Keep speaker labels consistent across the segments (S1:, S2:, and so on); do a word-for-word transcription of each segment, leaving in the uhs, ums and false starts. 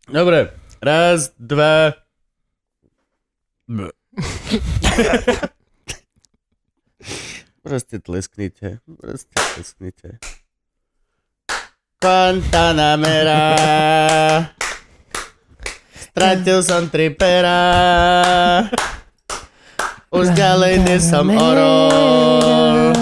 S1: Dobre, raz, dva... Proste tlesknite. Proste tlesknite. Guantanamera. Stratil som tri pera. Už ďalej nie som orol.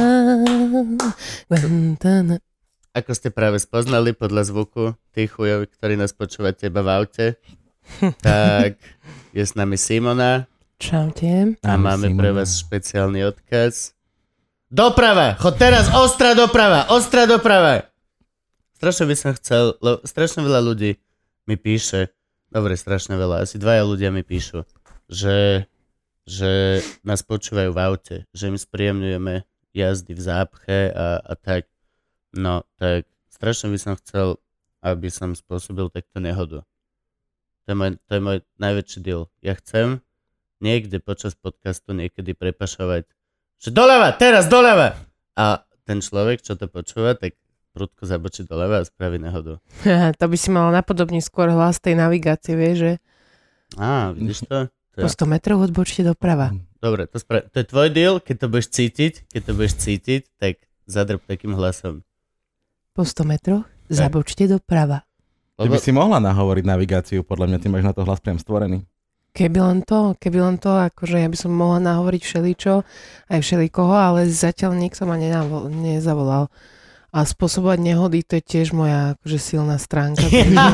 S1: Ako ste práve spoznali podľa zvuku tých chujovi, ktorí nás počúvate iba v aute, tak je s nami Simona.
S2: Čaute.
S1: A máme pre vás špeciálny odkaz. Doprava! Chod teraz, ostrá doprava! Ostrá doprava! Strašne by som chcel, lebo strašne veľa ľudí mi píše, dobre, strašne veľa, asi dvaja ľudia mi píšu, že, že nás počúvajú v aute, že im spríjemňujeme jazdy v zápche a, a tak. No, tak strašne by som chcel, aby som spôsobil takto nehodu. To je môj, to je môj najväčší deal. Ja chcem niekde počas podcastu niekedy prepašovať, že doľava, teraz doľava! A ten človek, čo to počúva, tak prudko zabočí doľava a spraví nehodu.
S2: To by si mal napodobne skôr hlas tej navigácie, vieš, že...
S1: Á, vidíš to? to
S2: po sto metrov odbočte doprava.
S1: Dobre, to, spra- to je tvoj deal, keď to budeš cítiť, keď to budeš cítiť, tak zadrb takým hlasom.
S2: Po sto metroch zabočte doprava.
S3: Ty by si mohla nahovoriť navigáciu, podľa mňa ty máš na to hlas priam stvorený.
S2: Keby len to, keby len to, akože ja by som mohla nahovoriť všeličo, aj všelikoho, ale zatiaľ nikto ma nenavol, nezavolal. A spôsobovať nehody, to je tiež moja akože silná stránka.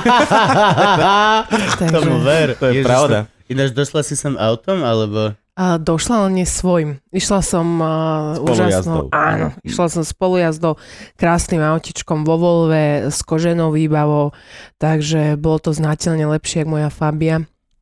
S1: Tomu ver.
S3: To je Ježiš, pravda.
S1: To, ináč došla si sem autom, alebo...
S2: A došla, ale nie svojím. Išla som uh, úžasnou... Áno, išla som spolujazdou, krásnym autičkom vo Volve, s koženou výbavou, takže bolo to znateľne lepšie, ako moja Fabia.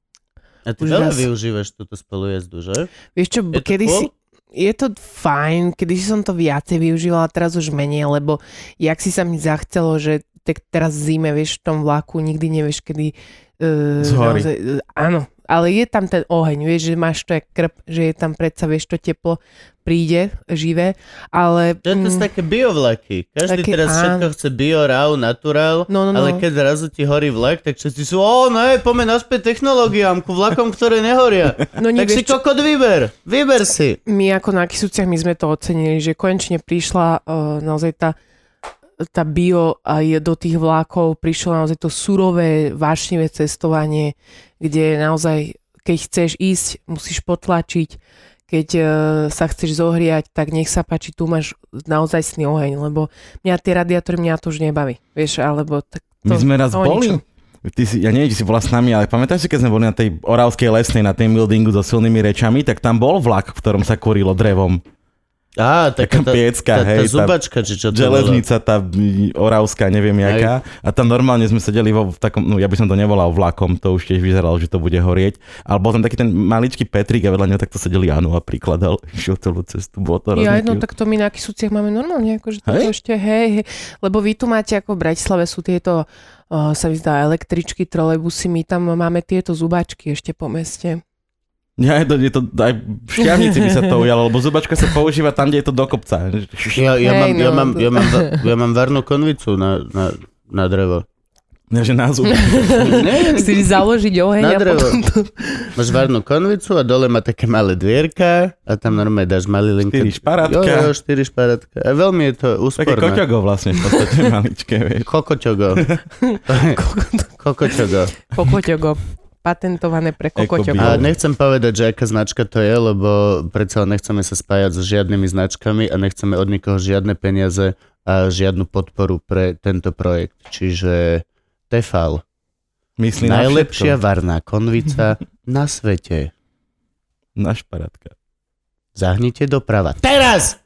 S1: A ty veľa využívaš túto spolujazdu, že?
S2: Vieš čo, je kedy si... Je to fajn, kedy som to viacej využívala, teraz už menej, lebo jak si sa mi zachcelo, že tak teraz zime, vieš, v tom vlaku, nikdy nevieš, kedy... Uh,
S3: Zhorí.
S2: Naozaj, uh, áno, ale je tam ten oheň, vieš, že máš to jak krp, že je tam predsa, vieš, to teplo príde, živé, ale...
S1: To je to také biovlaky. Každý také, teraz áno. Všetko chce bio, raw, natural,
S2: no, no, no.
S1: Ale keď zrazu ti horí vlak, tak všetci sú, o ne, poďme naspäť technológiám, ku vlakom, ktoré nehoria. No, tak si kokot vyber, vyber si.
S2: My ako na Kysuciach, my sme to ocenili, že konečne prišla uh, naozaj tá tá bio aj do tých vlákov, prišlo naozaj to surové, vášnivé cestovanie, kde naozaj, keď chceš ísť, musíš potlačiť, keď uh, sa chceš zohriať, tak nech sa páči, tu máš naozajstný oheň, lebo mňa tie radiátory, mňa to už nebaví, vieš, alebo tak to...
S3: My sme raz boli, ty si, ja neviem, či si bola s nami, ale pamätáš si, keď sme boli na tej Oravskej lesnej, na tej buildingu so silnými rečami, tak tam bol vlak, v ktorom sa kurilo drevom.
S1: Á, taká tá,
S3: piecka,
S1: tá,
S3: hej,
S1: tá zubačka, či čo to
S3: železnica, tá oravská, neviem jaká. A tam normálne sme sedeli vo v takom, no ja by som to nevolal vlakom, to už tiež vyzeralo, že to bude horieť. Ale bol tam taký ten maličký Petrik a vedľa neho takto sedeli Janu a prikladal išiel celú cestu. Bolo to
S2: ja, no tak to my na Kysuciach máme normálne, akože to ešte, hej, hej. Lebo vy tu máte, ako v Bratislave sú tieto, uh, sa mi zdá, električky, trolejbusy, my tam máme tieto zubačky ešte po meste.
S3: Ja, je to, je to, aj v Šťavnici by sa to ujalo, lebo zubačka sa používa tam, kde je to do kopca.
S1: Ja, ja, mám, ja, mám, ja, mám, ja mám varnú konvicu na, na, na drevo.
S3: Ja, že na zub.
S2: Chceš založiť oheň
S1: na
S2: a
S1: drevo.
S2: potom to...
S1: Máš varnú konvicu a dole má také malé dvierka a tam normálne dáš malý linka.
S3: Štyri šparátka.
S1: Jo, jo, štyri šparátka. A veľmi je to úsporné.
S3: Také koťogo vlastne, v podstate maličké, vieš.
S1: Kokoťogo. Kokoťogo.
S2: Kokoťogo. Patentované pre kokoťokov.
S1: A nechcem povedať, že aká značka to je, lebo predsa nechceme sa spájať so žiadnymi značkami a nechceme od nikoho žiadne peniaze a žiadnu podporu pre tento projekt. Čiže Tefal.
S3: Myslí
S1: najlepšia varná konvica na svete.
S3: Na šparátka.
S1: Zahnite doprava. Teraz!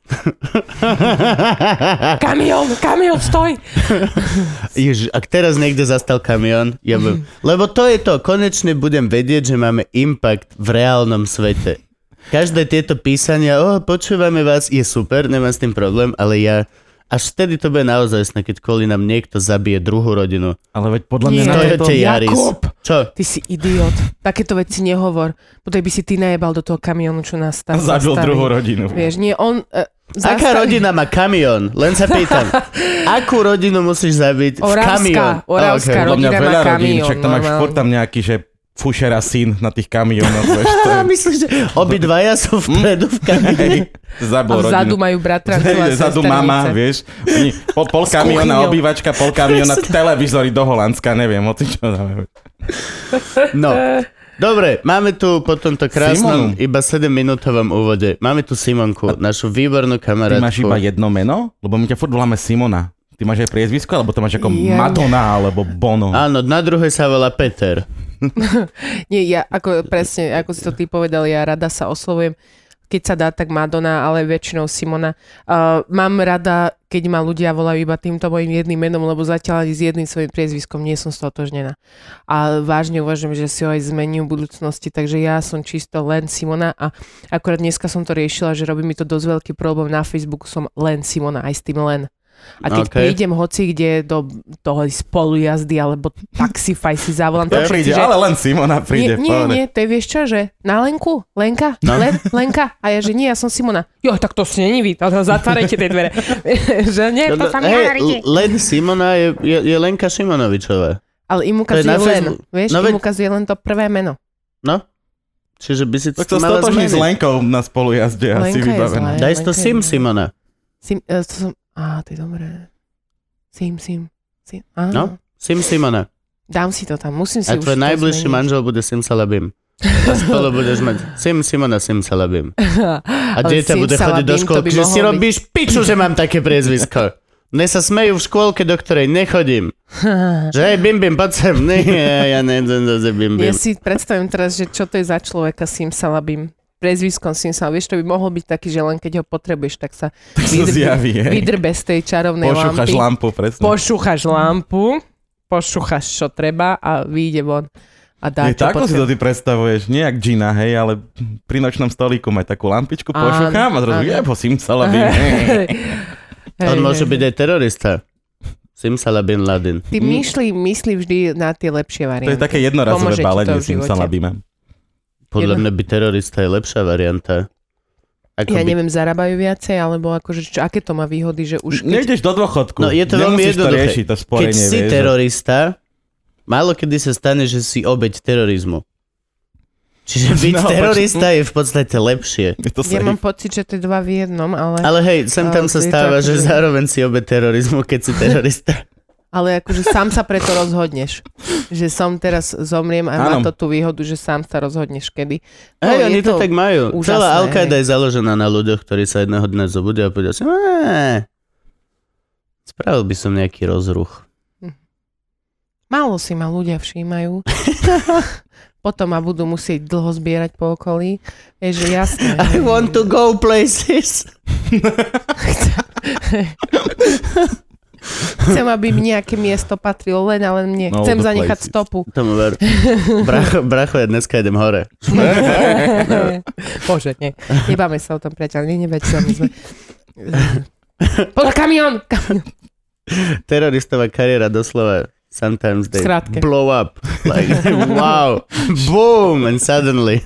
S2: Kamión, kamión, stoj!
S1: Ježiš, ak teraz niekde zastal kamión, ja budem... lebo to je to, konečne budem vedieť, že máme impact v reálnom svete. Každé tieto písania, oh, počúvame vás, je super, nemám s tým problém, ale ja... Až vtedy to bude naozaj, keď kvôli nám niekto zabije druhú rodinu.
S3: Ale veď podľa mňa...
S1: Nie, to je to
S2: Jakub!
S1: Čo?
S2: Ty si idiot. Takéto veci nehovor. Potom by si ty najebal do toho kamionu, čo nás stav,
S3: Zabil
S2: zastaví.
S3: druhú rodinu.
S2: Vieš, nie, on... Uh,
S1: Aká
S2: zastaví...
S1: rodina má kamión? Len sa pýtam. Akú rodinu musíš zabiť v
S2: Oravská,
S1: kamión?
S2: Oravská
S3: Podľa mňa
S2: rodina má
S3: veľa rodín,
S2: kamión.
S3: však tam máš
S2: normálne.
S3: furt tam nejaký, že fušera syn na tých kamionov. vieš, to je-
S1: Myslíš, že obidvaja sú vpredu v kamióne?
S3: Hej,
S2: A
S3: zabil
S2: vzadu
S3: rodinu.
S2: majú bratrancu a
S3: Hej, Zadu
S2: sesternice.
S3: mama, vieš. Oni, pol, pol kamiona
S2: kuchyňou.
S3: obývačka, pol kamiona televízory do Holandska, neviem, o čo dáme.
S1: No. Dobre, máme tu po tomto krásnom
S3: Simonu.
S1: iba sedemminútovom úvode. Máme tu Simonku, našu výbornú
S3: Ty
S1: kamarátku.
S3: máš iba jedno meno? Lebo my ťa furt voláme Simona. Ty máš aj priezvisko, alebo to máš ako
S2: Ja-
S3: Madonna, alebo Bono?
S1: Áno, na druhej sa volá Peter.
S2: Nie, ja ako presne, ako si to ty povedal, ja rada sa oslovujem, keď sa dá, tak Madonna, ale väčšinou Simona. Uh, mám rada, keď ma ľudia volajú iba týmto mojim jedným menom, lebo zatiaľ ani s jedným svojím priezviskom nie som stotožnená. A vážne uvažujem, že si ho aj zmením v budúcnosti, takže ja som čisto len Simona a akorát dneska som to riešila, že robí mi to dosť veľký problém. Na Facebooku som len Simona, aj s tým len. A keď
S1: Okay.
S2: prídem hoci kde do toho spolujazdy alebo taxify si zavolám,
S3: To
S2: tak
S3: príde,
S2: všetci, že
S3: ale len Simona príde.
S2: nie, nie, nie, to je vieš čo, že na Lenku? Lenka?
S1: No.
S2: Len, Lenka? A ja, že nie, ja som Simona. Jo, tak to si není vy, to zatvárajte tie dvere. Že nie, to tam
S1: Hej,
S2: nehovoríte.
S1: len Simona je, je, je Lenka Šimonovičová.
S2: Ale im
S1: To je
S2: ukazuje
S1: na
S2: len,
S1: Facebooku.
S2: vieš,
S1: No
S2: im
S1: veď-
S2: ukazuje len to prvé meno.
S1: No? Čiže by si
S3: Tak
S1: to
S3: to
S1: mala
S3: stotožní s
S1: zmeniť.
S3: Lenkou na spolujazde
S2: Lenka je
S3: asi vybavené.
S2: zlá.
S1: Daj si to
S2: Lenka je
S1: Sim
S2: zlá.
S1: Simona.
S2: Sim, uh, to som, á, to je dobré. Sim, sim, sim. Á,
S1: No? Sim Simona.
S2: Dám si to tam, musím si
S1: A
S2: už
S1: tvoj
S2: to
S1: najbližší
S2: zmeniť.
S1: manžel bude Sim Salabim. A spolu budeš mať Sim Simona Sim Salabim. A
S2: Ale
S1: dieťa
S2: Sim
S1: bude chodiť do
S2: Salabim, to
S1: škôlky,
S2: by
S1: že
S2: mohol
S1: si
S2: byť.
S1: robíš piču, že mám také priezvisko. Mne sa smejú v škôlke, do ktorej nechodím. Že hej, bim bim, poď sem. Nie, ja nejdem zase bim bim.
S2: Ja si predstavím teraz, že čo to je za človeka Simsalabim. Prezviskom Simsalabim. Vieš, to by mohol byť taký, že len keď ho potrebuješ, tak sa
S3: Tak sa zjaví, hej.
S2: vydrbe z tej čarovnej
S3: Pošúchaš
S2: lampy.
S3: lampu, presne.
S2: Pošúchaš lampu, pošúchaš čo treba a vyjde von. A dá,
S3: Je,
S2: čo
S3: tako si to
S2: potrebuje.
S3: ty predstavuješ, nie jak Gina, hej, ale pri nočnom stolíku maj takú lampičku,
S2: Áno,
S3: pošúcham a zrazu
S2: áno.
S3: jebo, Simsalabim.
S1: On
S2: Hej,
S1: môže
S2: hej,
S1: byť
S2: hej.
S1: aj terorista. Sim Salabin Ladin.
S2: Ty myslí, myslí vždy na tie lepšie
S3: To
S2: varianty.
S3: je také jednorazové
S2: Pomôže ti to
S3: balenie
S2: v živote.
S3: Simsalabima.
S1: Podľa
S2: Jedno-
S1: mňa by terorista je lepšia varianta. Ako
S2: Ja
S1: by...
S2: neviem, zarábajú viacej, alebo akože, čo, aké to má výhody, že už keď...
S3: Nejdeš do dôchodku.
S1: No je to veľmi
S3: Nemusíš to
S1: jednoduché.
S3: riešiť, to
S1: Keď
S3: sporenie,
S1: si
S3: vieš.
S1: terorista, málo kedy sa stane, že si obeť terorizmu. Čiže byť
S3: No,
S1: terorista je v podstate lepšie.
S3: Je to
S2: Ja
S3: safe.
S2: mám pocit, že to je dva v jednom, ale...
S1: Ale hej, sem tam
S2: Ale
S1: sa
S2: je to
S1: stáva,
S2: akože-
S1: že zároveň si obeť terorizmu, keď si terorista.
S2: Ale akože sám sa preto rozhodneš. Že som teraz zomriem a má
S3: Áno.
S2: to tú výhodu, že sám sa rozhodneš kedy. No,
S1: Hej,
S2: je
S1: oni to tak majú.
S2: úžasné,
S1: Celá Al-Qaida
S2: hej.
S1: je založená na ľuďoch, ktorí sa jedného dňa zobudia a povedia si, "Eee, spravil by som nejaký rozruch.
S2: Málo si ma ľudia všímajú. Potom ma budú musieť dlho zbierať po okolí. Vieš, že jasné.
S1: I want to go places.
S2: Chcem, aby mi nejaké miesto patrilo len a len mne.
S3: No,
S2: Chcem
S3: the
S2: zanechať
S3: places.
S2: stopu.
S1: Tomu ver. Bracho, bracho, ja dneska idem hore.
S2: Bože, nie. Nebáme sa o tom, priateľ. Nie, neveď sa my sme. Poď, kamión! Kamión.
S1: Teroristová kariéra doslova sometimes they
S2: Skrátke.
S1: blow up. Like, wow. Boom. And suddenly.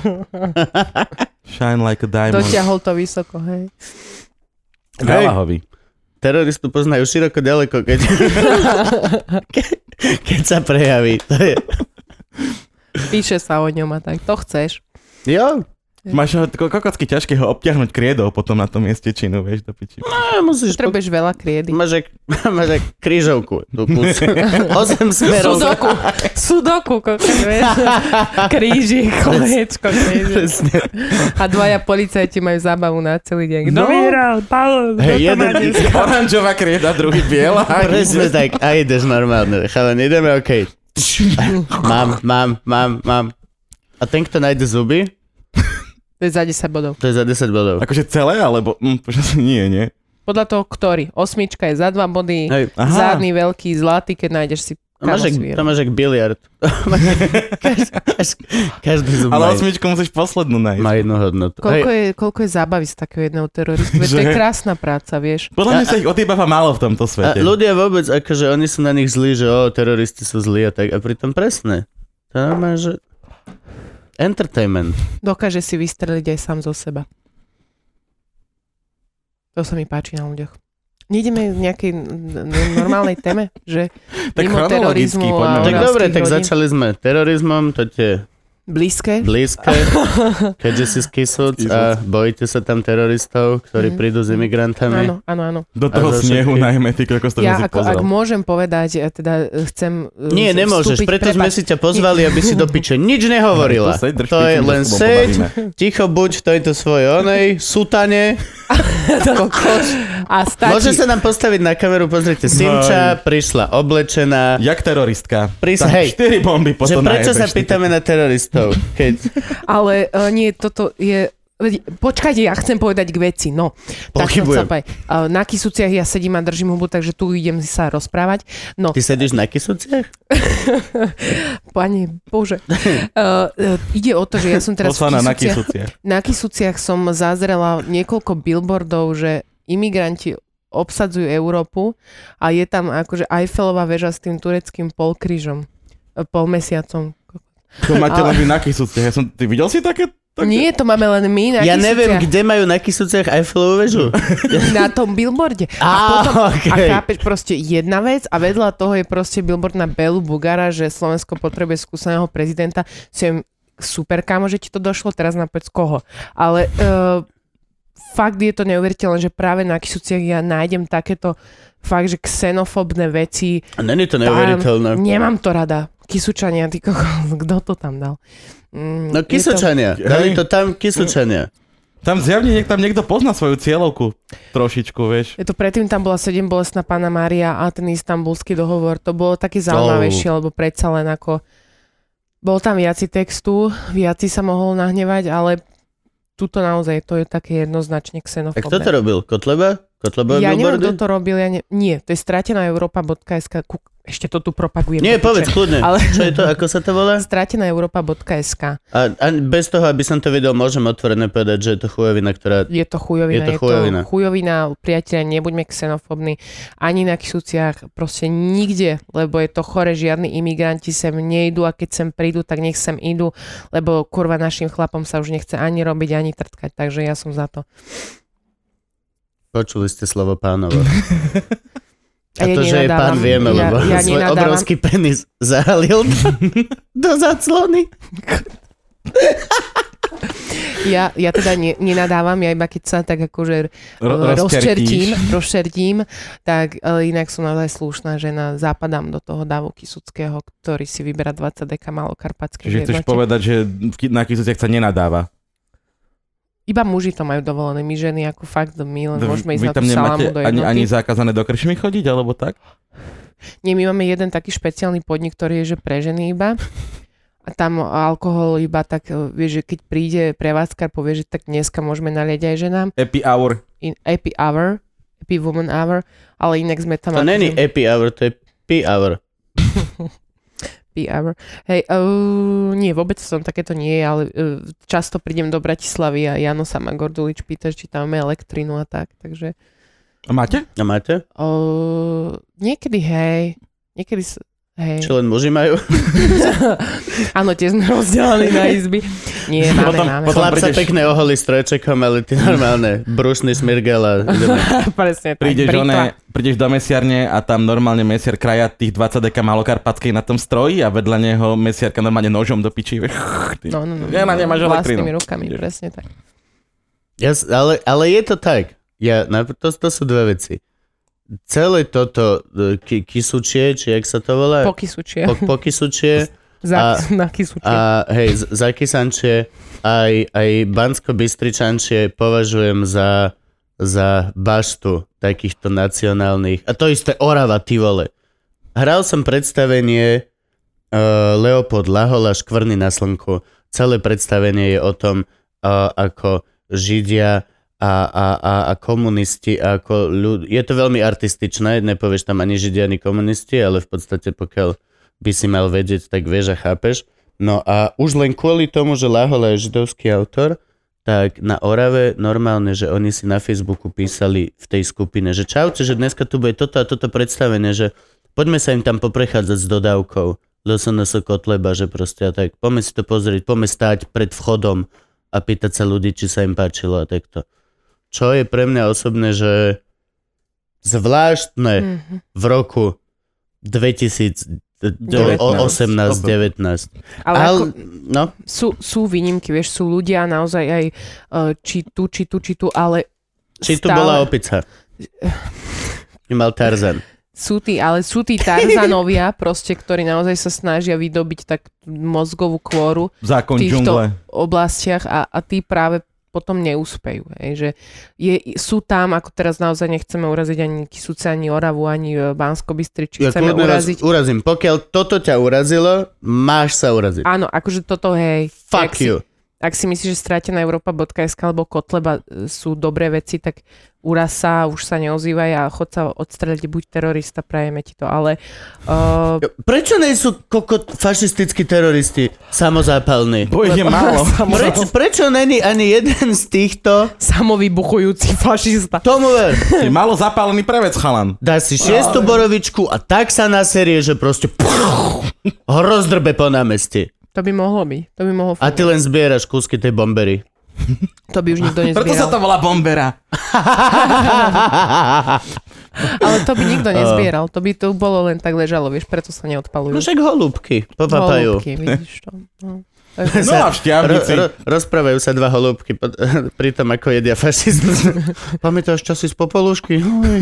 S3: Shine like a diamond.
S2: Dotiahol to vysoko, hej.
S3: Galahovi.
S1: Teroristu poznajú široko ďaleko, keď, ke- keď sa prejaví. To je...
S2: Píše sa o ňom a tak. To chceš.
S1: Jo,
S3: Máš ho tako kokocky ťažké ho obťahnuť kriedou potom na tom mieste činu, vieš, do piči.
S1: no, musíš... Po...
S2: Potrebuješ veľa kriedy.
S1: Máš jak, máš jak krížovku. Tu kus. Osem smerov.
S2: Sudoku. Sudoku, kokos, vieš. Krížik, kolečko, krížik.
S1: Presne.
S2: A dvaja policajti majú zábavu na celý deň. Kto
S1: No.
S2: vyhral? Paolo, kto
S1: Hej,
S2: to má
S1: jeden-
S2: dneska?
S3: Oranžová krieda, druhý biela.
S1: Presne tak. A ideš normálne. Chalan, ideme, okej. Mám, mám, mám, mám. A ten, kto nájde zuby,
S2: To je za desať bodov.
S1: to je za desať bodov.
S3: Akože celé, alebo... Hm, počas nie, nie.
S2: Podľa toho, ktorý. Osmička je za dva body,
S1: Hej.
S3: Aha.
S2: zadný, veľký, zlatý, keď nájdeš si
S1: To máš jak,
S2: kamosvíru.
S1: to máš jak biliard. Každý, každý zub
S3: Ale
S1: má,
S3: osmičku musíš poslednú nájsť.
S1: má jednu hodnotu.
S2: Koľko
S1: Hej,
S2: je, koľko je zábavy z takého jedného teroristu? Veď to je
S3: Že?
S2: krásna práca, vieš.
S3: Podľa mňa sa ich odýbava málo v tomto
S1: a
S3: svete.
S1: ľudia vôbec, akože oni sú na nich zlí, že o, teroristi sú zlí a tak. A pritom presne. To je normálne, že entertainment.
S2: Dokáže si vystreliť aj sám zo seba. To sa mi páči na ľuďoch. Nejdeme v nejakej normálnej téme, že
S3: tak
S2: mimo terorizmu a
S1: tak dobre, tak
S2: rodín.
S1: Začali sme terorizmom, to tie
S2: blízke.
S1: Blízke, keďže si z Kisúc a bojíte sa tam teroristov, ktorí mm. prídu s imigrantami.
S2: Áno, áno, áno.
S3: Do toho snehu
S1: všetky...
S3: najmä, ty koľko to
S2: ja
S3: si
S2: ako,
S3: pozrel.
S2: ak môžem povedať, ja teda chcem
S1: Nie, nemôžeš, preto sme si ťa pozvali, aby si do piče nič nehovorila.
S3: To, seď,
S1: to je len seď, ticho buď v tejto svojej onej, sutane.
S2: A stačí.
S1: Môže sa nám postaviť na kameru, pozrite, Simča prišla oblečená.
S3: Jak teroristka.
S1: Prís,
S3: tak
S1: hej,
S3: štyri bomby potom
S1: že prečo sa
S3: najebeš,
S1: pýtame na teroristov? Keď...
S2: Ale uh, nie, toto je... Počkajte, ja chcem povedať k veci, no.
S1: Pochybujem.
S2: Tak uh, na Kisúciach ja sedím a držím hubu, takže tu idem sa rozprávať. No.
S1: Ty sedíš na Kisúciach?
S2: Pane Bože. Uh, uh, ide o to, že ja som teraz
S3: Poslaná
S2: v
S3: na
S2: Kisúciach.
S3: Kisúciach.
S2: Na Kisúciach som zazrela niekoľko billboardov, že imigranti obsadzujú Európu a je tam akože Eiffelová väža s tým tureckým polkrížom. Polmesiacom.
S3: To máte len vy na Kisúciach. Ja som, ty videl si také? také?
S2: Nie, to máme len my na
S1: Ja
S2: Kisúciach.
S1: neviem, kde majú na Kisúciach Eiffelovú väžu.
S2: Na tom billboarde. A,
S1: Á,
S2: potom,
S1: okay.
S2: a chápeš, proste jedna vec a vedľa toho je proste billboard na Belu Bugara, že Slovensko potrebuje skúseného prezidenta. Som super, kámo, že ti to došlo, teraz napovedz koho. Ale uh, fakt je to neuveriteľné, že práve na Kisúciach ja nájdem takéto fakt, že xenofóbne veci.
S1: A není to neuveriteľné.
S2: Tam, nemám to rada. Kisúčania, ty kokos, kto to tam dal? Mm,
S1: No Kisúčania,
S3: to...
S1: dali to tam Kisúčania.
S3: Tam zjavne niek- tam niekto pozná svoju cieľovku trošičku, vieš.
S2: Je to predtým tam bola sedem bolestná Panna Mária a ten istambulský dohovor. To bolo také zaujímavejšie, lebo predsa len ako bol tam viaci textu, viaci sa mohol nahnevať, ale tuto naozaj to je také jednoznačne xenofóbne.
S1: Tak kto to robil? Kotleba? Kotleba
S2: Ja neviem,
S1: billboardy?
S2: kto to robil. Ja ne... Nie, to je stratená Európa bodka es ká. Kú... Ešte to tu propagujem.
S1: Nie,
S2: to
S1: povedz
S2: piče.
S1: kľudne.
S2: Ale...
S1: Čo je to? Ako sa to volá?
S2: stratená Európa bodka es ká.
S1: A, a bez toho, aby som to vedel, môžem otvorene povedať, že je to chujovina, ktorá...
S2: Je to chujovina.
S1: Je to chujovina.
S2: Je to chujovina, priatelia, nebuďme xenofóbni. Ani na Kisúciach, proste nikde, lebo je to chore, žiadni imigranti sem nejdu a keď sem prídu, tak nech sem idú, lebo kurva našim chlapom sa už nechce ani robiť, ani trtkať, takže ja som za to.
S1: Počuli ste slovo pánovo. A,
S2: A ja
S1: to, že je pán,
S2: nenadávam.
S1: vieme,
S2: Ja-
S1: lebo
S2: ja
S1: svoj
S2: nenadávam.
S1: obrovský penis zahalil do zaclony.
S2: Ja, ja teda ne, nenadávam, ja iba keď sa tak akože
S3: Ro-
S2: eh, rozčertím,
S3: rozčertíš.
S2: rozčertím, tak ale inak som naozaj slušná žena, zapadám do toho davu Kisúckého, ktorý si vyberá dvadsať deka malokarpatské.
S3: Čiže chceš povedať, že v Ki- na Kisúciach sa nenadáva.
S2: Iba muži to majú dovolené, my ženy ako fakt, my len môžeme ísť
S3: Vy
S2: na tú
S3: tam nemáte
S2: salámu do
S3: ani,
S2: jednoty.
S3: ani zákazané do krčmy chodiť, alebo tak?
S2: Nie, my máme jeden taký špeciálny podnik, ktorý je že pre ženy iba. A tam alkohol iba tak, vieš, že keď príde prevádzkar, povie, že tak dneska môžeme naliať aj ženám.
S3: Happy hour.
S2: In, happy hour, happy woman hour, ale inak sme tam...
S1: To
S2: akože-
S1: není happy hour, to je pee hour.
S2: Happy hour. Hej, uh, nie, vôbec som takéto nie, ale uh, často prídem do Bratislavy a Jano sa ma Gordulič pýta, či tam máme elektrinu a tak, takže...
S3: A máte?
S1: A máte?
S2: Uh, niekedy hej, niekedy... S- hej.
S1: Čo len muži majú?
S2: Áno, tie sme rozdelení na izby. Nie, máme,
S3: Potom-
S2: máme.
S3: potom-
S1: Chlap sa
S3: prídeš-
S1: pekne oholí strojčekom, ale ty normálne brusný smirgel a ideme.
S2: Presne tak.
S3: Prídeš,
S2: Britva.
S3: one, prídeš do mesiarne a tam normálne mesiar kraja tých dvadsať deka malokarpatskej na tom stroji a vedľa neho mesiarka normálne nožom do piči.
S2: No, no, no.
S3: Ja na nemáš
S2: Vlastnými
S3: elektrinu.
S2: rukami, presne tak.
S1: Ja, s- ale, ale je to tak. Ja, najprv- to, to sú dve veci. Celé toto e, ki, kisučie, či jak sa to volá?
S2: Pokisučie.
S1: Po, pokisučie
S2: Za,
S1: a-
S2: na kisučie.
S1: a hej, z- zakysančie, aj, aj Bansko-Bystričančie považujem za, za baštu takýchto nacionálnych. A to isté Orava, ty vole. Hral som predstavenie uh, Leopold Lahol a Škvrny na slnku. Celé predstavenie je o tom, uh, ako Židia a, a, a, a komunisti a ako ľud... Je to veľmi artističné, nepovieš tam ani Židia, ani komunisti, ale v podstate pokiaľ by si mal vedieť, tak vieš a chápeš. No a už len kvôli tomu, že Lahol je židovský autor, tak na Orave normálne, že oni si na Facebooku písali v tej skupine, že čaute, že dneska tu bude toto a toto predstavenie, že poďme sa im tam poprechádzať s dodávkou. es en es Kotleba, že proste a tak, poďme si to pozrieť, poďme stáť pred vchodom a pýtať sa ľudí, či sa im páčilo a takto. Čo je pre mňa osobne, že zvláštne mm-hmm. v roku dvetisícosemnásť devätnásť.
S2: Ale
S1: Al,
S2: ako,
S1: no?
S2: sú, sú výnimky, vieš, sú ľudia naozaj aj uh, či tu, či tu, či tu, ale
S1: Či tu
S2: stále...
S1: bola opica. Mal Tarzan.
S2: Sú tí, ale sú tí Tarzanovia, proste, ktorí naozaj sa snažia vydobiť tak mozgovú kôru
S3: Zákon
S2: v týchto
S3: džungle.
S2: oblastiach a, a tí práve potom neúspejú. Hej, že je, sú tam, ako teraz naozaj nechceme uraziť ani Kysuce, ani Oravu, ani Banskobystriči.
S1: Ja
S2: Chceme uraziť...
S1: urazím. Pokiaľ toto ťa urazilo, máš sa uraziť.
S2: Áno, akože toto, hej.
S1: Fuck
S2: ak
S1: you.
S2: Si, ak si myslíš, že stratená Európa bodka es ká alebo Kotleba sú dobré veci, tak uraz sa, už sa neozývaj a chod sa odstreliť, buď terorista, prajeme ti to, ale... Uh...
S1: Prečo nie sú kokot fašistickí teroristi samozápalní?
S3: Bo ich je málo.
S1: Prečo, prečo není ani jeden z týchto...
S2: Samovybuchujúci fašista.
S1: Tomu ver.
S3: Je málo zapálený prevec, chalan.
S1: Dá si šiestu borovičku a tak sa naserie, že proste ho rozdrbe po námestí.
S2: To by mohlo byť. To by mohlo
S1: A ty len zbieraš kúsky tej bombery.
S2: To by už nikto nezbieral.
S3: Preto sa to volá bombera.
S2: Ale to by nikto nezbieral. To by to bolo len tak ležalo, vieš, preto sa neodpalujú.
S1: No však holúbky popapajú.
S2: Holúbky, vidíš to. No.
S3: No a v šťavnici.
S1: Ro, ro, rozprávajú sa dva holúbky pri tom, ako jedia fašizmus. Pamätáš časy z Popolušky?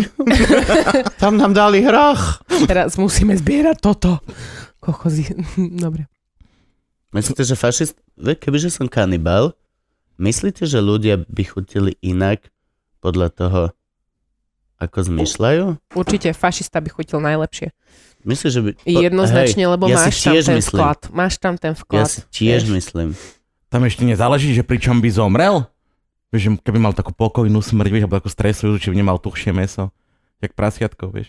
S1: Tam nám dali hrách.
S2: Teraz musíme zbierať toto. Kochozy. Dobre.
S1: Myslíte, že fašist... Kebyže som kanibal, myslíte, že ľudia by chutili inak podľa toho, ako zmyšľajú?
S2: Určite fašista by chutil najlepšie.
S1: Myslíš, že by...
S2: Jednoznačne,
S1: hej,
S2: lebo
S1: ja
S2: máš tam ten
S1: myslím.
S2: vklad. Máš tam ten vklad.
S1: Ja si tiež
S2: vieš.
S1: myslím.
S3: Tam ešte nezáleží, že pri čom by zomrel? Vieš, že keby mal takú pokojnú smrť, vieš, alebo takú stresujúcu, či by nemal tuchšie mäso. Jak prasiatko, vieš.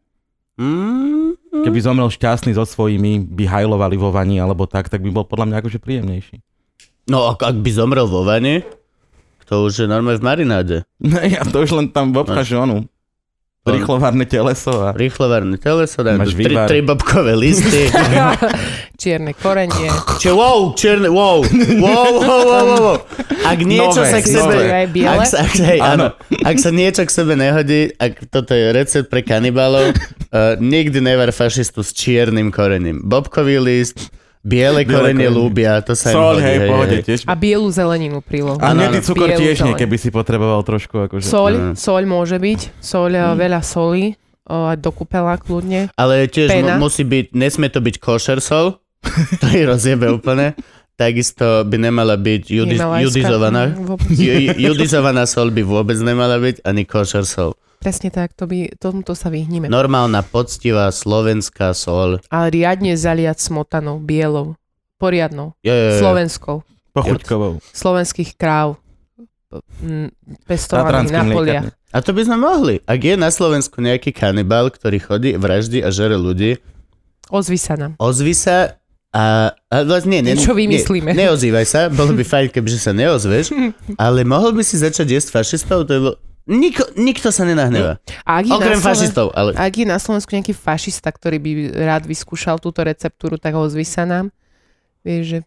S1: Mm,
S3: Keby zomrel šťastný so svojimi, by hajlovali vo vani, alebo tak, tak by bol podľa mňa akože príjemnejší.
S1: No, ak, ak by zomrel vo vane, to už je normálne v marináde.
S3: Ne, ja to už len tam obcháš onu. Rýchlovárne teleso a...
S1: Rýchlovárne teleso, dám
S3: Máš
S1: tri,
S3: vývar.
S1: tri bobkové listy.
S2: Čierne korenie.
S1: Čiže wow, čierne, wow, wow, wow, wow, wow. Ak niečo
S3: Nové,
S1: sa k
S3: nové.
S1: sebe...
S2: Aj biele?
S1: Ak sa, ak, hej, áno. Ak sa niečo k sebe nehodí, ak toto je recept pre kanibalov, uh, nikdy nevar fašistu s čiernym korením. Bobkový list, biele korenie
S3: korenie.
S1: lúbia, to sa im
S3: Sol,
S1: hodí.
S3: hej,
S1: hej,
S3: pohode,
S1: hej.
S3: tiež.
S2: A bielu zeleninu prílohu.
S3: A
S1: Áno,
S3: hnedý
S1: áno.
S3: cukor
S2: Bielu
S3: tiež nie,
S2: zeleň.
S3: keby si potreboval trošku akože...
S2: Soľ,
S1: Mm.
S2: soľ môže byť. Soľ, mm. veľa soli. O, aj do kúpela kľudne.
S1: Ale tiež
S2: Pena.
S1: mu, musí byť, nesmie to byť kosher sol, to je rozjebe úplne. Takisto by nemala byť judi,
S2: Himalajská.
S1: judizovaná.
S2: Mm, vôbec.
S1: Ju- Judizovaná sol by vôbec nemala byť, ani kosher sol.
S2: Presne tak, to by, tomuto sa vyhníme.
S1: Normálna, poctivá slovenská sol.
S2: Ale riadne zaliať smotanou, bielou, poriadnou,
S1: Je, je, je.
S2: slovenskou,
S3: Pochuťkovou.
S2: slovenských kráv, m, pestovaných na
S3: Tatranským
S2: poliach.
S1: A to by sme mohli. Ak je na Slovensku nejaký kanibal, ktorý chodí, vraždí a žere ľudí,
S2: Ozvi sa nám.
S1: ozvi sa a... a vlastne, nie, nie,
S2: Niečo vymyslíme.
S1: Nie, neozývaj sa, bolo by fajn, kebyže sa neozveš, ale mohol by si začať jesť fašistov, to je bolo... Nikto, nikto sa nenahneva.
S2: A ak je
S1: Okrem
S2: na Sloven-
S1: fašistov, ale...
S2: Ak je na Slovensku nejaký fašista, ktorý by rád vyskúšal túto receptúru, tak ozvi sa nám. Vieš, že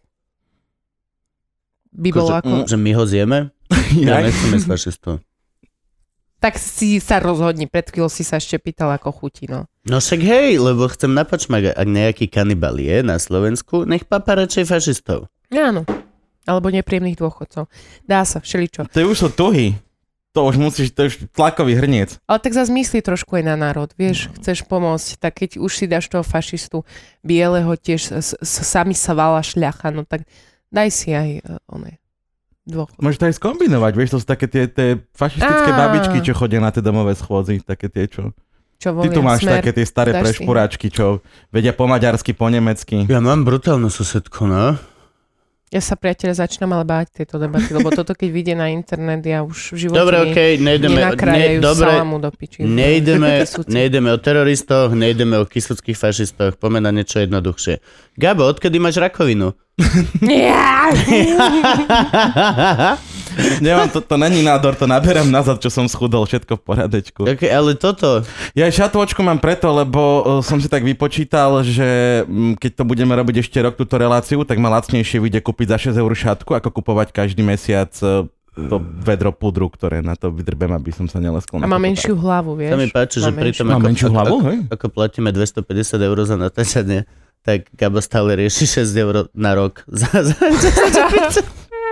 S2: by bolo
S1: Že,
S2: ako...
S1: že my ho zjeme? Ja
S3: Jak?
S1: nechceme s fašistom.
S2: Tak si sa rozhodni, pred chvíľou si sa ešte pýtal, ako chutí, no.
S1: No však hej, lebo chcem na pačmak, ak nejaký kanibal je na Slovensku, nech papa radšej fašistov.
S2: Áno. Alebo nepríjemných dôchodcov. Dá sa, všeličo.
S3: To už sú tuhy. To už musíš, to je už tlakový hrniec.
S2: Ale tak zase myslí trošku aj na národ, vieš, chceš pomôcť, tak keď už si dáš toho fašistu bieleho, tiež s, s, sami sa vala šľacha, no tak daj si aj uh, oné dôchod.
S3: Môžeš to aj skombinovať, vieš, to sú také tie, tie fašistické
S2: Á.
S3: babičky, čo chodia na tie domové schôdzy, také tie, čo...
S2: Čo
S3: Ty
S2: volia,
S3: tu máš
S2: smer.
S3: také tie staré
S2: dáš si.
S3: prešpuráčky, čo vedia po maďarsky, po nemecky.
S1: Ja mám brutálnu susedku, no.
S2: Ja sa, priateľe, začínam ale báť tieto debaty, lebo toto keď vyjde na internet, ja už v živote
S1: Dobre, okej, okay, nejdeme...
S2: nenakrájajú
S1: Ne, dobre,
S2: salamu do piči.
S1: nejdeme,
S2: Kysuci.
S1: nejdeme o teroristoch, nejdeme o kysuckých fašistoch, poďme na niečo jednoduchšie. Gabo, odkedy máš rakovinu?
S2: Nie!
S3: Nemám, to, to není nádor, to naberám nazad, čo som schudol, všetko v poradečku.
S1: Okay, ale toto...
S3: Ja aj šatôčku mám preto, lebo som si tak vypočítal, že keď to budeme robiť ešte rok túto reláciu, tak ma lacnejšie vyjde kúpiť za šesť eur šatku, ako kupovať každý mesiac to vedro pudru, ktoré na to vydrbem, aby som sa neleskol.
S2: A má menšiu hlavu, vieš?
S1: To mi páči, že pri tom,
S3: ako,
S1: ako,
S3: hlavu,
S1: ako, ako platíme dvestopäťdesiat eur za natáčanie, tak Gabo stále rieši šesť eur na rok. Za, za, za,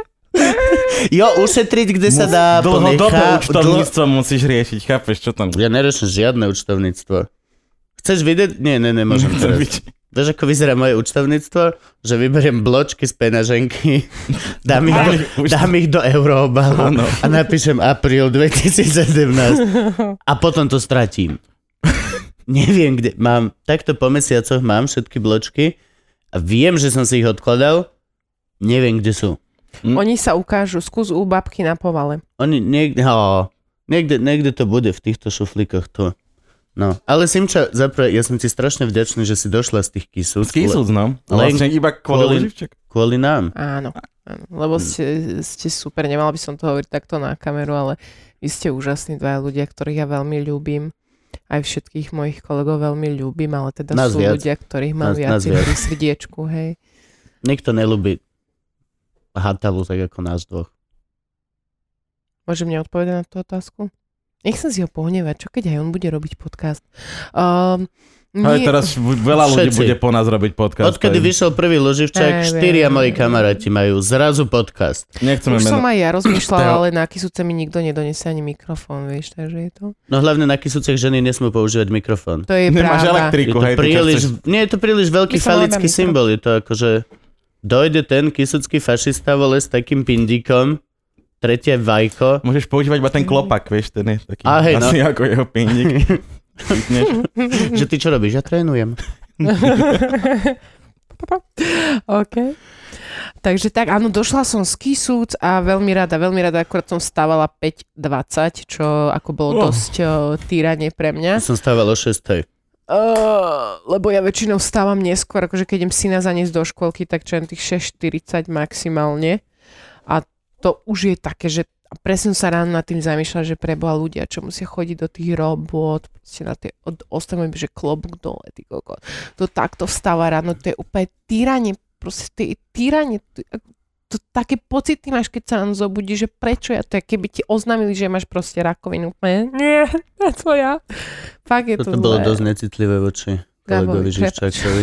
S1: jo, ušetriť, kde sa dá
S3: ponechá. Dlhodobé účtovníctvo
S1: dlho...
S3: musíš riešiť, chápeš, čo tam?
S1: Ja neriešim žiadne účtovníctvo. Chceš vidieť? Nie, nie, nemôžem teraz. Vieš, ako vyzerá moje účtovníctvo? Že vyberiem bločky z peňaženky, dám ich, do, dám ich do euroobalu a napíšem apríl dvetisícsedemnásť a potom to stratím. Neviem, kde. Mám, takto po mesiacoch mám všetky bločky a viem, že som si ich odkladal. Neviem, kde sú.
S2: Hm? Oni sa ukážu. Skús u babky na povale.
S1: Oni niekde, oh, niekde, niekde to bude v týchto šuflíkoch tu. No, ale Simča, zaprvé, ja som ti strašne vďačný, že si došla z tých Kisúc.
S3: Z Kisúc, no. Vlastne iba kvôli Luživček.
S1: Kvôli nám.
S2: Áno, áno, lebo ste, ste super, nemala by som to hovoriť takto na kameru, ale vy ste úžasní dvaja ľudia, ktorých ja veľmi ľúbim. Aj všetkých mojich kolegov veľmi ľúbim, ale teda nás sú viac. Ľudia, ktorých mám viac pri srdiečku, hej.
S1: Nikto nelúbi Hatavu tak ako nás dvoch.
S2: Môžem neodpovedať na tú otázku? Nechcem si ho pohnevať, čo keď aj on bude robiť podcast. Um,
S3: ale nie... teraz veľa ľudí Všetci. Bude po nás robiť podcast.
S1: Odkedy aj. Vyšiel prvý Luživčák, štyria moji kamaráti majú zrazu podcast.
S3: Nechceme
S2: Už
S3: meno...
S2: som aj ja rozmýšľala, ale na Kisúce mi nikto nedonesie ani mikrofón, vieš, takže je to...
S1: No hlavne na Kisúcech ženy nesmú používať mikrofón.
S2: To je
S3: Nemáš
S2: pravda.
S3: elektriku,
S1: je to
S3: hej,
S1: príliš, nie je to príliš veľký falický symbol, je to akože dojde ten kisúcky fašista vole s takým pindíkom, tretie vajko.
S3: Môžeš používať iba ten klopak, vieš, ten je taký
S1: a hej,
S3: asi
S1: no.
S3: ako jeho pindík.
S1: Že ty čo robíš? Ja trénujem.
S2: OK. Takže tak, áno, došla som z Kisúc a veľmi rada, veľmi rada, akurát som stávala päť dvadsať, čo ako bolo oh. dosť uh, týranie pre mňa.
S1: Ja som stával o šesť.
S2: Uh, lebo ja väčšinou stávam neskôr, akože keď idem syna zaniesť do škôlky, tak čo len tých šesť štyridsať maximálne. A to už je také, že presne sa ráno nad tým zamýšľa, že preboha ľudia, čo musia chodiť do tých robot, proste na tie ostatné, že klobúk dole, ty koko. To takto vstáva ráno, to je úplne týranie, proste to je týranie, to, to také pocity máš, keď sa ráno zobudí, že prečo ja to je, keby ti oznámili, že máš proste rakovinu, úplne, nie, to ja. Fakt je to,
S1: to bolo dosť necitlivé voči kolegovi Živčákovi.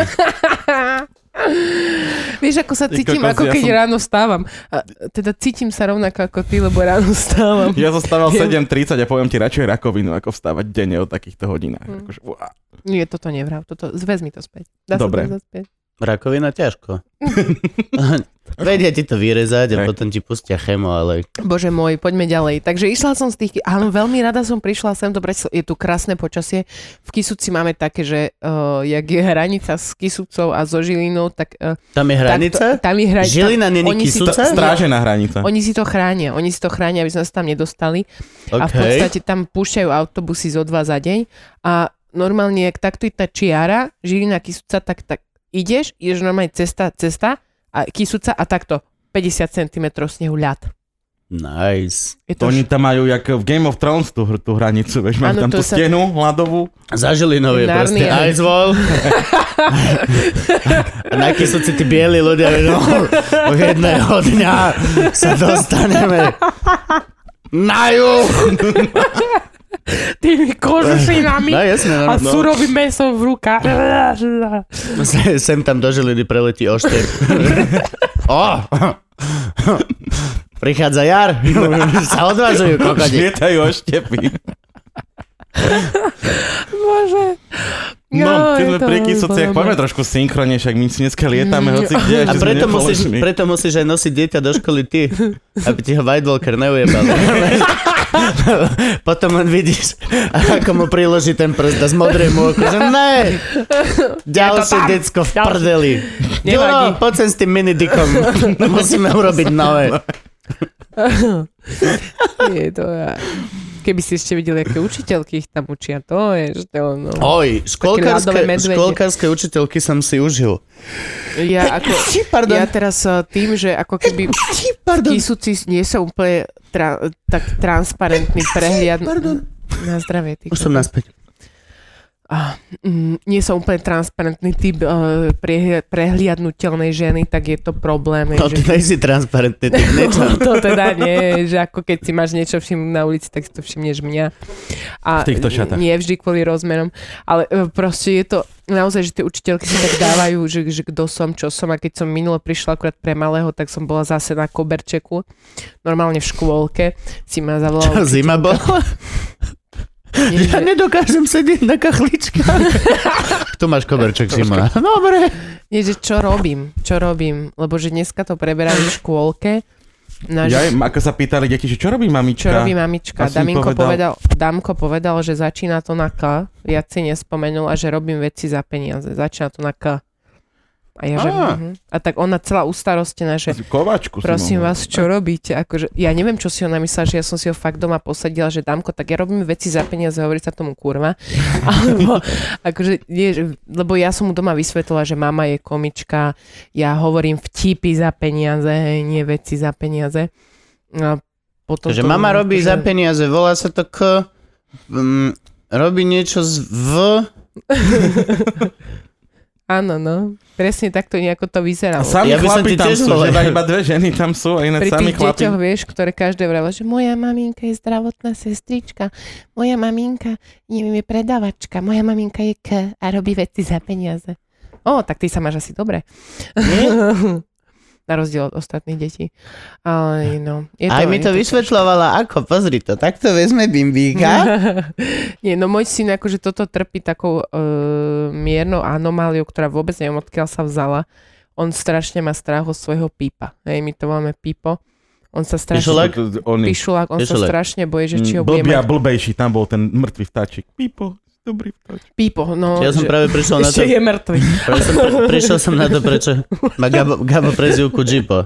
S2: Vieš, ako sa cítim, ako keď ja som... ráno stávam. A teda cítim sa rovnako ako ty, lebo ráno stávam.
S3: Ja som stával sedem tridsať a poviem ti radšej rakovinu, ako vstávať denne o takýchto hodinách.
S2: Mm.
S3: Akože,
S2: nie, toto nevrav. Toto, zvezmi to späť. Dá
S3: Dobre.
S2: Sa to späť.
S1: Rakovina ťažko. Vedia ti to vyrezať a potom ti pustia chemo, ale...
S2: Bože môj, poďme ďalej. Takže išla som z tých... Áno, veľmi rada som prišla sem, dobre, je tu krásne počasie. V Kisúci máme také, že uh, jak je hranica s Kisúcou a so Žilinou, tak... Uh,
S1: tam je hranica?
S2: Tak to, tam je hranica.
S1: Žilina není Kisúca?
S3: Strážená hranica.
S2: Oni si to chránia, oni si to chránia, aby sme sa tam nedostali. Okay. A v podstate tam púšťajú autobusy zo dva za deň a normálne, jak takto je tá čiara, Žilina, Kisúca, tak, tak ideš, ideš normálne cesta, cesta a Kisúca a takto päťdesiat centimetrov snehu ľad.
S1: Nice.
S3: To Oni tam majú jak v Game of Thrones tú, tú hranicu, vieš, mám tam tú sa... stenu ľadovú.
S1: Za Žilinou je proste ice wall. A na Kisúci tí bieli ľudia, no, jedného dňa sa dostaneme na juh.
S2: Tými kožušinami
S1: no, jasne, no,
S2: a
S1: no.
S2: surovým mesom v rukách.
S1: Sem tam do Žiliny preletí oštep. oh. Prichádza jar. Sa odvážujú kokodi.
S3: Lietajú oštepy.
S2: Bože.
S3: No, keď sme pri Kisúciach, poďme trošku synchrone, však my si dneska lietame, hoci kde,
S1: a preto musíš, preto musíš aj nosiť dieťa do školy ty, aby ti ho White Walker neujebal. Potom len vidíš, ako mu priloží ten prst a z modrému oku, že ne, ďalšie decko v prdeli. Juro, poď sem s tým minidikom, musíme urobiť nové.
S2: Je to ja. keby si ešte videli, aké učiteľky ich tam učia, to je, že to, no.
S1: Oj, školkárske, školkárske učiteľky som si užil.
S2: Ja, ako, ja teraz tým, že ako keby Kisúci nie sú úplne tra, tak transparentný prehliad.
S1: Pardon.
S2: Na zdravie.
S1: Už som naspäť.
S2: Uh, mm, nie som úplne transparentný typ uh, prehli- prehliadnutelnej ženy, tak je to problém.
S1: No,
S2: že...
S1: ty nejsi transparentný typ, niečo.
S2: To teda nie, že ako keď si máš niečo všimnúť na ulici, tak si to všimneš mňa. A
S3: v týchto šatách.
S2: Nie vždy kvôli rozmerom, ale uh, proste je to naozaj, že tie učiteľky si tak dávajú, že, že kto som, čo som, a keď som minule prišla akurát pre malého, tak som bola zase na koberčeku, normálne v škôlke, si ma zavolala.
S1: Čo, zima bola? Nie, ja že... nedokážem sedieť na kachličkách. Tu máš koberček, Simona. Dobre.
S2: Nie, že čo robím, čo robím, lebo že dneska to preberali v škôlke. Naž...
S3: Ja, ako sa pýtali deti, že čo robí mamička?
S2: Čo robí mamička? Daminko povedal... povedal, Damko povedal, že začína to na K. Ja si nespomenul a že robím veci za peniaze. Začína to na K. A ja, že, uh-huh. a tak ona celá ustarostená, že
S3: Kovačku
S2: prosím vás, čo robíte? Akože, ja neviem, čo si ona myslela, že ja som si ho fakt doma posadila, že Dámko, tak ja robím veci za peniaze, hovorí sa tomu kurva. Alebo, akože, nie, lebo ja som mu doma vysvetlila, že mama je komička, ja hovorím vtipy za peniaze, nie veci za peniaze. A potom
S1: že
S2: to,
S1: mama robí
S2: že...
S1: za peniaze, volá sa to K, um, robí niečo z V.
S2: Áno, no. Presne takto nejako to vyzeralo.
S3: A sami ja chlapi tam sú, že iba dve ženy tam sú a iné
S2: pri
S3: sami chlapi. Pri
S2: tých deťoch, vieš, ktoré každé vralo, že moja maminka je zdravotná sestrička, moja maminka je predavačka, moja maminka je K a robí veci za peniaze. Ó, tak ty sa máš asi dobre. Na rozdiel od ostatných detí. Ale no. Je to,
S1: aj mi to, to vysvetľovala, ako, pozri to, takto vezme bimbíka.
S2: Nie, no môj syn akože toto trpí takou uh, miernou anomáliou, ktorá vôbec neviem, odkiaľ sa vzala. On strašne má strach od svojho pípa. Hej, my to máme pípo. On sa strašne...
S1: Pišulák?
S2: Pišulák, on Pišulák. sa strašne bojí, že či ho bude
S3: Blbý a
S2: mať...
S3: blbejší, tam bol ten mŕtvý vtáčik. Pípo. Dobrý vtáčik.
S2: Pípo, no...
S1: Ja som
S2: že...
S1: práve prišiel na to...
S2: Ešte je mŕtvy.
S1: Som, prišiel som na to, prečo má Gabo, Gabo prezývku Jipo.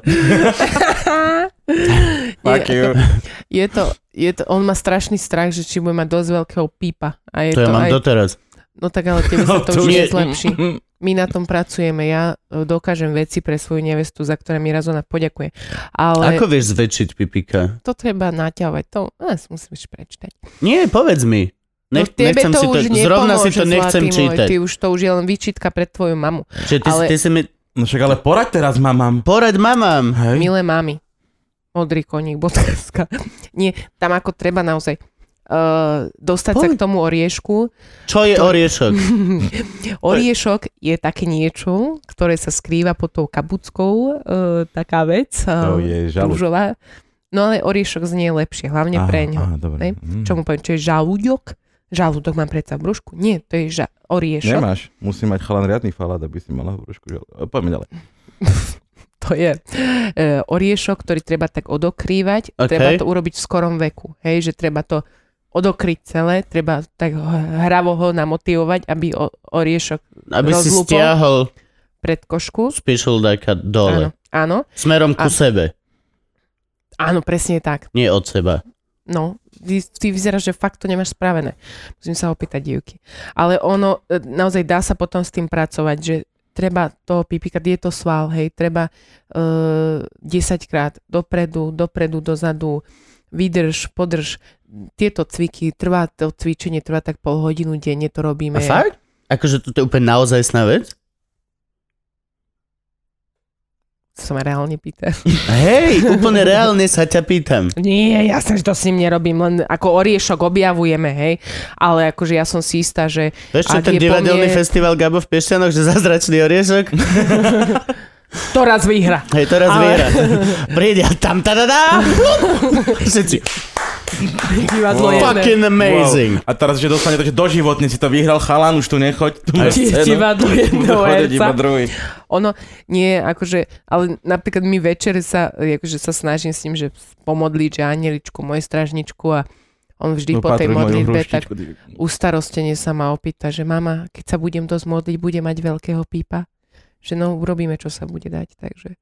S2: je, ako, je, to, je to... On má strašný strach, že či bude mať dosť veľkého pípa. A je
S1: to,
S2: to
S1: ja mám
S2: aj...
S1: doteraz.
S2: No tak ale tebe sa to
S3: No,
S2: už
S3: to
S2: nezlepší. My na tom pracujeme. Ja dokážem veci pre svoju nevestu, za ktoré mi raz ona poďakuje. Ale...
S1: Ako vieš zväčšiť pipika?
S2: To treba naťahovať. To ja musíš prečítať.
S1: Nie, povedz mi. Nech,
S2: no tebe
S1: nechcem
S2: to
S1: si to,
S2: už
S1: zrovna si to nechcem
S2: môj,
S1: čítať.
S2: Ty už to už je len výčitka pre tvoju mamu.
S1: Čiže ty,
S2: ale...
S1: ty si mi...
S3: No však ale poraď teraz mamám.
S1: Poraď mamám.
S3: Hej.
S2: Milé mami. Modrý koník, bodka. Nie, tam ako treba naozaj uh, dostať Poď. sa k tomu oriešku.
S1: Čo je
S2: to...
S1: oriešok?
S2: Oriešok je také niečo, ktoré sa skrýva pod tou kabuckou, uh, taká vec. Uh,
S3: to je žalúdok.
S2: No ale oriešok znie lepšie, hlavne aha, pre ňo. Aha, dobre. Mm. Čo mu poviem, čo je žalúďok? Žalúdok mám predsa v brúšku? Nie, to je ža- oriešok.
S3: Nemáš, musí mať chalan riadny falát, aby si mala v brúšku. Poďme ďalej.
S2: To je uh, oriešok, ktorý treba tak odokrývať. Okay. Treba to urobiť v skorom veku. Hej, že treba to odokryť celé, treba tak hravo ho namotivovať, aby o, oriešok
S1: aby si stiahol
S2: pred košku.
S1: Spišul dajka dole.
S2: Áno, áno.
S1: Smerom ku a... sebe.
S2: Áno, presne tak.
S1: Nie od seba.
S2: No, ty, ty vyzeráš, že fakt to nemáš spravené. Musím sa opýtať divky. Ale ono, naozaj dá sa potom s tým pracovať, že treba toho pipika, je to sval, hej, treba uh, desaťkrát dopredu, dopredu, dozadu, vydrž, podrž. Tieto cviky, trvá to cvičenie, trvá tak pol hodinu denne, to robíme.
S1: A fakt? Akože to je úplne naozajstná vec?
S2: Som reálne pýtam.
S1: Hej, úplne reálne sa ťa pýtam.
S2: Nie, jasne, že to s ním nerobím, len ako oriešok objavujeme, hej. Ale akože ja som si istá, že...
S1: Vieš čo, ten divadelný mne... festival Gabo v Piešťanoch, že zázračný oriešok?
S2: To raz vyhra.
S1: Hej, to raz ale... vyhra. Príde a tam tadadá. Všetci.
S2: Divadlo
S1: wow. Fucking amazing.
S3: Wow. A teraz, že dostane to, že doživotne si to vyhral chalan, už tu nechoď. Tu
S2: divadlo jedného herca.
S3: druhý.
S2: Ono nie, akože, ale napríklad my večer sa, akože sa snažím s ním, že pomodliť, že Anieličku, moju stražničku a on vždy no, po tej modlitbe tak ustarostene sa ma opýta, že mama, keď sa budem dosť modliť, bude mať veľkého pípa. Že no, urobíme, čo sa bude dať, takže...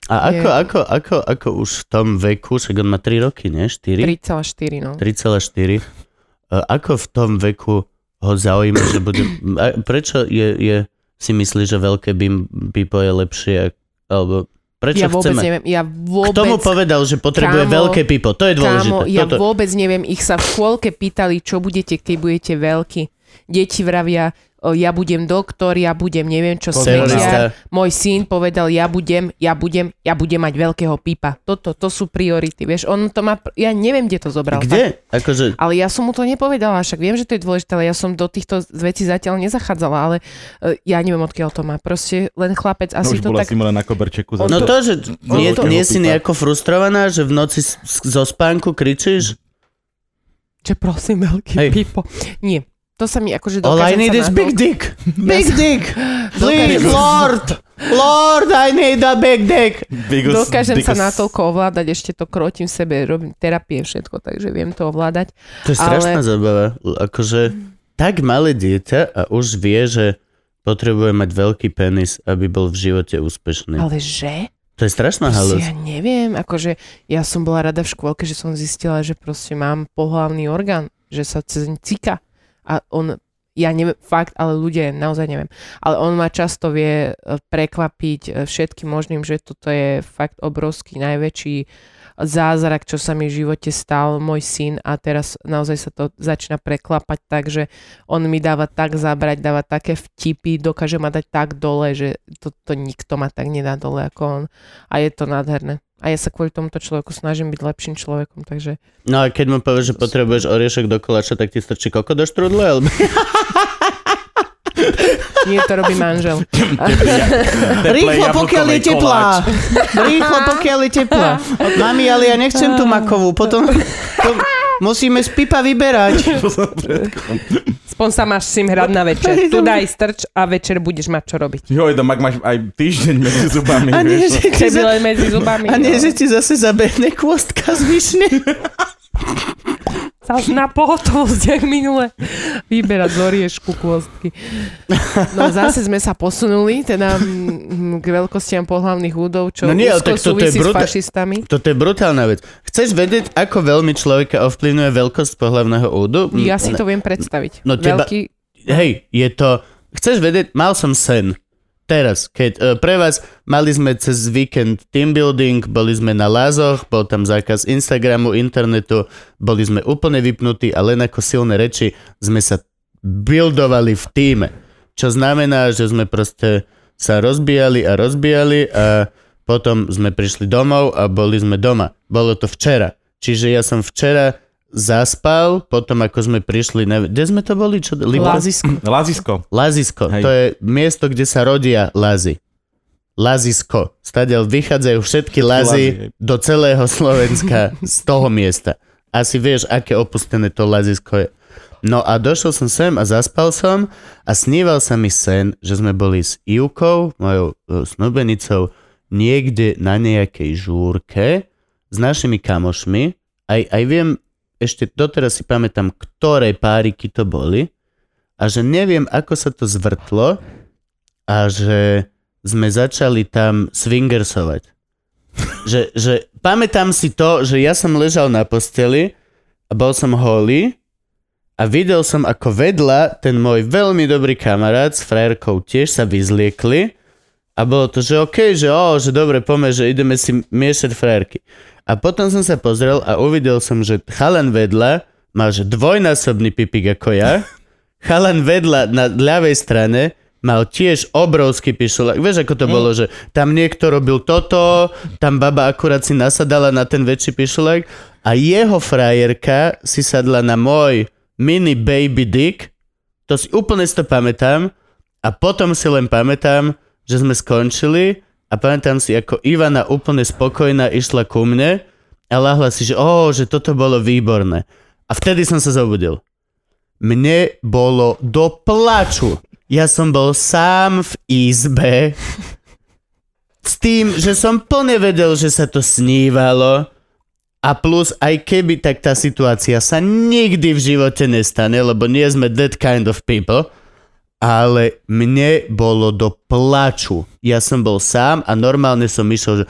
S1: A ako,
S2: Je-
S1: ako, ako, ako už v tom veku, však on má tri roky, nie? štyri?
S2: tri celé štyri, no.
S1: tri celé štyri. Ako v tom veku ho zaujíma, že bude... A prečo je, je, si myslí, že veľké pipo je lepšie? Alebo prečo
S2: Ja vôbec
S1: chceme...
S2: neviem, ja vôbec...
S1: K tomu povedal, že potrebuje
S2: Kámo,
S1: veľké pipo. To je dôležité.
S2: Kámo, ja
S1: Toto...
S2: vôbec neviem, ich sa v škôlke pýtali, čo budete, keď budete veľkí. Deti vravia, o, ja budem doktor, ja budem neviem čo
S1: Terorista.
S2: svetia. Môj syn povedal, ja budem, ja budem, ja budem mať veľkého pipa. Toto, to sú priority, vieš. On to má, ja neviem, kde to zobral.
S1: Kde? Akože...
S2: Ale ja som mu to nepovedala, však viem, že to je dôležité, ale ja som do týchto vecí zatiaľ nezachádzala, ale uh, ja neviem, odkiaľ to má. Proste len chlapec
S3: No
S2: asi
S3: už
S2: to
S3: bola
S2: tak...
S3: si mu len na koberčeku. Za
S1: No
S3: to.
S1: to, že nie,
S3: to-
S1: nie si
S3: pipa.
S1: nejako frustrovaná, že v noci s- s- zo spánku kričíš?
S2: Že prosím, veľký
S1: Hej.
S2: pipo. Nie. To sa mi akože
S1: All I
S2: dokážem
S1: need
S2: sa
S1: is
S2: na to-
S1: big dick. Big
S2: sa-
S1: dick. Please,
S2: Dokážem-
S1: Lord. Lord, I need a big dick.
S3: Bigus,
S2: Dokážem sa
S3: bigus.
S2: natoľko ovládať, ešte to krotím v sebe, robím terapie, všetko, takže viem to ovládať.
S1: To je strašná
S2: Ale-
S1: zabava. Akože tak malé dieťa a už vie, že potrebuje mať veľký penis, aby bol v živote úspešný.
S2: Ale že?
S1: To je strašná
S2: Proste
S1: halus.
S2: ja neviem, akože ja som bola rada v škôlke, že som zistila, že proste mám pohlavný orgán, že sa cez ň cika. A on, ja neviem, fakt, ale ľudia, naozaj neviem. Ale on ma často vie e, prekvapiť e, všetkým možným, že toto je fakt obrovský, najväčší zázrak, čo sa mi v živote stal, môj syn, a teraz naozaj sa to začína preklapať tak, že on mi dáva tak zabrať, dáva také vtipy, dokáže ma dať tak dole, že to, to nikto ma tak nedá dole ako on. A je to nádherné. A ja sa kvôli tomuto človeku snažím byť lepším človekom, takže...
S1: No a keď mu povieš, že potrebuješ oriešok do koláča, tak ti strčí koko do štrudle? Alebo...
S2: Nie, to robí manžel.
S1: Rýchlo, pokiaľ je teplá. Rýchlo, pokiaľ je teplá. Mami, ale ja nechcem tú makovú. Potom to musíme z pipa vyberať.
S2: Spon sa máš s tým hrať na večer. Tu daj strč a večer budeš mať čo robiť.
S3: Joj, Domak, máš aj týždeň medzi zubami.
S1: A nie,
S3: vieš.
S1: že ti,
S2: Keby
S1: za...
S2: len medzi zubami.
S1: a nie,
S2: no.
S1: že ti zase zabehne kôstka z vyšne.
S2: Sa na pohotovosť, jak minule. Vyberať z oriešku kôstky. No zase sme sa posunuli, teda mm, k veľkostiam pohlavných údov, čo
S1: No nie, ale
S2: úzko
S1: tak toto je
S2: súvisí s
S1: brutál-
S2: fašistami.
S1: Toto je brutálna vec. Chceš vedieť, ako veľmi človeka ovplyvňuje veľkosť pohlavného údu?
S2: Ja si to viem predstaviť.
S1: No teba-
S2: Veľký...
S1: Hej, je to... Chceš vedieť, mal som sen. Teraz, keď uh, pre vás mali sme cez víkend team building, boli sme na lázoch, bol tam zákaz Instagramu, internetu, boli sme úplne vypnutí a len ako silné reči sme sa buildovali v tíme. Čo znamená, že sme proste sa rozbíjali a rozbíjali a potom sme prišli domov a boli sme doma. Bolo to včera. Čiže ja som včera zaspal, potom ako sme prišli, neviem, kde sme to boli? Čo, Libo?
S2: Lázisko.
S3: Lázisko.
S1: Lazisko,
S3: Hej.
S1: to je miesto, kde sa rodia lazy. Lazisko. Stadiaľ vychádzajú všetky lazy
S3: lazy, hej.
S1: do celého Slovenska z toho miesta. Asi vieš, aké opustené to lazisko je. No a došiel som sem a zaspal som a sníval sa mi sen, že sme boli s Ivkou, mojou e, snúbenicou, niekde na nejakej žúrke s našimi kamošmi. Aj, aj viem, ešte doteraz si pamätám, ktoré páriky to boli a že neviem, ako sa to zvrtlo a že sme začali tam swingersovať. že, že pamätám si to, že ja som ležal na posteli a bol som holý a videl som, ako vedľa ten môj veľmi dobrý kamarát s frajerkou tiež sa vyzliekli a bolo to, že okej, okay, že o, že dobre, poďme, že ideme si miešať frajerky. A potom som sa pozrel a uvidel som, že chalan vedľa mal že dvojnásobný pipik ako ja. Chalan vedľa na ľavej strane mal tiež obrovský pišulák. Vieš, ako to bolo, že tam niekto robil toto, tam baba akurát si nasadala na ten väčší pišulák a jeho frajerka si sadla na môj mini baby dick. To si úplne si to pamätám a potom si len pamätám, že sme skončili a pamätám si, ako Ivana úplne spokojná išla ku mne a lahla si, že ó, že toto bolo výborné. A vtedy som sa zobudil. Mne bolo do plaču. Ja som bol sám v izbe s tým, že som plne vedel, že sa to snívalo a plus aj keby, tak tá situácia sa nikdy v živote nestane, lebo nie sme that kind of people. ale mne bolo do plaču. Ja som bol sám a normálne som išiel, že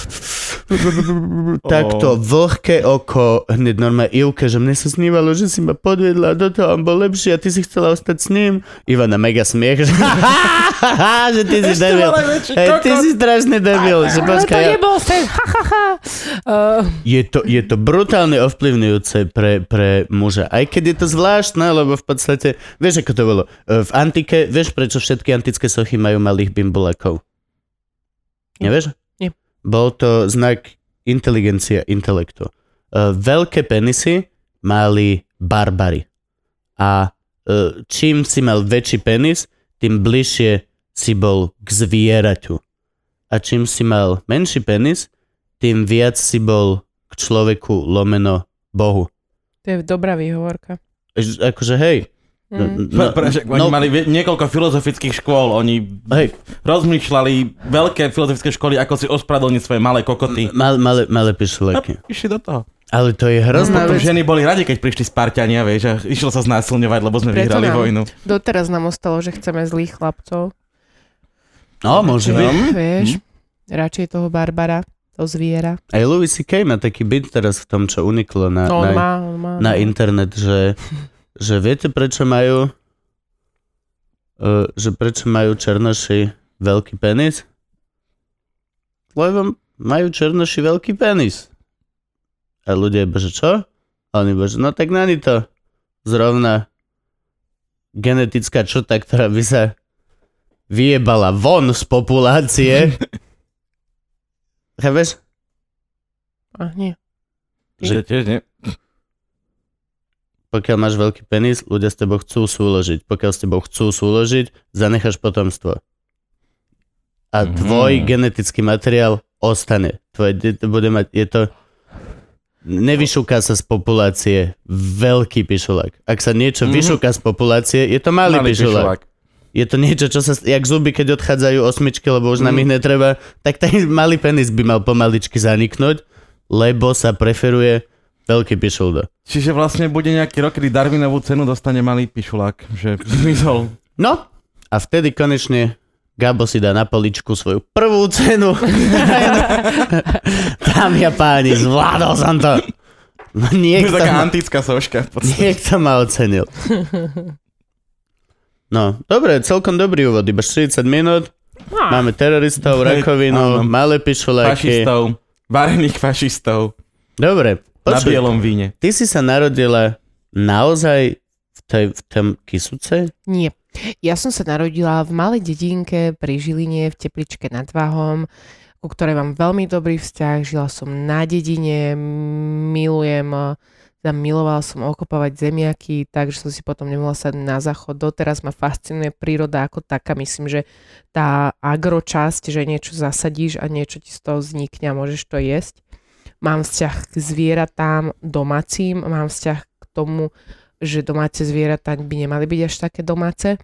S1: takto vlhké oko, hneď normálne Ivke, že mne sa snívalo, že si ma podviedla do toho, on bol lepší a ty si chcela ostať s ním. Ivana mega smiech, že, že ty si debil. Hej, ty si strašný debil. Že
S2: ale to
S1: ja...
S2: nebol sen, ha, ha, ha. Uh...
S1: Je, to, je to brutálne ovplyvňujúce pre, pre muža. Aj keď je to zvláštne, lebo v podstate, vieš ako to bolo, v antike, vieš prečo všetky antické sochy majú malých bimbulákov? Nevieš?
S2: Nie.
S1: Bol to znak inteligencia, intelektu. Uh, veľké penisy mali barbary. A uh, čím si mal väčší penis, tým bližšie si bol k zvieraťu. A čím si mal menší penis, tým viac si bol k človeku lomeno Bohu.
S2: To je dobrá výhovorka.
S1: Eš, akože hej.
S2: Mm.
S3: No, Prečo, oni
S1: no,
S3: mali niekoľko filozofických škôl, oni
S1: hej.
S3: rozmýšľali veľké filozofické školy, ako si ospravedlniť svoje malé kokoty.
S1: Mal, malé, malé pišuleky.
S3: A išli do toho.
S1: Ale to je hrozná
S3: Potom
S1: vec.
S3: ženy boli radi, keď prišli Spartania, vieš, a išlo sa znásilňovať, lebo sme
S2: Preto
S3: vyhrali
S2: nám,
S3: vojnu.
S2: Doteraz nám ostalo, že chceme zlých chlapcov.
S1: No, môže byť.
S2: Vieš, radšej toho Barbara, to zviera.
S1: Aj Louis C K má taký byt teraz v tom, čo uniklo na,
S2: No, on
S1: na,
S2: má, on má.
S1: na internet, že, že viete, prečo majú uh, že prečo majú černoši veľký penis? Lebo majú černoši veľký penis. A ľudia iba, že čo? A oni iba, že no tak nani to zrovna genetická črta, ktorá by sa vyjebala von z populácie. Chápeš?
S2: A nie.
S3: Že tiež nie.
S1: Pokiaľ máš veľký penis, ľudia s tebou chcú súložiť. Pokiaľ s tebou chcú súložiť, zanecháš potomstvo. A tvoj mm. genetický materiál ostane. Tvoje dieťa bude mať, je to nevyšúka sa z populácie veľký pišulák. Ak sa niečo mm-hmm. vyšúka z populácie, je to malý, malý pišulák. pišulák. Je to niečo, čo sa, jak zuby, keď odchádzajú osmičky, lebo už mm. nám ich netreba, tak ten malý penis by mal pomaličky zaniknúť, lebo sa preferuje veľký pišulda.
S3: Čiže vlastne bude nejaký rok, kedy Darwinovú cenu dostane malý pišulák, že zmizol.
S1: No, a vtedy konečne Gabo si dá na poličku svoju prvú cenu. Dámy a páni, zvládol som to. No, niekto,
S3: to je taká
S1: ma,
S3: antická soška.
S1: Niekto ma ocenil. No, dobre, celkom dobrý úvod, iba štyridsať minút. Máme teroristov, rakovinu, malé pišuláky.
S3: Fašistov, varených fašistov.
S1: Dobre,
S3: počuj. Na bielom víne.
S1: Ty si sa narodila naozaj v, tej, v tom Kisuce?
S2: Nie. Ja som sa narodila v malej dedinke pri Žiline v Tepličke nad Váhom, ku ktorej mám veľmi dobrý vzťah. Žila som na dedine, milujem, zamilovala som okopávať zemiaky, takže som si potom nemohla sa na záchod. Doteraz ma fascinuje príroda ako taká. Myslím, že tá agročasť, že niečo zasadíš a niečo ti z toho vznikne a môžeš to jesť. Mám vzťah k zvieratám domácim, mám vzťah k tomu, že domáce zvieratá by nemali byť až také domáce.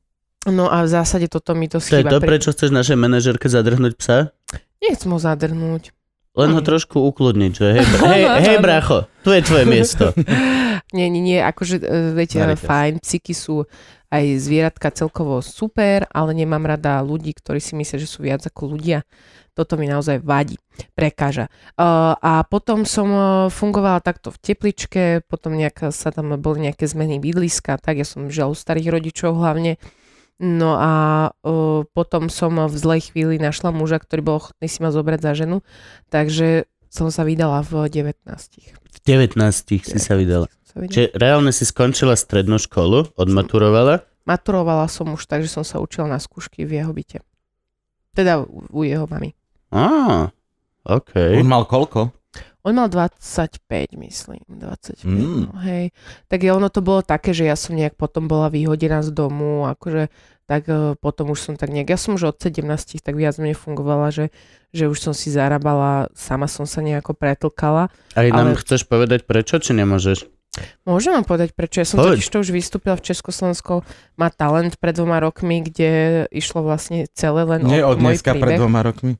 S2: No a v zásade toto mi to schýba.
S1: To je to, prečo chceš našej manažerke zadrhnúť psa?
S2: Nechcem ho zadrhnúť.
S1: Len ho trošku ukludniť, že hej, hej, hej bracho, tu je tvoje miesto.
S2: Nie, nie, nie, akože, viete, Marites. Fajn, psíky sú aj zvieratka celkovo super, ale nemám rada ľudí, ktorí si myslia, že sú viac ako ľudia. Toto mi naozaj vadí, prekáža. Uh, a potom som uh, fungovala takto v Tepličke, potom nejak, sa tam boli nejaké zmeny bydliska, tak ja som žila u starých rodičov hlavne. No a uh, potom som v zlej chvíli našla muža, ktorý bol ochotný si ma zobrať za ženu, takže som sa vydala v devätnástich.
S1: V devätnástich si sa vydala. Sa vydala. Čiže reálne si skončila strednú školu, odmaturovala?
S2: Maturovala som už, takže som sa učila na skúšky v jeho byte. Teda u jeho mami.
S1: Á, okej.
S3: Okay. On mal koľko?
S2: On mal dvadsaťpäť, myslím. dvadsaťpäť,
S3: mm.
S2: no, hej. Tak je, ono to bolo také, že ja som nejak potom bola vyhodená z domu, akože tak uh, potom už som tak nejak, ja som už od sedemnástich tak viac mne fungovala, že, že už som si zarábala, sama som sa nejako pretlkala.
S1: A nám
S2: ale...
S1: chceš povedať prečo, či nemôžeš?
S2: Môžem vám povedať prečo. Ja som
S1: Poď.
S2: totiž to už vystúpila v Československu Má talent pred dvoma rokmi, kde išlo vlastne celé len
S3: Nie
S2: o
S3: od
S2: môj
S3: dneska
S2: príbeh.
S3: pred dvoma rokmi.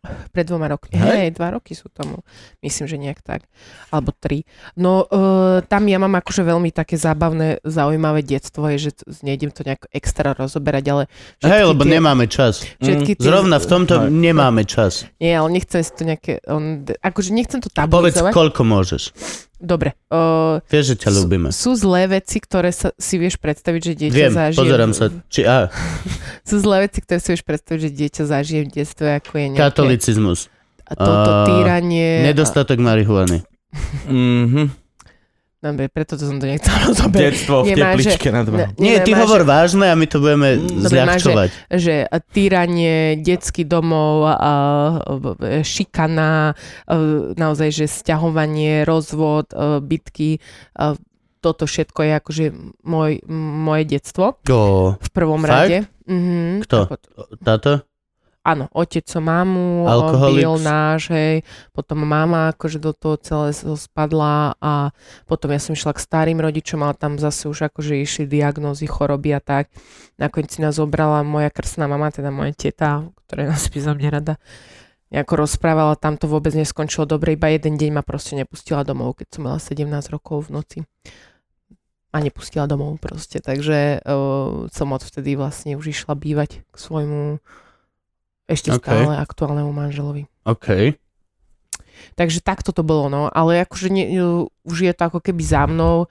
S2: Pred dvoma rokmi. Hej, hey, dva roky sú tomu. Myslím, že nejak tak. Alebo tri. No, uh, tam ja mám akože veľmi také zábavné, zaujímavé detstvo, je, že nejdem to nejako extra rozoberať, ale...
S1: Hej, lebo tie, nemáme čas.
S2: Tie,
S1: Zrovna v tomto no, nemáme čas.
S2: Nie, ale nechcem si to nejaké... On, akože nechcem to
S1: Povedz,
S2: tabuizovať.
S1: koľko môžeš.
S2: Dobre. Uh,
S1: vieš, že ťa ľúbime.
S2: Sú, sú zlé veci, ktoré sa, si vieš predstaviť, že dieťa
S1: Viem,
S2: zažije.
S1: Viem, pozerám sa. Či, á.
S2: Sú zlé veci, ktoré si vieš predstaviť, že dieťa zažije v detstve, ako je nejaké...
S1: Katolicizmus.
S2: A toto týranie...
S1: Nedostatok a... marihuany.
S3: Mhm.
S2: Dobre, preto to som to nechcel rozoberať.
S3: Detstvo v tepličke na dva.
S1: Nie, ty hovor vážne a my to budeme zľahčovať.
S2: Že, že týranie, detský domov, šikana, naozaj, že sťahovanie, rozvod, bitky, toto všetko je akože môj, moje detstvo.
S1: Oh,
S2: v prvom
S1: fakt?
S2: rade. Mhm.
S1: Kto? Táto?
S2: Áno, otec som mamu,
S1: Alkoholik.
S2: bil náš, hej, potom mama akože do toho celé spadla a potom ja som išla k starým rodičom, ale tam zase už akože išli diagnózy, choroby a tak. Nakoniec si nás zobrala moja krstná mama, teda moja teta, ktorá nás písam nerada, nejako rozprávala, tam to vôbec neskončilo dobre, iba jeden deň ma proste nepustila domov, keď som mala sedemnásť rokov v noci. A nepustila domov proste, takže uh, som odvtedy vlastne už išla bývať k svojmu ešte
S1: okay.
S2: stále aktuálnemu manželovi.
S1: OK.
S2: Takže takto to bolo, no. Ale akože nie, už je to ako keby za mnou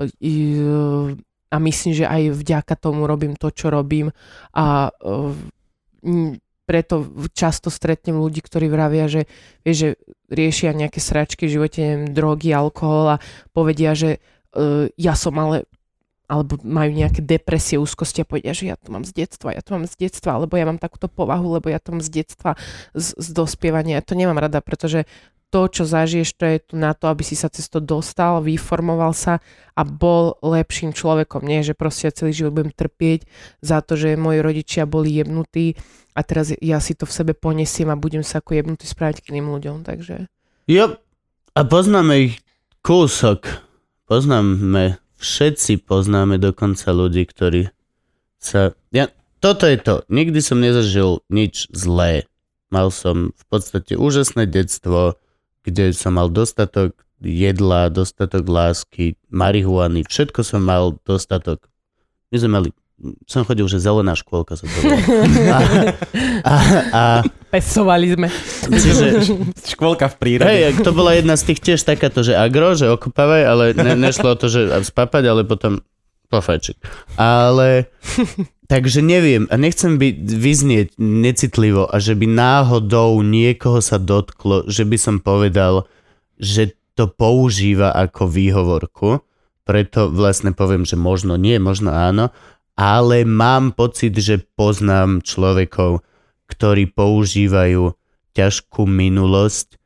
S2: a myslím, že aj vďaka tomu robím to, čo robím a preto často stretnem ľudí, ktorí vravia, že, vieš, že riešia nejaké sračky v živote, neviem, drogy, alkohol a povedia, že uh, ja som ale alebo majú nejaké depresie, úzkosti a povedia, že ja to mám z detstva, ja to mám z detstva, alebo ja mám takúto povahu, lebo ja to mám z detstva, z, z dospievania. Ja to nemám rada, pretože to, čo zažiješ, to je tu na to, aby si sa cez to dostal, vyformoval sa a bol lepším človekom. Nie, že proste ja celý život budem trpieť za to, že moji rodičia boli jebnutí a teraz ja si to v sebe ponesiem a budem sa ako jebnutý správať k iným ľuďom, takže...
S1: Jo, a poznáme ich kúsok. Poznáme... Všetci poznáme dokonca ľudí, ktorí sa... Ja, toto je to. Nikdy som nezažil nič zlé. Mal som v podstate úžasné detstvo, kde som mal dostatok jedla, dostatok lásky, marihuany, všetko som mal dostatok. My sme mali... Som chodil, že zelená škôlka sa to bolo. A, a, a,
S2: Pesovali sme.
S1: Čiže,
S3: škôlka v prírode.
S1: Hej, to bola jedna z tých tiež takáto, že agro, že okopávaj, ale ne, nešlo o to, že spapať, ale potom pofajčiť. Ale, takže neviem, a nechcem byť, vyznieť necitlivo a že by náhodou niekoho sa dotklo, že by som povedal, že to používa ako výhovorku, preto vlastne poviem, že možno nie, možno áno, ale mám pocit, že poznám človekov, ktorí používajú ťažkú minulosť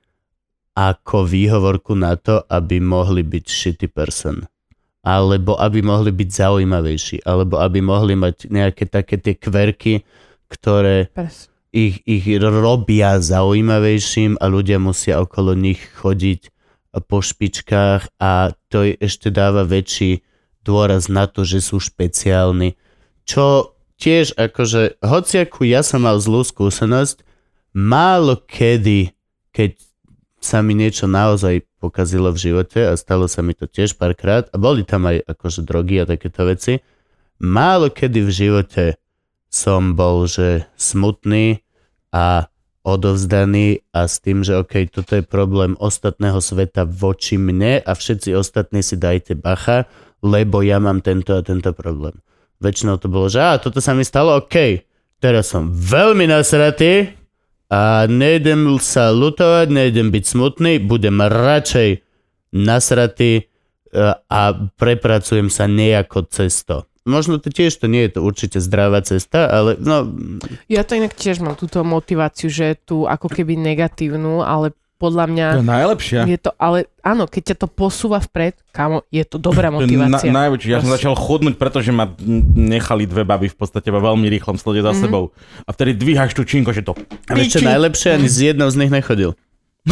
S1: ako výhovorku na to, aby mohli byť shitty person. Alebo aby mohli byť zaujímavejší. Alebo aby mohli mať nejaké také tie kverky, ktoré ich, ich robia zaujímavejším a ľudia musia okolo nich chodiť po špičkách a to ešte dáva väčší dôraz na to, že sú špeciálni. Čo tiež akože, hociakú ja som mal zlú skúsenosť, málo kedy, keď sa mi niečo naozaj pokazilo v živote a stalo sa mi to tiež párkrát a boli tam aj akože drogy a takéto veci, málo kedy v živote som bol, že smutný a odovzdaný a s tým, že okej, okay, toto je problém ostatného sveta voči mne a všetci ostatní si dajte bacha, lebo ja mám tento a tento problém. Väčšinou to bolo, že á, toto sa mi stalo, okej, okay, teraz som veľmi nasratý a nejdem sa ľutovať, nejdem byť smutný, budem radšej nasratý a prepracujem sa nejako cez to. Možno to tiež to nie je to určite zdravá cesta, ale no...
S2: Ja to inak tiež mám túto motiváciu, že tu ako keby negatívnu, ale podľa mňa...
S3: To je najlepšia.
S2: Je to, ale áno, keď ťa to posúva vpred, kámo, je to dobrá motivácia.
S3: Na, najväčšie. Ja som začal chudnúť, pretože ma nechali dve baby v podstate vo veľmi rýchlom slode za mm-hmm. sebou. A vtedy dvíhaš tú činko, že to...
S1: A ešte najlepšie, ani z jednou z nich nechodil.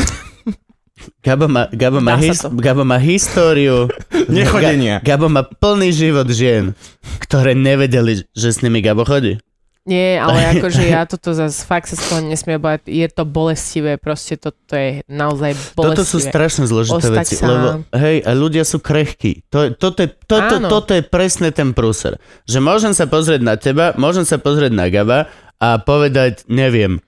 S1: Gabo má, Gabo má, his, Gabo má históriu
S3: nechodenia.
S1: Ga, Gabo má plný život žien, ktoré nevedeli, že s nimi Gabo chodí.
S2: Nie, ale akože ja toto zase fakt sa z toho nesmiem bať. Je to bolestivé, proste toto je naozaj bolestivé.
S1: Toto sú strašne zložité
S2: Ostať
S1: veci,
S2: sám.
S1: lebo hej, a ľudia sú krehkí. To, toto, je, toto, toto je presne ten prúser. Že môžem sa pozrieť na teba, môžem sa pozrieť na Gaba a povedať, neviem,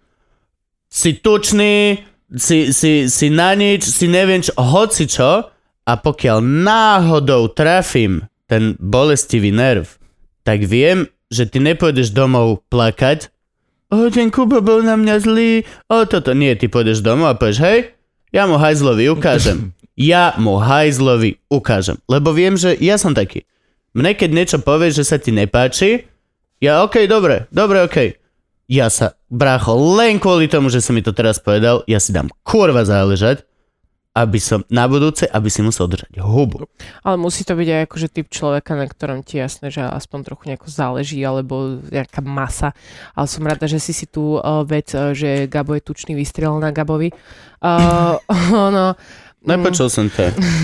S1: si tučný, si, si, si na nič, si neviem čo, hoci čo, a pokiaľ náhodou trafím ten bolestivý nerv, tak viem, že ty nepôjdeš domov plakať, o, ten Kubo bol na mňa zlý, o, toto. Nie, ty pôjdeš domov a povieš, hej, ja mu hajzlovi ukážem. Ja mu hajzlovi ukážem. Lebo viem, že ja som taký. Mne keď niečo povieš, že sa ti nepáči, ja okej, okay, dobre, dobre, okej. Okay. Ja sa, brácho, len kvôli tomu, že si mi to teraz povedal, ja si dám kurva záležať, aby som na budúce, aby si musel držať hubu.
S2: Ale musí to byť aj akože typ človeka, na ktorom ti jasné, že aspoň trochu nejako záleží, alebo nejaká masa. Ale som rada, že si si tú uh, vec, uh, že Gabo je tučný, vystrelil na Gabovi. Uh, no,
S1: Nepočul mm. som to.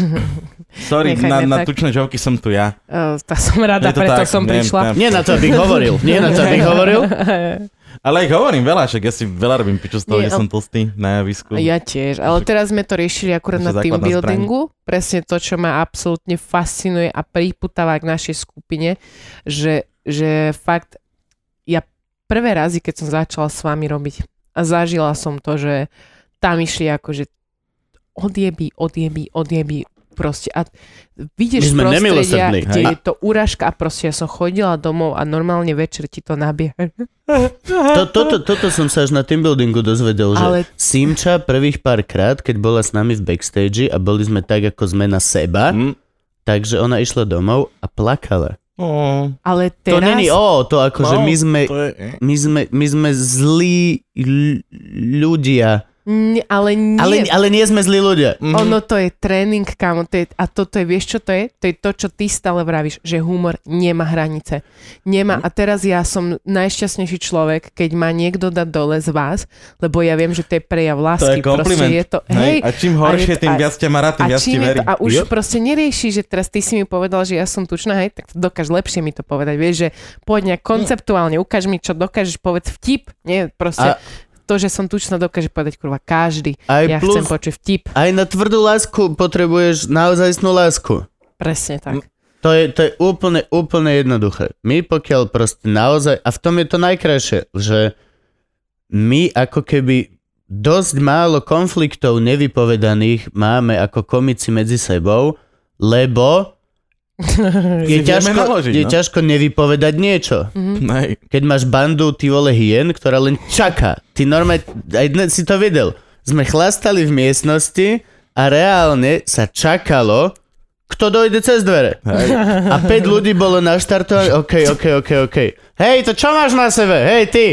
S3: Sorry,
S2: Nechaj,
S3: na, na
S2: tak.
S3: tučné žovky som tu ja.
S2: Uh, tá som rada,
S3: to
S2: preto
S3: tak,
S2: som
S3: nie,
S2: prišla.
S3: nie.
S1: Nie na to, abych hovoril. Nie na to, abych hovoril.
S3: Ale ich hovorím veľa, však ja si veľa robím piču z toho,
S2: Nie,
S3: že som tlstý na javisku.
S2: Ja tiež, ale teraz sme to riešili akurát
S3: To je
S2: na team
S3: základná
S2: buildingu. Presne to, čo ma absolútne fascinuje a pripútava k našej skupine, že, že fakt ja prvé razy, keď som začala s vami robiť a zažila som to, že tam išli akože odjeby, odjeby, odjeby proste a vidíš z prostredia, kde
S1: hej.
S2: je to úražka a proste ja som chodila domov a normálne večer ti to nabieha.
S1: To, toto, toto som sa až na team buildingu dozvedel, že
S2: Ale...
S1: Simča prvých pár krát, keď bola s nami v backstage a boli sme tak, ako sme na seba,
S3: Mm.
S1: takže ona išla domov a plakala.
S3: Oh.
S2: Ale
S1: To
S2: teraz...
S1: není o, to ako, že
S3: No,
S1: my sme,
S3: to je...
S1: my sme, my sme zlí l- ľudia.
S2: Nie, ale nie.
S1: Ale, ale nie sme zlí ľudia.
S3: Mhm.
S2: Ono to je tréning, kámo. To je, a toto je, vieš čo to je? To je to, čo ty stále vravíš, že humor nemá hranice. Nemá. A teraz ja som najšťastnejší človek, keď ma niekto dá dole z vás, lebo ja viem, že to je prejav
S3: To
S2: lásky.
S3: je kompliment.
S2: Proste je to,
S3: hej,
S2: hej,
S3: a čím horšie,
S2: a je-
S3: tým
S2: a-
S3: viac ťa má rád, tým
S2: a,
S3: viac ti
S2: čím je
S3: verí.
S2: to, a už
S3: Yep.
S2: proste nerieši, že teraz ty si mi povedal, že ja som tučná, hej, tak dokáž lepšie mi to povedať. Vieš, že poď nejak konceptuálne, ukáž mi, čo dokážeš, povedz vtip. Nie, proste...
S1: A-
S2: To, že som tučná, dokáže povedať kurva každý.
S1: Aj
S2: Ja
S1: plus,
S2: chcem počuť vtip.
S1: aj na tvrdú lásku potrebuješ naozajstnú lásku.
S2: Presne tak.
S1: To je, to je úplne, úplne jednoduché. My pokiaľ proste naozaj, a v tom je to najkrajšie, že my ako keby dosť málo konfliktov nevypovedaných máme ako komici medzi sebou, lebo je
S3: Si vieme
S1: ťažko,
S3: naložiť,
S1: je
S3: no.
S1: ťažko nevypovedať niečo.
S3: Nej.
S1: Keď máš bandu, ty vole hien, ktorá len čaká. Ty normálne, aj dnes si to videl. Sme chlastali v miestnosti a reálne sa čakalo, kto dojde cez dvere.
S3: Hej.
S1: A päť ľudí bolo naštartované. OK, OK, OK, OK. Hej, to čo máš na sebe? Hej, ty.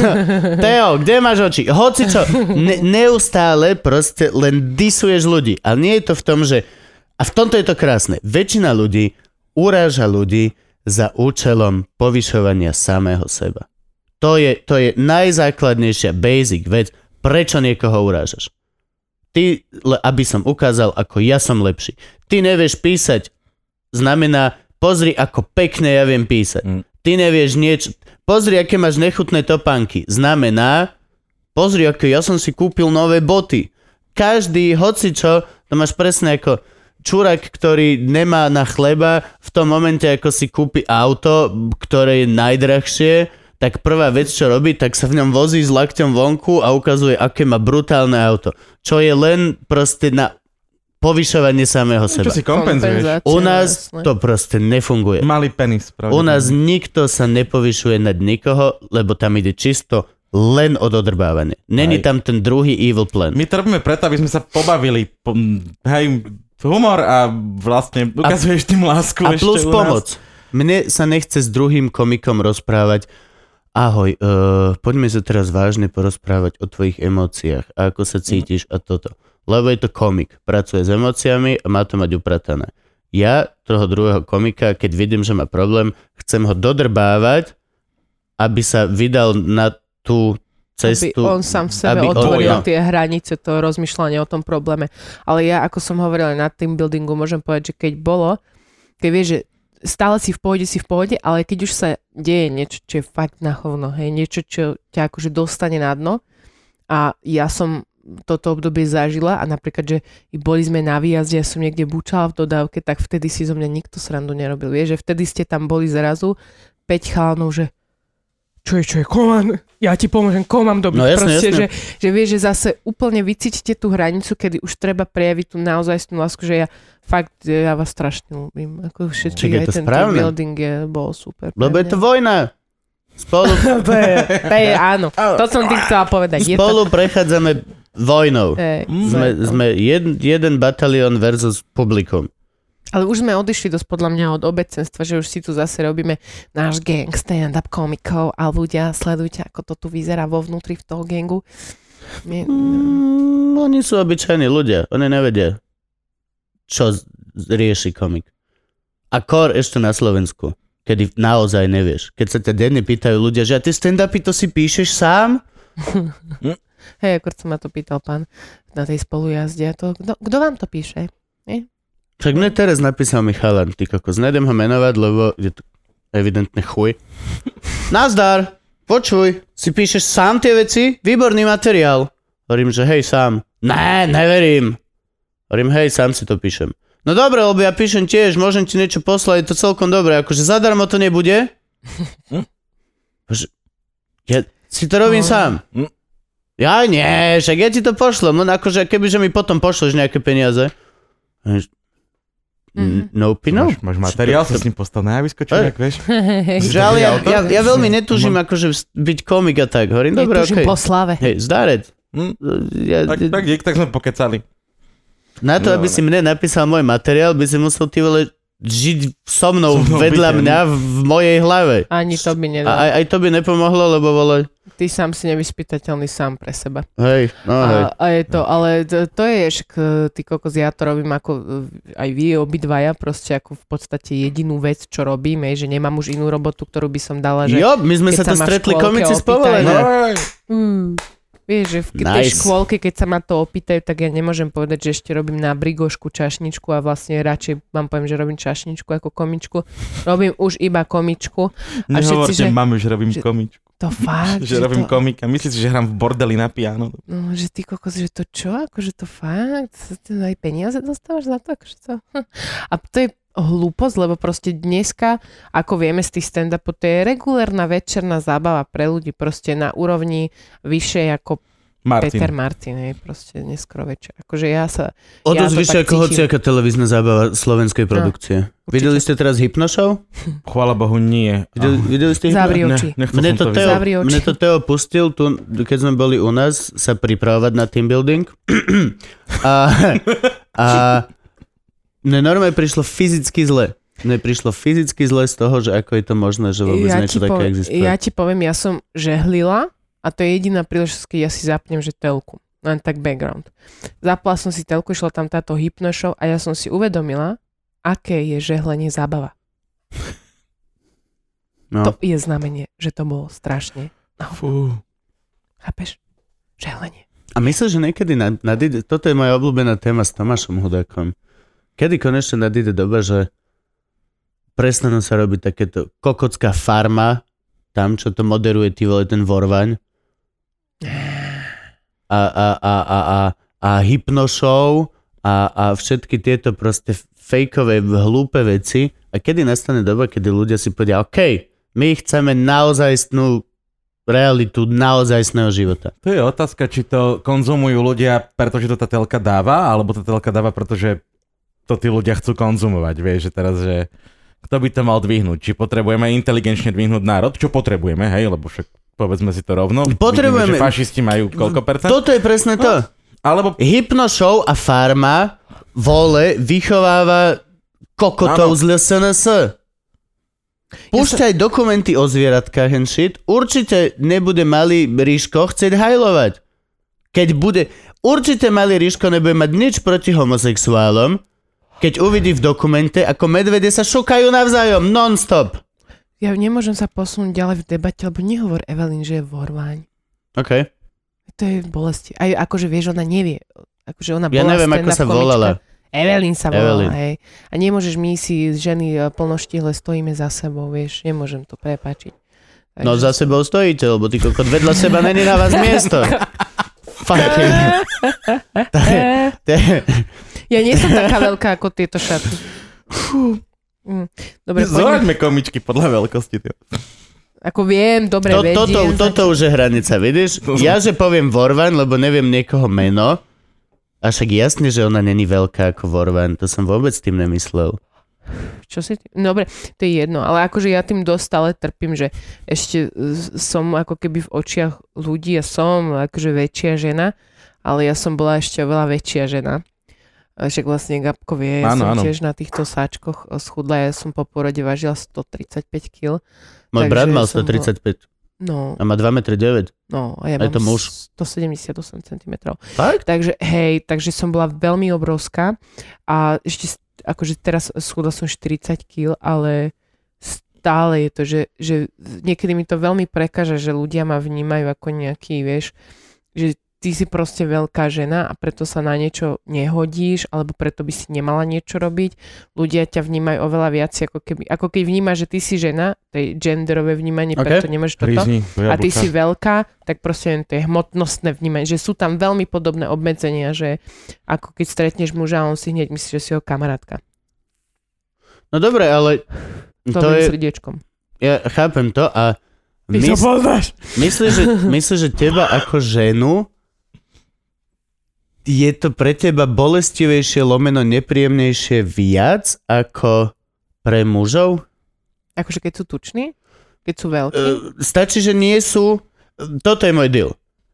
S1: Teo, kde máš oči? Hoci čo. Ne- neustále proste len disuješ ľudí. Ale nie je to v tom, že... A v tomto je to krásne. Väčšina ľudí uráža ľudí za účelom povyšovania samého seba. To je, to je najzákladnejšia basic vec, prečo niekoho urážaš. Ty, le- aby som ukázal, ako ja som lepší. Ty nevieš písať, znamená, pozri, ako pekne ja viem písať.
S3: Mm.
S1: Ty nevieš niečo, pozri, aké máš nechutné topánky. Znamená, pozri, ako ja som si kúpil nové boty. Každý, hocičo, to máš presne ako čurák, ktorý nemá na chleba, v tom momente, ako si kúpi auto, ktoré je najdrahšie, tak prvá vec, čo robí, tak sa v ňom vozí s lakťom vonku a ukazuje, aké má brutálne auto. Čo je len proste na povyšovanie samého seba.
S3: Čo si kompenzuješ?
S2: Kompenzácia,
S1: U nás
S2: jasné.
S1: to proste nefunguje.
S3: Malý penis.
S1: U nás nikto sa nepovyšuje nad nikoho, lebo tam ide čisto len o dodrbávanie. Není
S3: Aj.
S1: tam ten druhý evil plan.
S3: My to robíme preto, aby sme sa pobavili. Po, hej, humor a vlastne ukazuješ tým lásku
S1: A
S3: ešte
S1: plus
S3: u nás.
S1: pomoc. Mne sa nechce s druhým komikom rozprávať. Ahoj, uh, poďme sa teraz vážne porozprávať o tvojich emóciách a ako sa cítiš a toto. Lebo je to komik, pracuje s emóciami a má to mať upratané. Ja toho druhého komika, keď vidím, že má problém, chcem ho dodrbávať, aby sa vydal na tú cestu.
S2: Aby on sám v sebe
S1: aby
S2: otvoril
S1: on-
S2: tie hranice, to rozmýšľanie o tom probléme. Ale ja, ako som hovorila na team buildingu, môžem povedať, že keď bolo, keď vieš, že stále si v pohode, si v pohode, ale keď už sa deje niečo, čo je fakt na hovno, hej, niečo, čo ťa akože dostane na dno a ja som toto obdobie zažila a napríklad, že boli sme na výjazde, ja som niekde bučala v dodávke, tak vtedy si zo mňa nikto srandu nerobil. Vieš, že vtedy ste tam boli zrazu päť chalanov, že čo je, čo je, koho mám, ja ti pomôžem, koho mám dobiť.
S1: No jasne,
S2: proste,
S1: jasne.
S2: Že, že vieš, že zase úplne vycítite tú hranicu, kedy už treba prejaviť tú naozajstnú lásku, že ja fakt, ja vás strašne ľúbim. Ako všetci,
S1: Čak je
S2: aj
S1: to
S2: ten
S1: správne.
S2: building je, bol super.
S1: Lebo je to vojna. Spolu,
S2: to, je, to je, áno, to som tým chcela povedať. Je
S1: spolu
S2: to...
S1: prechádzame vojnou.
S2: Ej,
S1: Sme, sme jed, jeden batalión versus publikum.
S2: Ale už sme odišli dosť podľa mňa od obecenstva, že už si tu zase robíme náš gang stand-up komikov a ľudia, sledujte, ako to tu vyzerá vo vnútri v toho gangu. My...
S1: Mm, oni sú obyčajní ľudia. Oni nevedia, čo z- rieši komik. A kor ešte na Slovensku, kedy naozaj nevieš. Keď sa ťa denne pýtajú ľudia, že a ty stand-upy to si píšeš sám?
S2: Hej, ako sa ma to pýtal pán na tej spolujazde. To, kto, kto vám to píše? Nie?
S1: Tak mne teraz napísal Michalan, ty kokos, nejdem ho menovať, lebo je to evidentne chuj. Nazdar, počuj, si píšeš sám tie veci? Výborný materiál. Hovorím, že hej, sám. Ne, neverím. Hovorím, hej, sám si to píšem. No dobre, lebo ja píšem tiež, môžem ti niečo poslať, je to celkom dobré, akože zadarmo to nebude. Bože, ja si to robím
S2: No.
S1: sám. Ja nie, však ja ti to pošlem, len akože kebyže mi potom pošleš nejaké peniaze.
S2: Mhm.
S1: No pino.
S3: Máš, máš materiál, sa s ním postav na javisko, čo
S1: Hej.
S3: tak vieš?
S1: Že ale ja, ja, ja veľmi netúžim akože byť komik a tak. Hovorím, dobre,
S2: Netúžim
S1: okej.
S2: po slave.
S1: Hej, zdarec.
S3: Hm?
S1: Ja,
S3: Tak, tak, dík, tak sme pokecali.
S1: na to, aby
S3: Dobre.
S1: si mne napísal môj materiál, by si musel ty vole žiť so mnou,
S3: So mnou
S1: vedľa
S3: byť,
S1: mňa v, v mojej hlave.
S2: Ani to by
S1: A
S2: nedalo.
S1: aj, aj to by nepomohlo, lebo vole,
S2: Ty sám si nevyspytateľný sám pre seba.
S1: hej, no hej.
S2: A, a je to, ale to, to je, však, ty kokos, ja to robím ako e, aj vy obidvaja, proste ako v podstate jedinú vec, čo robím, je, že nemám už inú robotu, ktorú by som dala, že...
S1: Jo, my sme
S2: keď
S1: sa
S2: sa
S1: tu
S2: ma v
S1: stretli
S2: škôlke
S1: komici z
S2: opýtajú,
S1: povolenia.
S2: Mm, vieš, že v tej
S1: Nice.
S2: škôlke, keď sa ma to opýtajú, tak ja nemôžem povedať, že ešte robím na brigošku čašničku a vlastne radšej vám poviem, že robím čašničku ako komičku. Robím už iba komičku. A
S3: Nehovorte,
S2: všetci, že-
S3: mami, že robím
S2: že-
S3: komičku.
S2: To fakt.
S3: Že robím
S2: to,
S3: komika. Myslíš si, že hrám v bordeli na piano?
S2: No, že ty kokos, že to čo? Akože to fakt? Ty aj peniaze dostávaš za to? Akože to? A to je hlúposť, lebo proste dneska, ako vieme z tých stand-upov, to je regulárna večerná zábava pre ľudí proste na úrovni vyššej ako
S3: Martin.
S2: Peter Martin, hej, proste neskoro večer. Akože ja sa...
S1: O
S2: ja
S1: dosť
S2: to
S1: vyššie
S2: tak
S1: ako
S2: cítim.
S1: hociaká televízna zábava slovenskej produkcie.
S2: určite.
S1: Videli ste teraz Hypnoshow?
S3: Chvála Bohu, nie.
S1: Videli, videli ste
S2: Zavri
S1: Hypno?
S2: oči.
S3: Ne, nechcel
S1: Mne
S3: som
S1: to,
S3: to
S1: Teo,
S2: Zavri oči.
S1: mne to Teo pustil, tu, keď sme boli u nás sa pripravovať na team building. a, a mne normálne prišlo fyzicky zle. Mne prišlo fyzicky zle z toho, že ako je to možné, že vôbec
S2: ja
S1: niečo
S2: ti
S1: také
S2: poviem,
S1: existuje.
S2: Ja ti poviem, ja som žehlila a to je jediná príležitosť, keď ja si zapnem, že telku. Len tak background. Zapla som si telku, išla tam táto hypnošov a ja som si uvedomila, aké je žehlenie zábava.
S1: No.
S2: To je znamenie, že to bolo strašne. No,
S3: Fú.
S2: chápeš? Žehlenie.
S1: A myslíš, že niekedy nad, nadíde, toto je moja obľúbená téma s Tomášom Hudákom. Kedy konečne nadíde doba, že prestanú sa robiť takéto kokocká farma, tam, čo to moderuje, ty vole, ten Vorvaň. A, a, a, a, a, a hypnoshow a, a všetky tieto proste fejkové, hlúpe veci. A kedy nastane doba, kedy ľudia si povedia, OK, my chceme naozajstnú realitu naozajstného života.
S3: To je otázka, či to konzumujú ľudia, pretože to tá telka dáva, alebo tá telka dáva, pretože to tí ľudia chcú konzumovať. Vieš, že teraz, že kto by to mal dvihnúť? Či potrebujeme inteligenčne dvihnúť národ? Čo potrebujeme, hej? Lebo však povedzme si to rovno.
S1: Potrebujeme-
S3: Vidíme, že fašisti majú koľko percent?
S1: Toto je presne to.
S3: Alebo
S1: Hypnoshow a farma vole vychováva kokotov
S3: Áno.
S1: z el es en es. Púšťaj dokumenty o zvieratkách and shit. Určite nebude malý Ríško chcieť hajlovať. Keď bude... Určite malý Ríško nebude mať nič proti homosexuálom, keď uvidí v dokumente, ako medvede sa šukajú navzájom non-stop.
S2: Ja nemôžem sa posunúť ďalej v debate, lebo nehovor Evelyn, že je Vorváň.
S1: OK.
S2: To je bolesti. Aj akože vieš, ona nevie. Akože ona
S1: Ja
S2: bola
S1: neviem, ako
S2: stand-up
S1: sa
S2: komička.
S1: volala.
S2: Evelyn sa volá,
S1: Evelyn.
S2: hej. A nemôžeš, my si ženy plnoštihle stojíme za sebou, vieš, nemôžem to prepáčiť. Takže...
S1: No za sebou stojíte, lebo ty kokot vedľa seba není na vás miesto. Fucking.
S2: Ja nie som taká veľká ako tieto šaty. Mm. Dobre,
S3: Zvoraďme komičky podľa veľkosti. Tým.
S2: Ako viem, dobre
S1: to,
S2: vediem.
S1: Toto, toto už je hranica, vidíš? Ja, že poviem Vorvan, lebo neviem niekoho meno, a však jasne, že ona není veľká ako Vorvan, to som vôbec tým nemyslel.
S2: Čo si... Dobre, to je jedno, ale akože ja tým dosť stále trpím, že ešte som ako keby v očiach ľudí, ja som akože väčšia žena, ale ja som bola ešte oveľa väčšia žena. Však vlastne Gabko vie, ja
S3: áno,
S2: som
S3: áno.
S2: tiež na týchto sáčkoch schudla, ja som po porode vážila stotridsaťpäť kíl.
S1: Môj
S2: Takže
S1: brat mal
S2: som
S1: stotridsaťpäť
S2: No,
S1: a má dva metre deväť.
S2: no a ja
S1: A je
S2: mám
S1: to muž.
S2: stosedemdesiatosem centimetrov.
S1: Fakt?
S2: Takže hej, takže som bola veľmi obrovská a ešte akože teraz schudla som štyridsať kíl, ale stále je to, že, že niekedy mi to veľmi prekáža, že ľudia ma vnímajú ako nejaký, vieš, že ty si proste veľká žena a preto sa na niečo nehodíš, alebo preto by si nemala niečo robiť. Ľudia ťa vnímajú oveľa viac, ako keby, ako keď vnímaš, že ty si žena, to je genderové vnímanie,
S1: Okay.
S2: preto nemáš toto.
S3: Rízni,
S2: A ty si veľká, tak proste to je hmotnostné vnímanie, že sú tam veľmi podobné obmedzenia, že ako keď stretneš muža, on si hneď myslí, že si ho kamarátka.
S1: No dobre, ale to
S2: Dobrým
S1: je...
S2: srdiečkom.
S1: Ja chápem to a
S2: Ty to
S1: mys-
S2: poznáš.
S1: myslíš, že, myslíš, že teba ako ženu je to pre teba bolestivejšie, lomeno nepríjemnejšie viac ako pre mužov?
S2: Akože keď sú tuční? Keď sú veľkí?
S1: Uh, stačí, že nie sú... Toto je môj deal.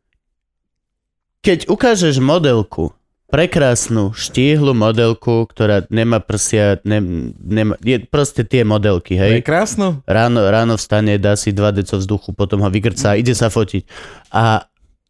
S1: Keď ukážeš modelku, prekrásnu, štíhlu modelku, ktorá nemá prsia, ne, nemá, je proste tie modelky, hej?
S3: Krásno.
S1: Ráno, ráno vstane, dá si dva deco vzduchu, potom ho vygrcá, ide sa fotiť. A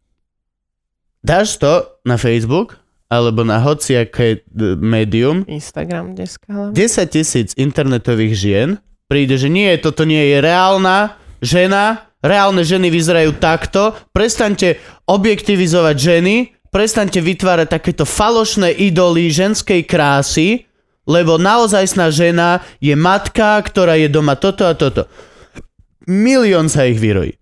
S1: dáš to na Facebook, alebo na hociaké médium,
S2: Instagram dneska hlavne.
S1: desať tisíc internetových žien príde, že nie, toto nie je reálna žena, reálne ženy vyzerajú takto, prestaňte objektivizovať ženy, prestaňte vytvárať takéto falošné idoly ženskej krásy, lebo naozajstná žena je matka, ktorá je doma toto a toto. Milión sa ich vyrojí.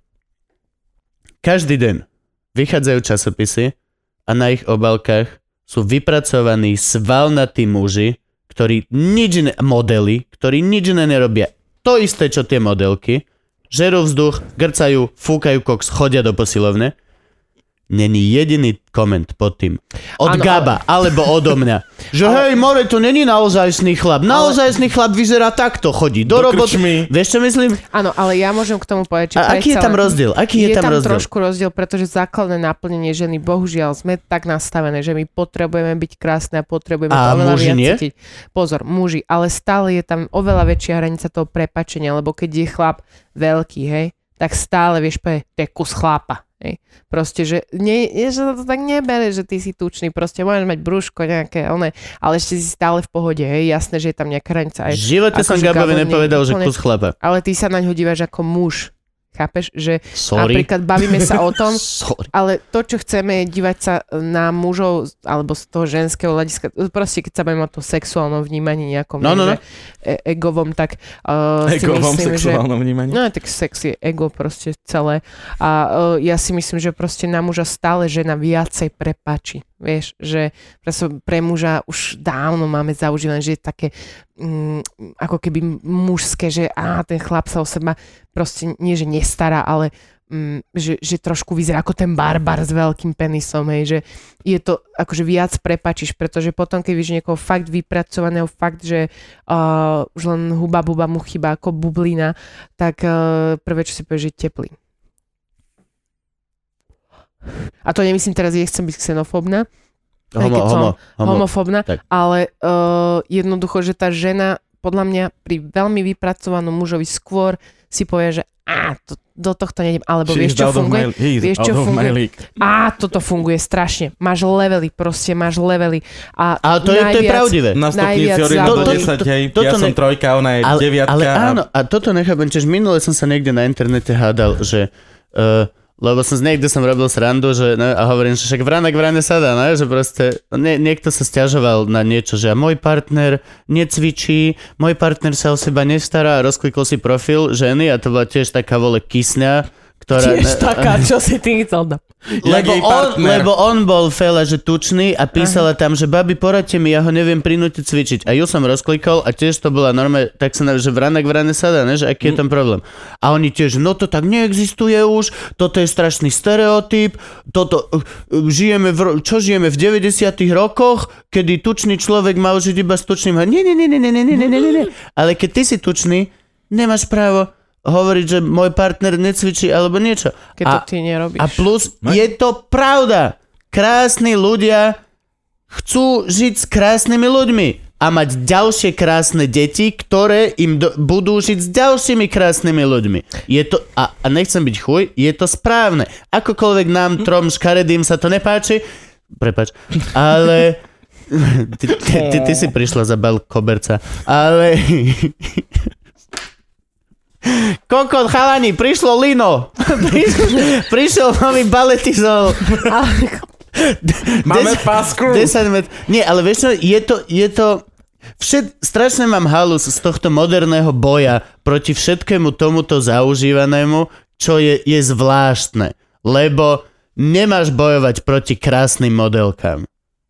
S1: Každý deň vychádzajú časopisy a na ich obálkach sú vypracovaní svalnatí muži, ktorí nič ne... modely, ktorí nič ne nerobia. To isté, čo tie modelky. Žerú vzduch, grcajú, fúkajú koks, chodia do posilovne. Není jediný koment pod tým. Od
S2: Áno,
S1: Gaba, ale... alebo odo mňa. Že ale... hej, more, to není naozajstný chlap. Naozajstný ale... chlap vyzerá takto, chodí do,
S3: Do
S1: roboty.
S3: krčmy.
S1: Vieš, čo myslím?
S2: Áno, ale ja môžem k tomu povedať, že
S1: A aký je tam rozdiel? Aký je,
S2: je
S1: tam,
S2: tam
S1: rozdiel?
S2: trošku rozdiel, pretože základné naplnenie ženy, bohužiaľ, sme tak nastavené, že my potrebujeme byť krásne a potrebujeme
S1: A
S2: to oveľa
S1: muži
S2: viac
S1: nie?
S2: cítiť. Pozor, muži, ale stále je tam oveľa väčšia hranica toho prepačenia, lebo keď je chlap veľký, hej, tak stále vieš povedať, to je kus chlapa. Hej. Proste, že, nie, je, že to tak nebere, že ty si tučný, proste môžeš mať brúško nejaké, one, ale ešte si stále v pohode, hej, jasné, že je tam nejaká hranica.
S1: V živote som Gabovi nepovedal, že kus chlapa.
S2: Ale ty sa naň ho díváš ako muž. Chápeš, že
S1: Sorry.
S2: napríklad bavíme sa o tom,
S1: Sorry.
S2: ale to, čo chceme, je dívať sa na mužov alebo z toho ženského hľadiska, proste keď sa bavíme o tom sexuálnom vnímaní nejakom,
S1: No, no, no.
S2: že e- egovom, tak uh, si
S3: Egovom
S2: myslím, že...
S3: sexuálnom vnímaní.
S2: No, tak sex je ego proste celé. A uh, ja si myslím, že proste na muža stále žena viacej prepáči. Vieš, že pre muža už dávno máme zaužívané, že je také um, ako keby mužské, že á, ten chlap sa o seba proste nie, že nestará, ale um, že, že trošku vyzerá ako ten barbar s veľkým penisom, hej, že je to akože viac prepáčiš, pretože potom, keď vidíš niekoho fakt vypracovaného, fakt, že uh, už len huba buba mu chýba ako bublina, tak uh, prvé, čo si povieš, že je teplý. A to nemyslím teraz, že chcem byť xenofóbna,
S1: Homo, homo, homo.
S2: homofóbna,
S1: Tak.
S2: ale uh, jednoducho, že tá žena podľa mňa pri veľmi vypracovanom mužovi skôr si povie, že á, to, do tohto nejdem, alebo
S3: She
S2: vieš,
S3: is
S2: čo
S3: out of
S2: funguje?
S3: my- he is
S2: Vieš, čo
S3: out of my
S2: funguje?
S3: league.
S2: Á, toto funguje strašne. Máš levely, proste máš levely. A
S1: Ale to je, to je
S2: najviac-
S1: pravdivé.
S3: Na stupnici
S2: Najviac
S3: od jedna do
S2: zábavy.
S3: desať, hej.
S1: Toto
S3: Ja som
S1: ne-
S3: trojka, ona je
S1: Ale,
S3: deviatka.
S1: ale
S3: a-
S1: áno, a toto nechápem, čiže minule som sa niekde na internete hádal, že uh, lebo som z niekde som robil srandu, že, ne, a hovorím, že však vranek vrane sa dá, ne, že proste nie, niekto sa sťažoval na niečo, že môj partner necvičí, môj partner sa o seba nestará a rozklikol si profil ženy a to bola tiež taká vole kysňa, ktorá...
S2: Tiež taká, čo si ty chcel dať.
S1: Lebo on, lebo on bol fela, že tučný a písala Aha. tam, že babi, poradte mi, ja ho neviem prinútiť cvičiť. A ju som rozklikol a tiež to bola norma, tak sa že vranek vrane sa dá, ne? Že aký je tam problém. A oni tiež, no to tak neexistuje už, toto je strašný stereotyp, toto, žijeme v, čo žijeme v deväťdesiatych rokoch, kedy tučný človek mal žiť iba s tučným. Nie, nie, nie, nie, nie, nie, nie, nie, nie. Ale keď ty si tučný, nemáš právo hovoriť, že môj partner necvičí alebo niečo.
S2: Keď to a, ty nerobíš.
S1: A plus no? je to pravda. Krásni ľudia chcú žiť s krásnymi ľuďmi a mať ďalšie krásne deti, ktoré im do, budú žiť s ďalšími krásnymi ľuďmi. Je to, a, a nechcem byť chuj, je to správne. Akokoľvek nám trom škaredým sa to nepáči, prepáč, ale ty, ty, ty, ty si prišla za bel koberca, ale... Kokot, chalani, prišlo lino. Prišiel mami baletizol.
S3: Máme pásku.
S1: desať met... Nie, ale vieš čo, je to, je to... Všet... Strašne mám halus z tohto moderného boja proti všetkému tomuto zaužívanému, čo je, je zvláštne. Lebo nemáš bojovať proti krásnym modelkám.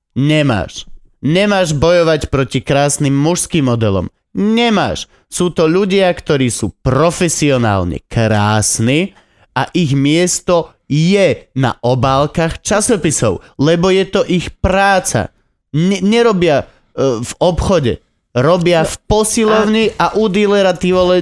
S1: Nemáš. Nemáš bojovať proti krásnym mužským modelom. Nemáš. Sú to ľudia, ktorí sú profesionálne krásni a ich miesto je na obálkach časopisov, lebo je to ich práca. N- nerobia uh, v obchode. Robia v posilovni a, a u dílera ty vole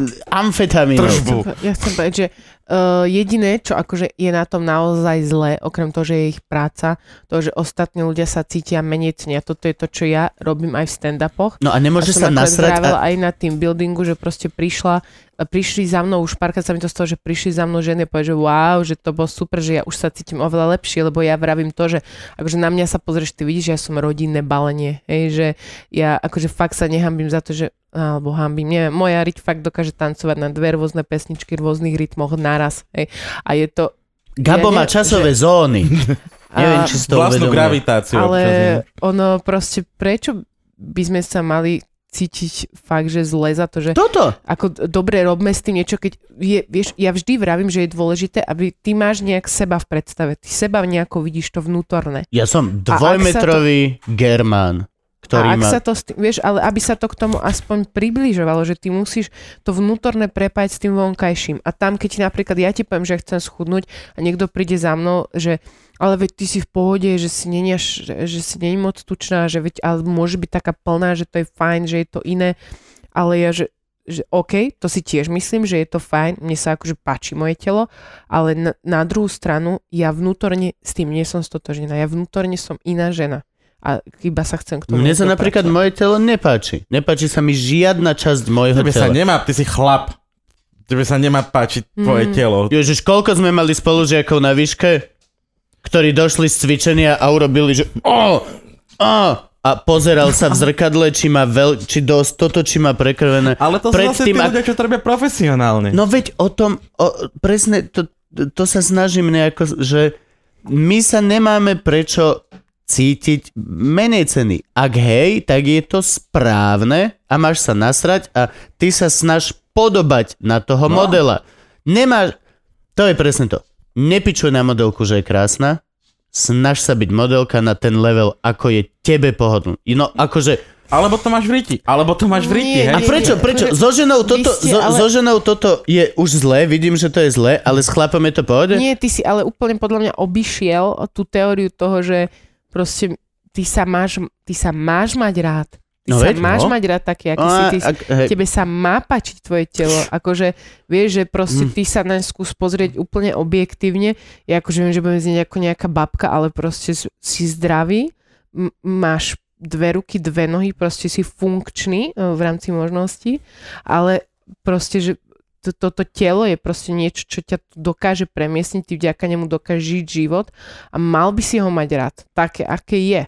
S1: amfetamínov.
S2: Ja chcem povedať, že uh, jediné, čo akože je na tom naozaj zlé, okrem toho, že je ich práca, to, že ostatní ľudia sa cítia menej cenia. Toto je to, čo ja robím aj v stand-upoch.
S1: No a nemôže sa nasrať.
S2: A... aj na tým buildingu, že proste prišla prišli za mnou, už párkrát sa mi to stalo, že prišli za mnou ženy a povedali, že wow, že to bolo super, že ja už sa cítim oveľa lepšie, lebo ja vravím to, že akože na mňa sa pozrieš, ty vidíš, že ja som rodinné balenie, hej, že ja akože fakt sa nehambím za to, že alebo hambím, neviem, moja riť fakt dokáže tancovať na dve rôzne pesničky v rôznych rytmoch naraz, hej, a je to...
S1: Gabo ja má časové že... zóny. Neviem, či si to
S3: vlastnú
S1: uvedomuje.
S3: gravitáciu.
S2: Ale ono proste, prečo by sme sa mali cítiť fakt, že zle za to, že
S1: Toto.
S2: ako dobre robme s tým niečo, keď je, vieš, ja vždy vravím, že je dôležité, aby ty máš nejak seba v predstave, ty seba nejako vidíš to vnútorné.
S1: Ja som dvojmetrový to... Germán, ktorý
S2: a ak
S1: má...
S2: sa to, vieš, ale aby sa to k tomu aspoň približovalo, že ty musíš to vnútorné prepájať s tým vonkajším. A tam, keď napríklad ja ti poviem, že chcem schudnúť a niekto príde za mnou, že ale veď ty si v pohode, že si není, že, že si není moc tučná, že veď, ale môže byť taká plná, že to je fajn, že je to iné, ale ja, že, že OK, to si tiež myslím, že je to fajn, mne sa akože páči moje telo, ale na, na druhú stranu ja vnútorne s tým nie som stotožnená, ja vnútorne som iná žena. A iba sa chcem k tomu...
S1: Mne sa napríklad moje telo nepáči. Nepáči sa mi žiadna časť môjho
S3: Tebe
S1: tela.
S3: sa nemá, ty si chlap. Tebe sa nemá páčiť tvoje mm. telo.
S1: Ježiš, koľko sme mali spolužiakov na výške, ktorí došli z cvičenia a urobili, že oh, oh, a pozeral sa v zrkadle, či má veľ, či dosť toto, či má prekrvené.
S3: Ale to sú zase tí ľudia, čo to robia profesionálne.
S1: No veď o tom, o, presne, to, to sa snažím nejako, že my sa nemáme prečo cítiť menej ceny. Ak hej, tak je to správne a máš sa nasrať a ty sa snaž podobať na toho no. modela. Nemáš, to je presne to. Nepičuj na modelku, že je krásna, snaž sa byť modelka na ten level, ako je tebe pohodlný. No akože...
S3: Alebo to máš v riti, alebo to máš v riti, hej?
S1: A prečo, prečo? So ženou toto, ste, zo, ale... so ženou toto je už zlé, vidím, že to je zlé, ale s chlapom je to pohode?
S2: Nie, ty si ale úplne podľa mňa obišiel tú teóriu toho, že proste ty sa máš, ty sa máš mať rád. Ty
S1: no
S2: sa
S1: veď,
S2: máš
S1: no.
S2: mať rád taký, aký no, si ty. Ak, tebe sa má páčiť tvoje telo. Akože vieš, že proste mm. ty sa naň skús pozrieť úplne objektívne. Ja akože viem, že budem znieť ako nejaká babka, ale proste si zdravý, m- máš dve ruky, dve nohy, proste si funkčný v rámci možností, ale proste, že to, toto telo je proste niečo, čo ťa dokáže premiestniť, ty vďaka nemu dokáže žiť život a mal by si ho mať rád, také, aké je.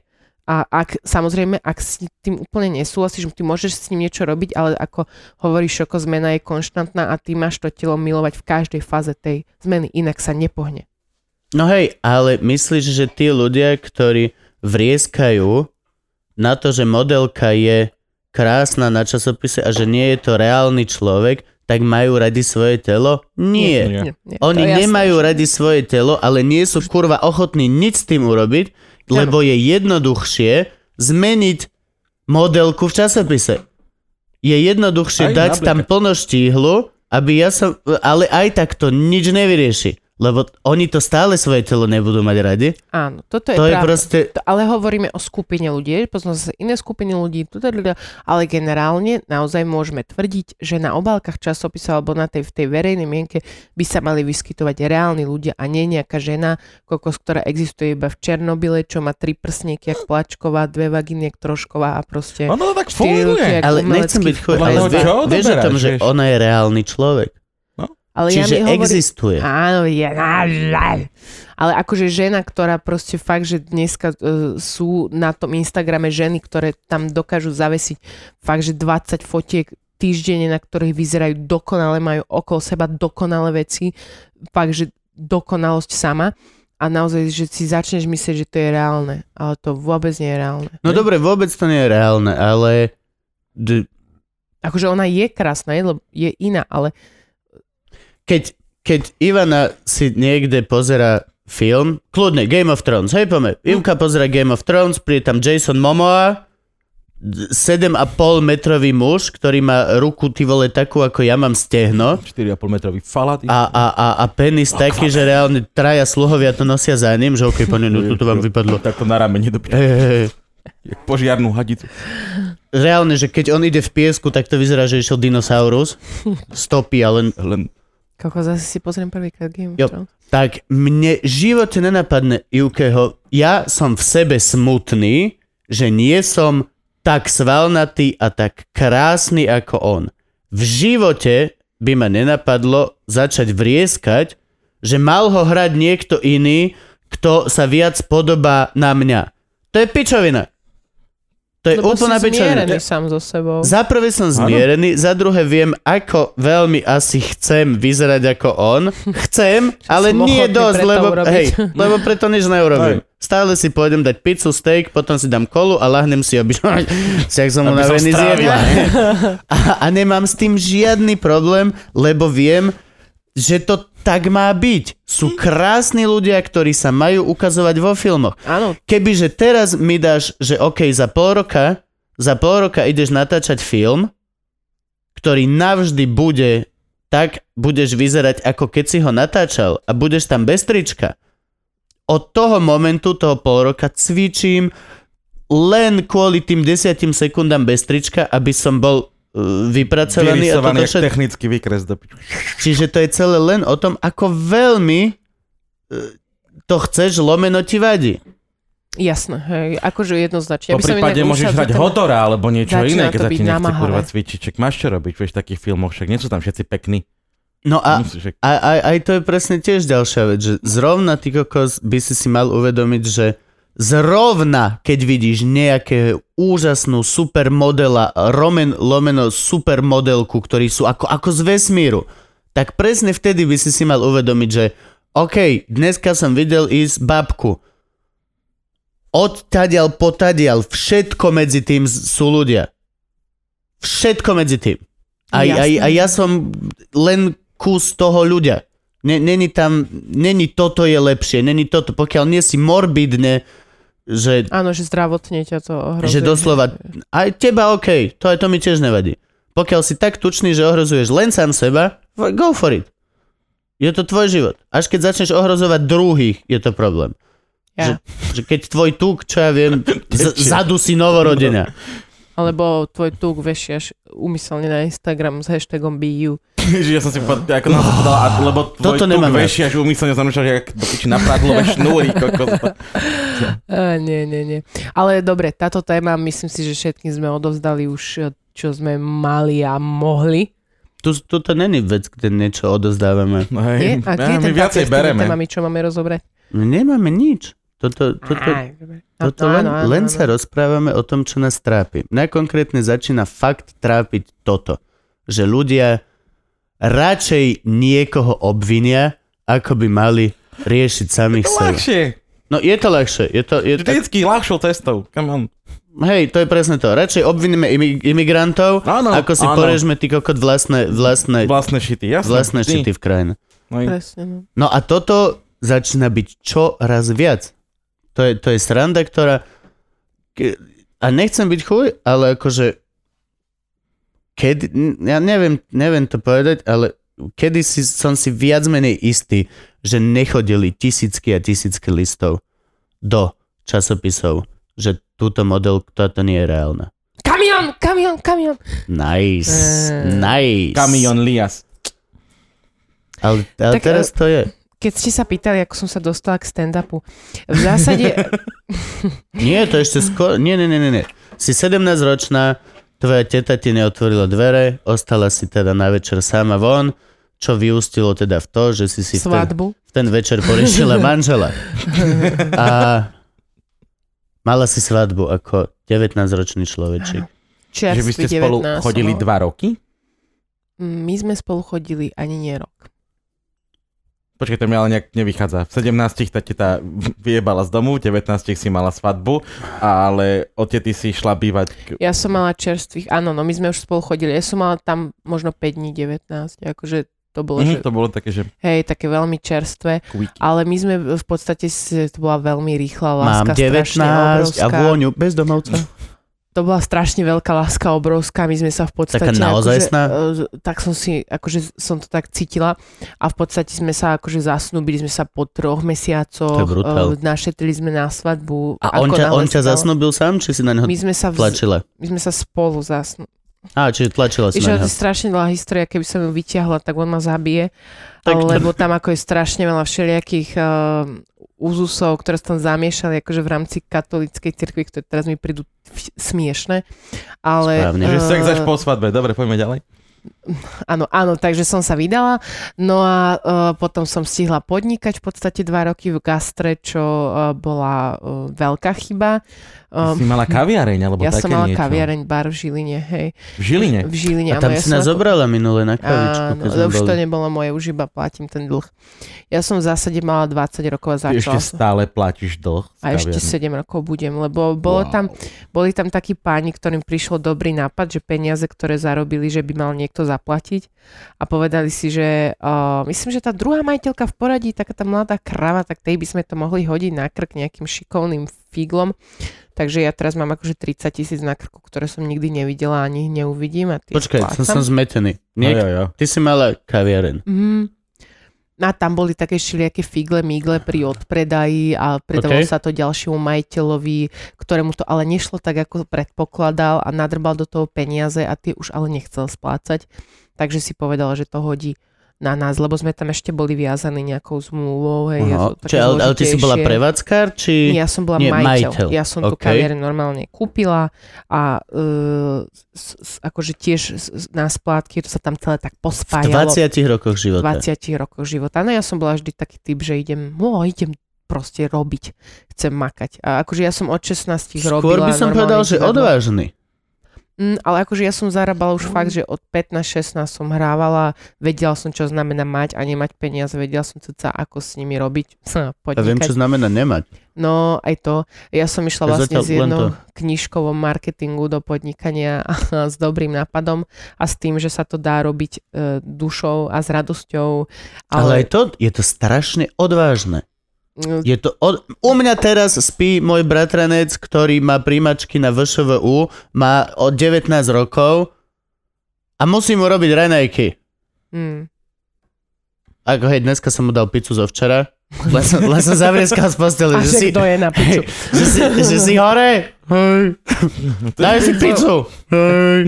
S2: A ak, samozrejme, ak s tým úplne nesúhlasíš, ty môžeš s ním niečo robiť, ale ako hovorí Šoko, zmena je konštantná a ty máš to telo milovať v každej fáze tej zmeny, inak sa nepohne.
S1: No hej, ale myslíš, že tí ľudia, ktorí vrieskajú na to, že modelka je krásna na časopise a že nie je to reálny človek, tak majú radi svoje telo? Nie.
S3: Nie.
S2: nie, nie
S1: Oni
S2: to
S1: nemajú
S2: jasné.
S1: radi svoje telo, ale nie sú kurva ochotní nič s tým urobiť, lebo je jednoduchšie zmeniť modelku v časopise. Je jednoduchšie
S3: Aj
S1: dať
S3: nabliekať.
S1: tam plno štíhlu, aby ja som... Ale aj tak to nič nevyrieši. Lebo oni to stále svoje telo nebudú mať radi.
S2: Áno, toto je
S1: To je
S2: pravda.
S1: proste...
S2: To- Ale hovoríme o skupine ľudí, potom zase iné skupiny ľudí, tudadada, ale generálne naozaj môžeme tvrdiť, že na obálkach časopisov alebo na tej, v tej verejnej mienke by sa mali vyskytovať reálni ľudia a nie nejaká žena, kokos, ktorá existuje iba v Černobyle, čo má tri prsníky, jak Plačková, dve vagíny, jak Trošková a proste...
S3: Ono to tak
S2: štyri ruky,
S3: funguje.
S2: jak
S1: Ale
S2: umelecký
S1: nechcem byť chuj,
S2: futbalista.
S1: ale
S3: Podľa
S1: vie,
S3: toho, čo
S1: vieš o tom,
S3: odoberáš,
S1: že
S3: vieš?
S1: ona je reálny človek.
S2: Ale
S1: Čiže
S2: ja mi hovorím,
S1: existuje.
S2: Áno, je. Ale akože žena, ktorá proste fakt, že dneska uh, sú na tom Instagrame ženy, ktoré tam dokážu zavesiť fakt, že dvadsať fotiek týždenne, na ktorých vyzerajú dokonale, majú okolo seba dokonalé veci, fakt, že dokonalosť sama. A naozaj, že si začneš myslieť, že to je reálne. Ale to vôbec nie je reálne.
S1: No dobre, vôbec to nie je reálne, ale... D-
S2: Akože ona je krásna, je, lebo je iná, ale
S1: keď, keď Ivana si niekde pozera film, kľudne, Game of Thrones, hej, poďme. Ivka pozera Game of Thrones, príde tam Jason Momoa, sedem a pol metrový muž, ktorý má ruku, ty vole, takú, ako ja mám stehno.
S3: štyri a pol metrový falát.
S1: A, a, a, a penis taký, že reálne traja sluhovia to nosia za ním, že okej, pane, no toto vám vypadlo.
S3: Takto na rameni do piči.
S1: Hej, hej, hej.
S3: Jak požiarnú hadicu.
S1: Reálne, že keď on ide v piesku, tak to vyzerá, že išiel dinosaurus. Stopy, ale...
S3: Len
S2: kako zase si pozriem prvýkrát Game of
S1: Jo.
S2: Thrones.
S1: Tak mne v živote nenapadne Ivkeho, ja som v sebe smutný, že nie som tak svalnatý a tak krásny ako on. V živote by ma nenapadlo začať vrieskať, že mal ho hrať niekto iný, kto sa viac podobá na mňa. To je pičovina. To je
S2: Lebo
S1: úplná
S2: si
S1: pičovina.
S2: zmierený sám so sebou.
S1: Za prvé som zmierený, za druhé viem, ako veľmi asi chcem vyzerať ako on. Chcem, ale
S2: som
S1: nie
S2: ochotný
S1: dosť,
S2: preto
S1: lebo,
S2: urobiť.
S1: hej, lebo preto nič neurobím. Stále si pôjdem dať pizzu, steak, potom si dám kolu a lahnem si, aby, si jak som
S3: Aby som
S1: unavený
S3: strávil.
S1: zjedla. A, a nemám s tým žiadny problém, lebo viem, že to tak má byť. Sú krásni ľudia, ktorí sa majú ukazovať vo filmoch.
S2: Áno,
S1: Kebyže teraz mi dáš, že OK, za pol roka, za pol roka ideš natáčať film, ktorý navždy bude, tak budeš vyzerať, ako keď si ho natáčal a budeš tam bez trička. Od toho momentu, toho pol roka cvičím len kvôli tým desiatim sekundám bez trička, aby som bol uh, vypracovaný a
S3: vyrysovaný
S1: toto
S3: jak
S1: všetko.
S3: technický výkres do piči.
S1: Čiže to je celé len o tom, ako veľmi uh, to chceš, lomeno ti vadí.
S2: jasné, hej, akože jednoznačne.
S3: Po prípade môžeš hrať hodora alebo niečo
S2: Začína
S3: iné,
S2: to
S3: keď sa
S2: byť
S3: ti nechce
S2: namáhavé.
S3: kurva cvičiť. Čak máš čo robiť, vieš, v takých filmoch, však nie sú tam všetci pekní.
S1: No a
S3: Musíš, že...
S1: A aj, aj to je presne tiež ďalšia vec, že zrovna ty kokos by si si mal uvedomiť, že zrovna keď vidíš nejakého úžasnú supermodela, romen, lomeno supermodelku, ktorí sú ako, ako z vesmíru, tak presne vtedy by si si mal uvedomiť, že OK, dneska som videl ísť babku. Odtadiaľ potadiaľ, všetko medzi tým sú ľudia. Všetko medzi tým. A, a, a ja som len kus toho ľudia. Není tam, není toto je lepšie, není toto, pokiaľ nie si morbidne, že,
S2: Áno, že zdravotne ťa to ohrozuje.
S1: že doslova, aj teba OK, to aj to mi tiež nevadí. Pokiaľ si tak tučný, že ohrozuješ len sám seba, go for it. Je to tvoj život. Až keď začneš ohrozovať druhých, je to problém. Že,
S2: Ja.
S1: že keď tvoj tuk, čo ja viem, z, zadusí novorodenia.
S2: Alebo tvoj tuk vešiaš úmyselne na Instagram s hashtagom be you.
S3: Že ja som si povedal, ako nám to povedal, a- lebo tvoj
S1: Toto
S3: tuk
S1: nemám rád.
S3: vešiaš umyselne znamená, že jak do piči na pradlové šnúry, kokos.
S2: A, nie, nie, nie. Ale dobre, táto téma, myslím si, že všetkým sme odovzdali už, čo sme mali a mohli.
S1: Tu, tu to není vec, kde niečo odozdávame.
S3: No
S2: Nie?
S3: hej,
S2: A kde
S3: ja,
S2: je
S3: my
S2: ten
S3: viacej
S2: papier s tými
S3: bereme.
S2: témami, čo máme rozobrať?
S1: My nemáme nič. Toto, toto,
S2: Á, dobre.
S1: toto
S2: Áno,
S1: len,
S2: áno, áno,
S1: len
S2: áno.
S1: sa rozprávame o tom, čo nás trápi. Mňa konkrétne začína fakt trápiť toto, že ľudia radšej niekoho obvinia, ako by mali riešiť samých
S3: To
S1: seba.
S3: ľahšie.
S1: No je to ľahšie. Je to, je tak,
S3: Vždycky ľahšou cestou. Come on.
S1: hej, to je presne to. Radšej obviníme imi- imigrantov,
S3: Áno,
S1: ako si
S3: áno.
S1: porežme ty kokot vlastné, vlastné,
S3: Vlastné šity, jasné.
S1: vlastné
S3: vždy.
S1: šity v krajine.
S3: No, i-
S2: Presne, no.
S1: No a toto začína byť čoraz viac. To je, to je sranda, ktorá... ke- A nechcem byť chuj, ale akože... Kedy... Ja neviem, neviem to povedať, ale kedy si, som si viac menej istý, že nechodili tisícky a tisícky listov do časopisov, že túto model, toto nie je reálna.
S2: Kamión, kamión, kamión.
S1: Nice,
S2: Eh.
S1: nice.
S3: Kamión Lias.
S1: Ale, ale
S2: Tak,
S1: teraz to je.
S2: Keď ste sa pýtali, ako som sa dostala k stand-upu, v zásade...
S1: Nie, to ešte skôr... Nie, nie, nie, nie. nie. Si sedemnásťročná, tvoja teta ti neotvorila dvere, ostala si teda na večer sama von, čo vyústilo teda v to, že si si v ten,
S2: svadbu.
S1: v ten večer poriešila manžela. A mala si svadbu ako devätnásťročný človečik.
S3: Že vy ste
S2: Čerstvý
S3: spolu
S2: devätnásť,
S3: chodili
S2: no.
S3: dva roky?
S2: My sme spolu chodili ani nie rok.
S3: Počkaj, to mi ale nejak nevychádza. V sedemnástich ta teta vyjebala z domu, v devätnástich si mala svadbu, ale odtedy si šla bývať... K...
S2: Ja som mala čerstvých, áno, no my sme už spolu chodili. Ja som mala tam možno päť dní, devätnásť, akože to bolo,
S3: Mhm,
S2: že,
S3: to bolo také, že...
S2: hej, také veľmi čerstvé.
S3: Quickie.
S2: Ale my sme v podstate, si- to bola veľmi rýchla
S1: Mám
S2: láska, strašne
S1: devätnásť a
S2: obrovská.
S1: vôňu bezdomovca.
S2: To bola strašne veľká láska, obrovská. My sme sa v podstate...
S1: Taká naozajstná?
S2: Akože, e, tak som si, akože som to tak cítila a v podstate sme sa akože zasnúbili sme sa po troch mesiacoch.
S1: To je brutál.
S2: e, Našetrili sme na svadbu.
S1: A on
S2: Ako
S1: ťa,
S2: náhle
S1: on ťa
S2: stalo-
S1: zasnúbil sám, či si na neho
S2: My sme sa, vz...
S1: tlačila?
S2: my sme sa spolu zasnúbili.
S1: Á, čiže tlačila si
S2: Iže,
S1: na
S2: to
S1: neho.
S2: je strašne dlhá história, keby som ju vyťahla, tak on ma zabije.
S1: Tak-
S2: Lebo tam ako je strašne veľa všelijakých uh, úzusov, ktoré sa tam zamiešali akože v rámci katolíckej cirkvi, ktoré teraz mi prídu f- smiešne. Ale,
S1: Správne.
S3: Že sex až
S2: eh,
S3: po svadbe. Dobre, poďme ďalej.
S2: Áno, áno, takže som sa vydala. No a uh, potom som stihla podnikať v podstate dva roky v gastre, čo uh, bola uh, veľká chyba.
S3: Ty si mala kaviareň, alebo
S2: ja
S3: také
S2: som mala
S3: niečo.
S2: kaviareň, bar v Žiline, hej.
S3: V Žiline?
S2: V Žiline,
S1: A tam
S2: áno. Ja
S1: si
S2: som
S1: nás
S2: ako-
S1: zobrala minule na kavičku,
S2: Áno,
S1: keď sme
S2: už to
S1: boli.
S2: nebolo moje, už iba platím ten dlh. Ja som v zásade mala dvadsať rokov a
S3: Ty ešte
S2: začala som.
S3: stále platíš dlh. z
S2: A ešte
S3: kaviarne.
S2: sedem rokov budem, lebo bolo
S3: Wow.
S2: tam, boli tam takí páni, ktorým prišiel dobrý nápad, že peniaze, ktoré zarobili, že by mal niekto zaplatiť a povedali si, že uh, myslím, že tá druhá majiteľka v poradí, taká tá mladá krava, tak tej by sme to mohli hodiť na krk nejakým šikovným figlom. Takže ja teraz mám akože tridsať tisíc na krku, ktoré som nikdy nevidela ani neuvidím. A tie
S1: Počkaj, som,
S2: splácam.
S1: som zmetený.
S3: No,
S1: Niek-
S3: jo, jo.
S1: Ty si mala kaviareň.
S2: Mm. A tam boli také všelijaké figle, migle pri odpredaji a predalo
S1: Okay.
S2: sa to ďalšiemu majiteľovi, ktorému to ale nešlo tak, ako predpokladal a nadrbal do toho peniaze a tie už ale nechcel splácať. Takže si povedal, že to hodí na nás, lebo sme tam ešte boli viazaní nejakou zmluvou. Hej, je to také
S1: Čiže, ale, ale ty si bola
S2: zložitejšie.
S1: prevádzkar, či...
S2: Ja som bola
S1: Nie,
S2: majiteľ.
S1: majiteľ.
S2: Ja som tú
S1: OK.
S2: kaviareň normálne kúpila a uh, s, s, akože tiež s- s- na splátky, to sa tam celé tak
S1: v
S2: pospájalo.
S1: dvadsiatich rokoch života.
S2: dvadsiatich rokoch života. No ja som bola vždy taký typ, že idem, no idem proste robiť, chcem makať. A akože ja som od šestnástich
S1: Skôr
S2: robila
S1: by som
S2: normálne
S1: povedal, že
S2: divadlo.
S1: odvážny.
S2: Mm, ale akože ja som zarábala už fakt, že od pätnásť šestnásť som hrávala, vedela som, čo znamená mať a nemať peniaze, vedela som ceca, ako s nimi robiť,
S1: Ja viem, čo
S2: podnikať.
S1: znamená nemať.
S2: No aj to, ja som išla
S1: Ja
S2: vlastne
S1: zatiaľ
S2: s
S1: len
S2: jednou
S1: to.
S2: knižkovom marketingu do podnikania a s dobrým nápadom a s tým, že sa to dá robiť e, dušou a s radosťou.
S1: Ale aj to, je to strašne odvážne.
S2: Mm,
S1: Je to od... U mňa teraz spí môj bratranec, ktorý má príjmačky na vé š vé ú, má od devätnásť rokov a musí mu robiť raňajky.
S2: mm.
S1: Ako hej, dneska som mu dal pizzu zo včera, len som, len som zavrieskal z postele,
S2: A
S1: že si,
S2: že kto je na piču.
S1: že si, že si hore, hej, daj si pizzu, hej.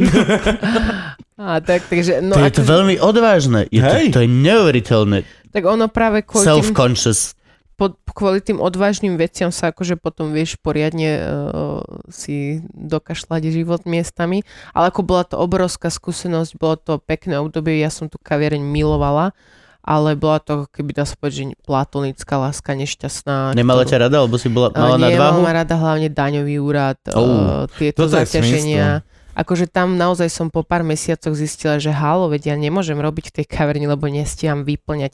S2: A tak, takže, no
S1: To
S2: a
S1: je to veľmi odvážne, je to,
S3: Hej.
S1: to je neuveriteľné,
S2: tak ono práve kvôli tým,
S1: self-conscious.
S2: pod, kvôli tým odvážnym veciam sa akože potom vieš poriadne uh, si dokašľať život miestami, ale ako bola to obrovská skúsenosť, bolo to pekné obdobie, ja som tú kaviareň milovala ale bola to, keby dá sa povedať, že platonická láska nešťastná.
S1: Nemala
S2: ktorú...
S1: ťa rada, alebo si bola, mala
S2: Nie,
S1: nadváhu?
S2: Nemala ma rada hlavne daňový úrad,
S1: Oh,
S2: uh, tieto
S3: toto je
S2: zaťaženia. Akože tam naozaj som po pár mesiacoch zistila, že halo, veď ja nemôžem robiť v tej kaverni, lebo nestíham vyplňať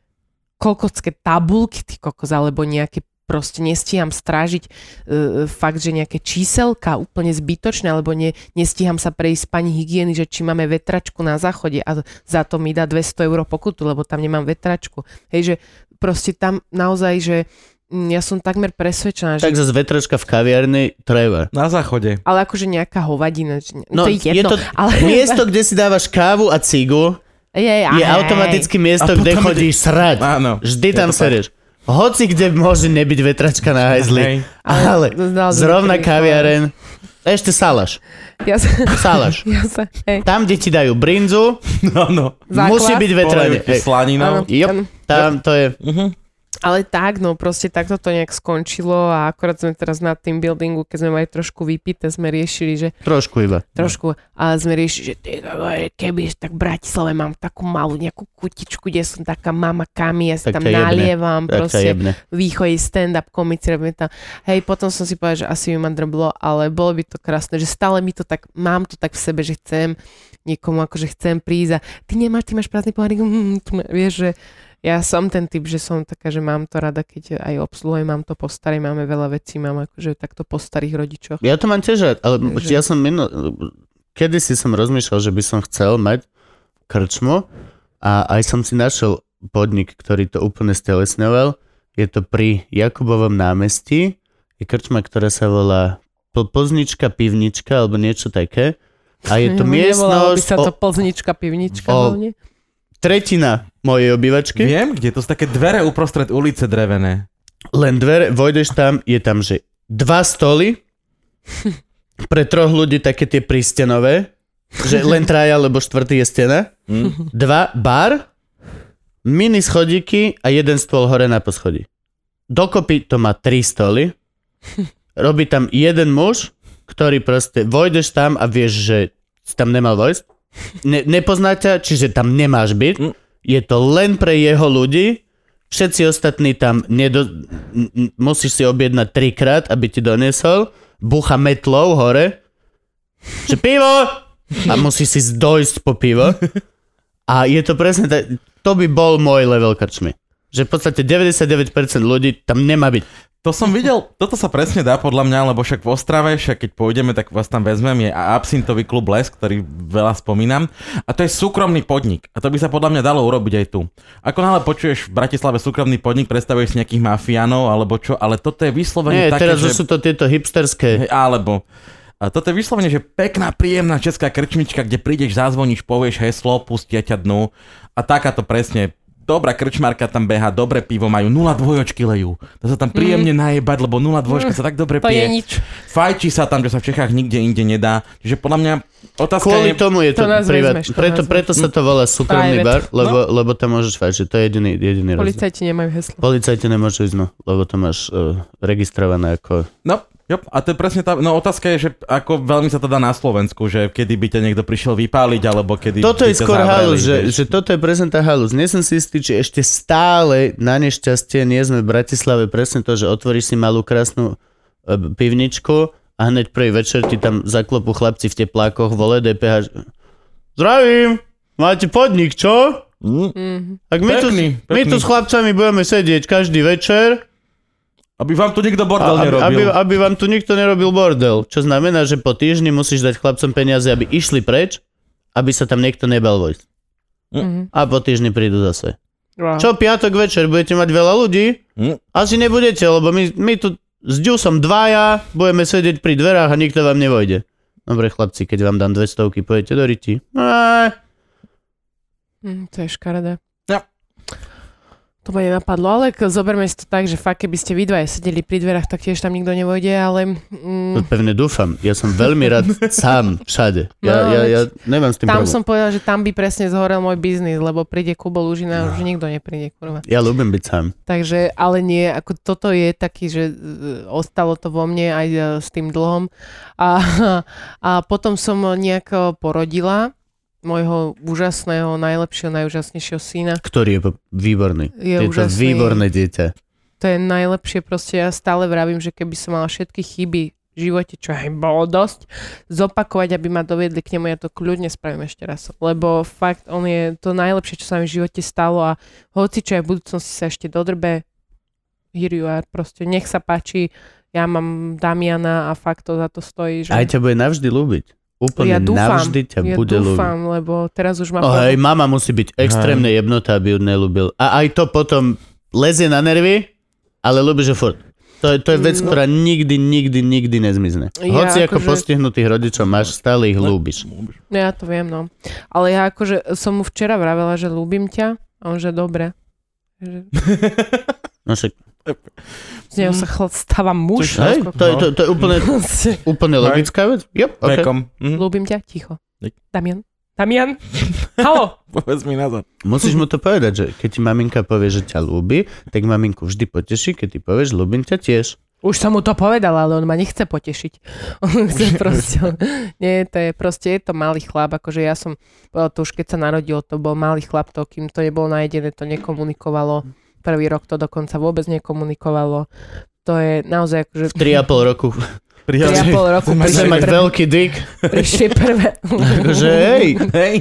S2: koľkocké tabulky, ty kokos, alebo nejaké proste nestíham strážiť uh, fakt, že nejaké číselka úplne zbytočné, alebo ne, nestíham sa prejsť pani hygieny, že či máme vetračku na záchode a za to mi dá dvesto eur pokutu, lebo tam nemám vetračku. Hej, že proste tam naozaj, že ja som takmer presvedčená, že...
S1: Tak zase vetračka v kaviarni treba.
S3: Na záchode.
S2: Ale akože nejaká hovadina.
S1: No,
S2: to je jedno.
S1: je to
S2: ale...
S1: miesto, kde si dávaš kávu a cigu,
S2: je, je,
S1: je automaticky miesto,
S3: A
S1: kde
S3: potom
S1: chodíš srať.
S3: Áno.
S1: Vždy
S3: Je
S1: tam
S3: to tak.
S1: serieš. Hoci kde môže nebyť vetračka na hajzli.
S3: Hej.
S1: Ale
S2: Ale
S1: zrovna
S2: niekedy-
S1: kaviareň. Ešte salaš.
S2: Ja sa,
S1: Salaš.
S2: ja sa, hej.
S1: Tam, kde ti dajú brinzu,
S3: No, no.
S2: Základ.
S1: musí byť vetranie.
S3: Polejú ti slaninou.
S2: Áno.
S1: Jop, tam to je.
S3: Mhm.
S2: Ale tak, no proste takto to nejak skončilo a akorát sme teraz na tým buildingu, keď sme mali trošku vypité, sme riešili, že
S1: Trošku iba.
S2: trošku, a sme riešili, že ty, keby tak v Bratislave mám takú malú nejakú kutičku, kde som taká mama Kami, ja si
S1: Tak
S2: tam
S1: ťa jebne.
S2: nalievam,
S1: Tak ťa
S2: proste
S1: jebne.
S2: východí stand-up komici, robíme tam. Hej, potom som si povedal, že asi by ma drblo, ale bolo by to krásne, že stále mi to tak, mám to tak v sebe, že chcem niekomu akože chcem prísť a ty nemáš, ty máš prázdny pohárik, mm, tu, vieš, že ja som ten typ, že som taká, že mám to rada, keď aj obsluhujem, mám to po starej, máme veľa vecí, mám akože takto po starých rodičoch.
S1: Ja to mám tiež rád, ale
S2: Takže-
S1: ja som minu... Kedysi som rozmýšľal, že by som chcel mať krčmu a aj som si našiel podnik, ktorý to úplne stelesňoval. Je to pri Jakubovom námestí. Je krčma, ktorá sa volá Pl- Plznička pivnička alebo niečo také. A je to
S2: Nevolalo by
S1: miestnosť
S2: sa to
S1: o,
S2: Plznička, pivnička
S1: o-
S2: hlavne?
S1: tretina mojej obývačky.
S3: Viem, kde to sú také dvere uprostred ulice drevené.
S1: Len dvere, vojdeš tam, je tam, že dva stoly pre troch ľudí, také tie prístenové, že len traja, lebo štvrtý je stena.
S3: Hm?
S1: Dva, bar, mini schodíky a jeden stôl hore na poschodí. Dokopy to má tri stoly. Robí tam jeden muž, ktorý proste, vojdeš tam a vieš, že si tam nemal vojsť. Ne, nepozná ťa, čiže tam nemáš byť.
S3: Mm.
S1: Je to len pre jeho ľudí. Všetci ostatní tam nedo, n- n- musíš si objednať trikrát, aby ti doniesol. Bucha metlou hore. Že pivo! A musíš si dojsť po pivo. A je to presne tak, to by bol môj level krčmy. Že v podstate deväťdesiatdeväť percent ľudí tam nemá byť.
S3: To som videl, toto sa presne dá podľa mňa, lebo však v Ostrave, však keď pôjdeme, tak vás tam vezmem, je absintový klub Les, ktorý veľa spomínam. A to je súkromný podnik. A to by sa podľa mňa dalo urobiť aj tu. Ako náhle počuješ v Bratislave súkromný podnik, predstavuješ si nejakých mafiánov alebo čo, ale toto je vyslovene
S1: Nie,
S3: také,
S1: teraz
S3: že...
S1: sú to tieto hipsterské.
S3: Hej, alebo... A toto je vyslovene, že pekná, príjemná česká krčmička, kde prídeš, zazvoníš, povieš heslo, pustia ťa dnu. A takáto presne... Dobrá krčmarka tam beha, dobré pivo majú, nula dvojočky lejú. To sa tam príjemne mm. najebať, lebo nula dvojčka mm. sa tak dobre
S2: To je
S3: pije.
S2: nič.
S3: Fajčí sa tam, že sa v Čechách nikde inde nedá. Čiže podľa mňa otázka
S1: Kvôli
S3: je...
S1: tomu je to,
S2: To nás
S1: privát.
S2: vezmeš, to
S1: Preto,
S2: nás
S1: preto sa to volá súkromný
S2: Private.
S1: bar, lebo, no. lebo tam môžeš fajčiť. To je jediný, jediný rozdiel.
S2: Policajti nemajú heslo.
S1: Policajti nemôžu ísť, no, lebo to máš uh, registrované ako...
S3: No, jop, a to je presne tá... No otázka je, že ako veľmi sa to dá na Slovensku, že kedy by ťa niekto prišiel vypáliť, alebo kedy
S1: Toto
S3: by
S1: je
S3: ťa
S1: skôr
S3: zavreli,
S1: halus, že,
S3: vieš.
S1: že toto je presne tá halus. Nie som si istý, či ešte stále na nešťastie nie sme v Bratislave presne to, že otvoríš si malú krásnu uh, pivničku a hneď prvý večer ti tam zaklopú chlapci v teplákoch, vole dé pé há. Zdravím, máte podnik, čo?
S3: Mm.
S2: Mhm.
S1: Tak my, tu,
S3: Pekný,
S1: my tu
S3: pekný.
S1: s chlapcami budeme sedieť každý večer,
S3: Aby vám tu nikto bordel
S1: aby,
S3: nerobil.
S1: aby, aby vám tu nikto nerobil bordel. Čo znamená, že po týždni musíš dať chlapcom peniaze, aby išli preč, aby sa tam niekto nebal vojsť.
S2: Mhm.
S1: A po týždni prídu zase.
S2: Wow.
S1: Čo, piatok večer budete mať veľa ľudí?
S3: Mm.
S1: Asi nebudete, lebo my, my tu s Ďusom dvaja budeme sedieť pri dverách a nikto vám nevojde. Dobre chlapci, keď vám dám dve stovky, pôjdete do riti. Á,
S2: Mm, to je škaredé.
S3: Ja.
S2: To ma nenapadlo, ale k- zoberme si to tak, že fakt, keby ste vy dvaja sedeli pri dverách, tak tiež tam nikto nevojde, ale...
S1: to
S2: Mm,
S1: pevne dúfam. Ja som veľmi rád sám, všade. Ja,
S2: No,
S1: ja, ja
S2: veď
S1: nemám s tým
S2: tam
S1: problém.
S2: som povedal, že tam by presne zhorel môj biznis, lebo príde Kubo Lužina a už nikto nepríde, kurva.
S1: Ja ľúbim byť sám.
S2: Takže, ale nie, ako toto je taký, že e, ostalo to vo mne aj e, s tým dlhom. A, a potom som nejak porodila môjho úžasného, najlepšieho, najúžasnejšieho syna.
S1: Ktorý je výborný.
S2: Je,
S1: je to výborné dieťa.
S2: To je najlepšie, proste ja stále vravím, že keby som mala všetky chyby v živote, čo aj bolo dosť, zopakovať, aby ma doviedli k nemu, ja to kľudne spravím ešte raz. Lebo fakt, on je to najlepšie, čo sa mi v živote stalo a hoci čo aj v budúcnosti sa ešte dodrbe, here you are, proste nech sa páči, ja mám Damiana a fakt to za to stojí. Že...
S1: Aj ťa bude navždy ľúbiť. Úplne
S2: ja dúfam,
S1: navždy ťa
S2: ja
S1: bude ľúbiť.
S2: Ja dúfam, lebo teraz už ma...
S1: Oh, hej, mama musí byť extrémne hej. jebnutá, aby ju nelúbil. A aj to potom lezie na nervy, ale ľúbi, že furt. To je, to je vec, no. ktorá nikdy, nikdy, nikdy nezmizne. Ja Hoci ako, ako že... postihnutých rodičov máš, stále ich ľúbiš.
S2: Ja to viem, no. Ale ja akože som mu včera vravela, že ľúbim ťa, a on že dobre. Že...
S1: No však...
S2: Z neho sa chl- stáva muž.
S1: Hej, to, je, to, to je úplne, úplne logická vec. Yep, okay.
S3: mm.
S2: Ľúbim ťa, ticho. Damian. Damian. Halo.
S3: Povedz mi nazad.
S1: Musíš mu to povedať, že keď ti maminka povie, že ťa ľúbi, tak maminku vždy poteší, keď ty povieš, ľúbim ťa tiež.
S2: Už som mu to povedala, ale on ma nechce potešiť. On chce proste... Nie, to je proste, je to malý chlap, akože ja som, to už keď sa narodil, to bol malý chlap, to kým to nebolo najedené, to nekomunikovalo. Prvý rok to dokonca vôbec nekomunikovalo. To je naozaj akože...
S1: V tri a pol roku.
S2: tri a pol roku.
S1: Chce mať prvé... veľký dick.
S2: Prišli prvé.
S1: Akože hej, hej.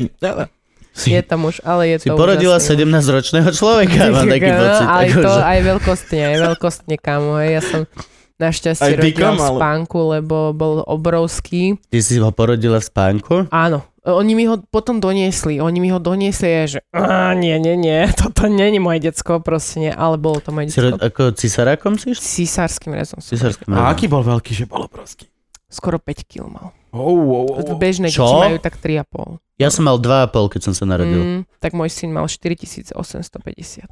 S2: Je to muž, ale je
S1: si
S2: to
S1: Si porodila sedemnásťročného človeka, mám taký pocit.
S2: Aj to, aj veľkostne, aj veľkostne, kámo. Ja som našťastie rodila v spánku, lebo bol obrovský.
S1: Ty si ho porodila v spánku?
S2: Áno. Oni mi ho potom doniesli, oni mi ho doniesli a že nie, nie, nie, toto nie je moje decko, proste nie, ale bolo to moje decko.
S1: Ako cisárakom si?
S2: Císarským rezom.
S1: Císarským
S3: rezom. A aký bol veľký, že bol obrovský?
S2: Skoro päť kilogramov mal.
S3: Oh, oh, oh.
S2: V bežnej deti majú tak tri a pol.
S1: Ja som mal dva a pol, keď som sa narodil. Mm,
S2: tak môj syn mal štyritisícosemstopäťdesiat.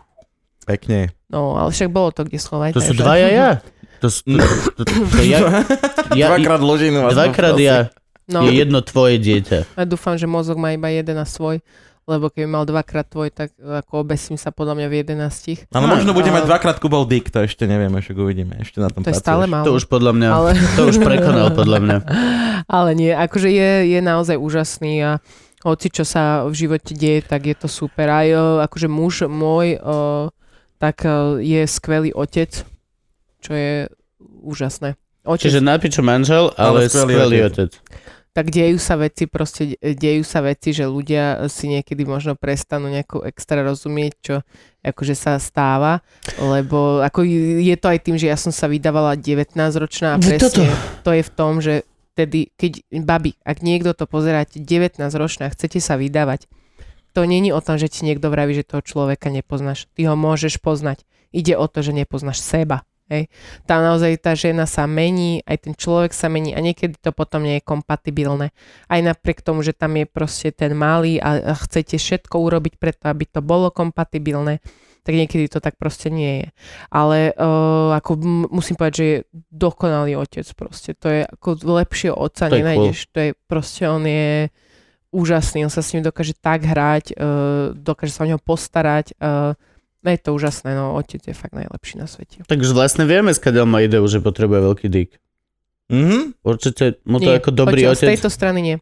S3: Pekne.
S2: No, ale však bolo to, kde Slovajta.
S1: To sú dvaja ja. To sú... To, to, to, to ja, ja,
S3: dvakrát ložinu.
S1: Dvakrát ja. No. Je jedno tvoje dieťa.
S2: Ja dúfam, že mozog má iba jeden a svoj, lebo keby mal dvakrát tvoj, tak ako obesím sa podľa mňa v jedenástich.
S3: Ale možno bude mať dvakrát Kubov dick, to ešte nevieme, však uvidíme, ešte na tom
S2: to
S3: pracuješ.
S2: Je stále málo.
S1: To už podľa mňa, ale... to už prekonal podľa mňa.
S2: Ale nie, akože je, je naozaj úžasný a hoci čo sa v živote deje, tak je to super. Aj akože muž môj, tak je skvelý otec, čo je úžasné. Otec.
S1: Čiže na piču manžel, ale, ale skvelý, skvelý otec. otec.
S2: Tak dejú sa veci, proste dejú sa veci, že ľudia si niekedy možno prestanú nejako extra rozumieť, čo akože sa stáva, lebo ako je to aj tým, že ja som sa vydávala devätnásťročná a presne Toto. to je v tom, že tedy, keď, babi, ak niekto to pozeráte devätnásťročná a chcete sa vydávať, to není o tom, že ti niekto vraví, že toho človeka nepoznáš. Ty ho môžeš poznať. Ide o to, že nepoznáš seba. Hej. Tá naozaj tá žena sa mení, aj ten človek sa mení a niekedy to potom nie je kompatibilné. Aj napriek tomu, že tam je proste ten malý a, a chcete všetko urobiť preto, aby to bolo kompatibilné, tak niekedy to tak proste nie je. Ale uh, ako m- musím povedať, že je dokonalý otec proste. To je ako lepšieho otca to nenájdeš. Cool. To je proste, on je úžasný, on sa s ním dokáže tak hrať, uh, dokáže sa o neho postarať, uh, je to úžasné, no otec je fakt najlepší na svete. Takže
S1: vlastne vieme, skadiaľ má ideu, že potrebuje veľký dick. Mhm. Určite mu to
S2: nie,
S1: ako dobrý
S2: počuva,
S1: otec.
S2: Z tejto strany nie.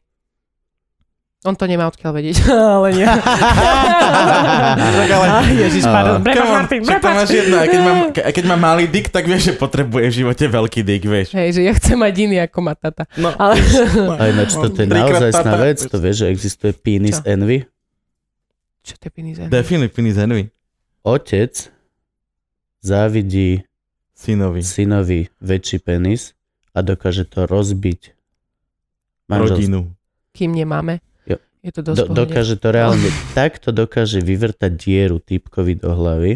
S2: On to nemá odkiaľ vedieť, ale nie. Ježiš, pardon. Prepač, Martin, prepač.
S3: Keď mám, keď mám malý dick, tak vieš, že potrebuje v živote veľký dick, vieš.
S2: Hej, že ja chcem mať iný, ako má tata. No. Ale...
S1: A ináč to je naozaj sná vec, to vieš, že existuje penis Čo? envy.
S2: Čo to je penis envy?
S3: Definuj penis envy.
S1: Otec závidí
S3: synovi.
S1: synovi väčší penis a dokáže to rozbiť
S3: rodinu.
S2: Kým nemáme.
S1: Jo.
S2: Je to dosť
S1: Do, dokáže to reálne, takto dokáže vyvrtať dieru typkovi do hlavy.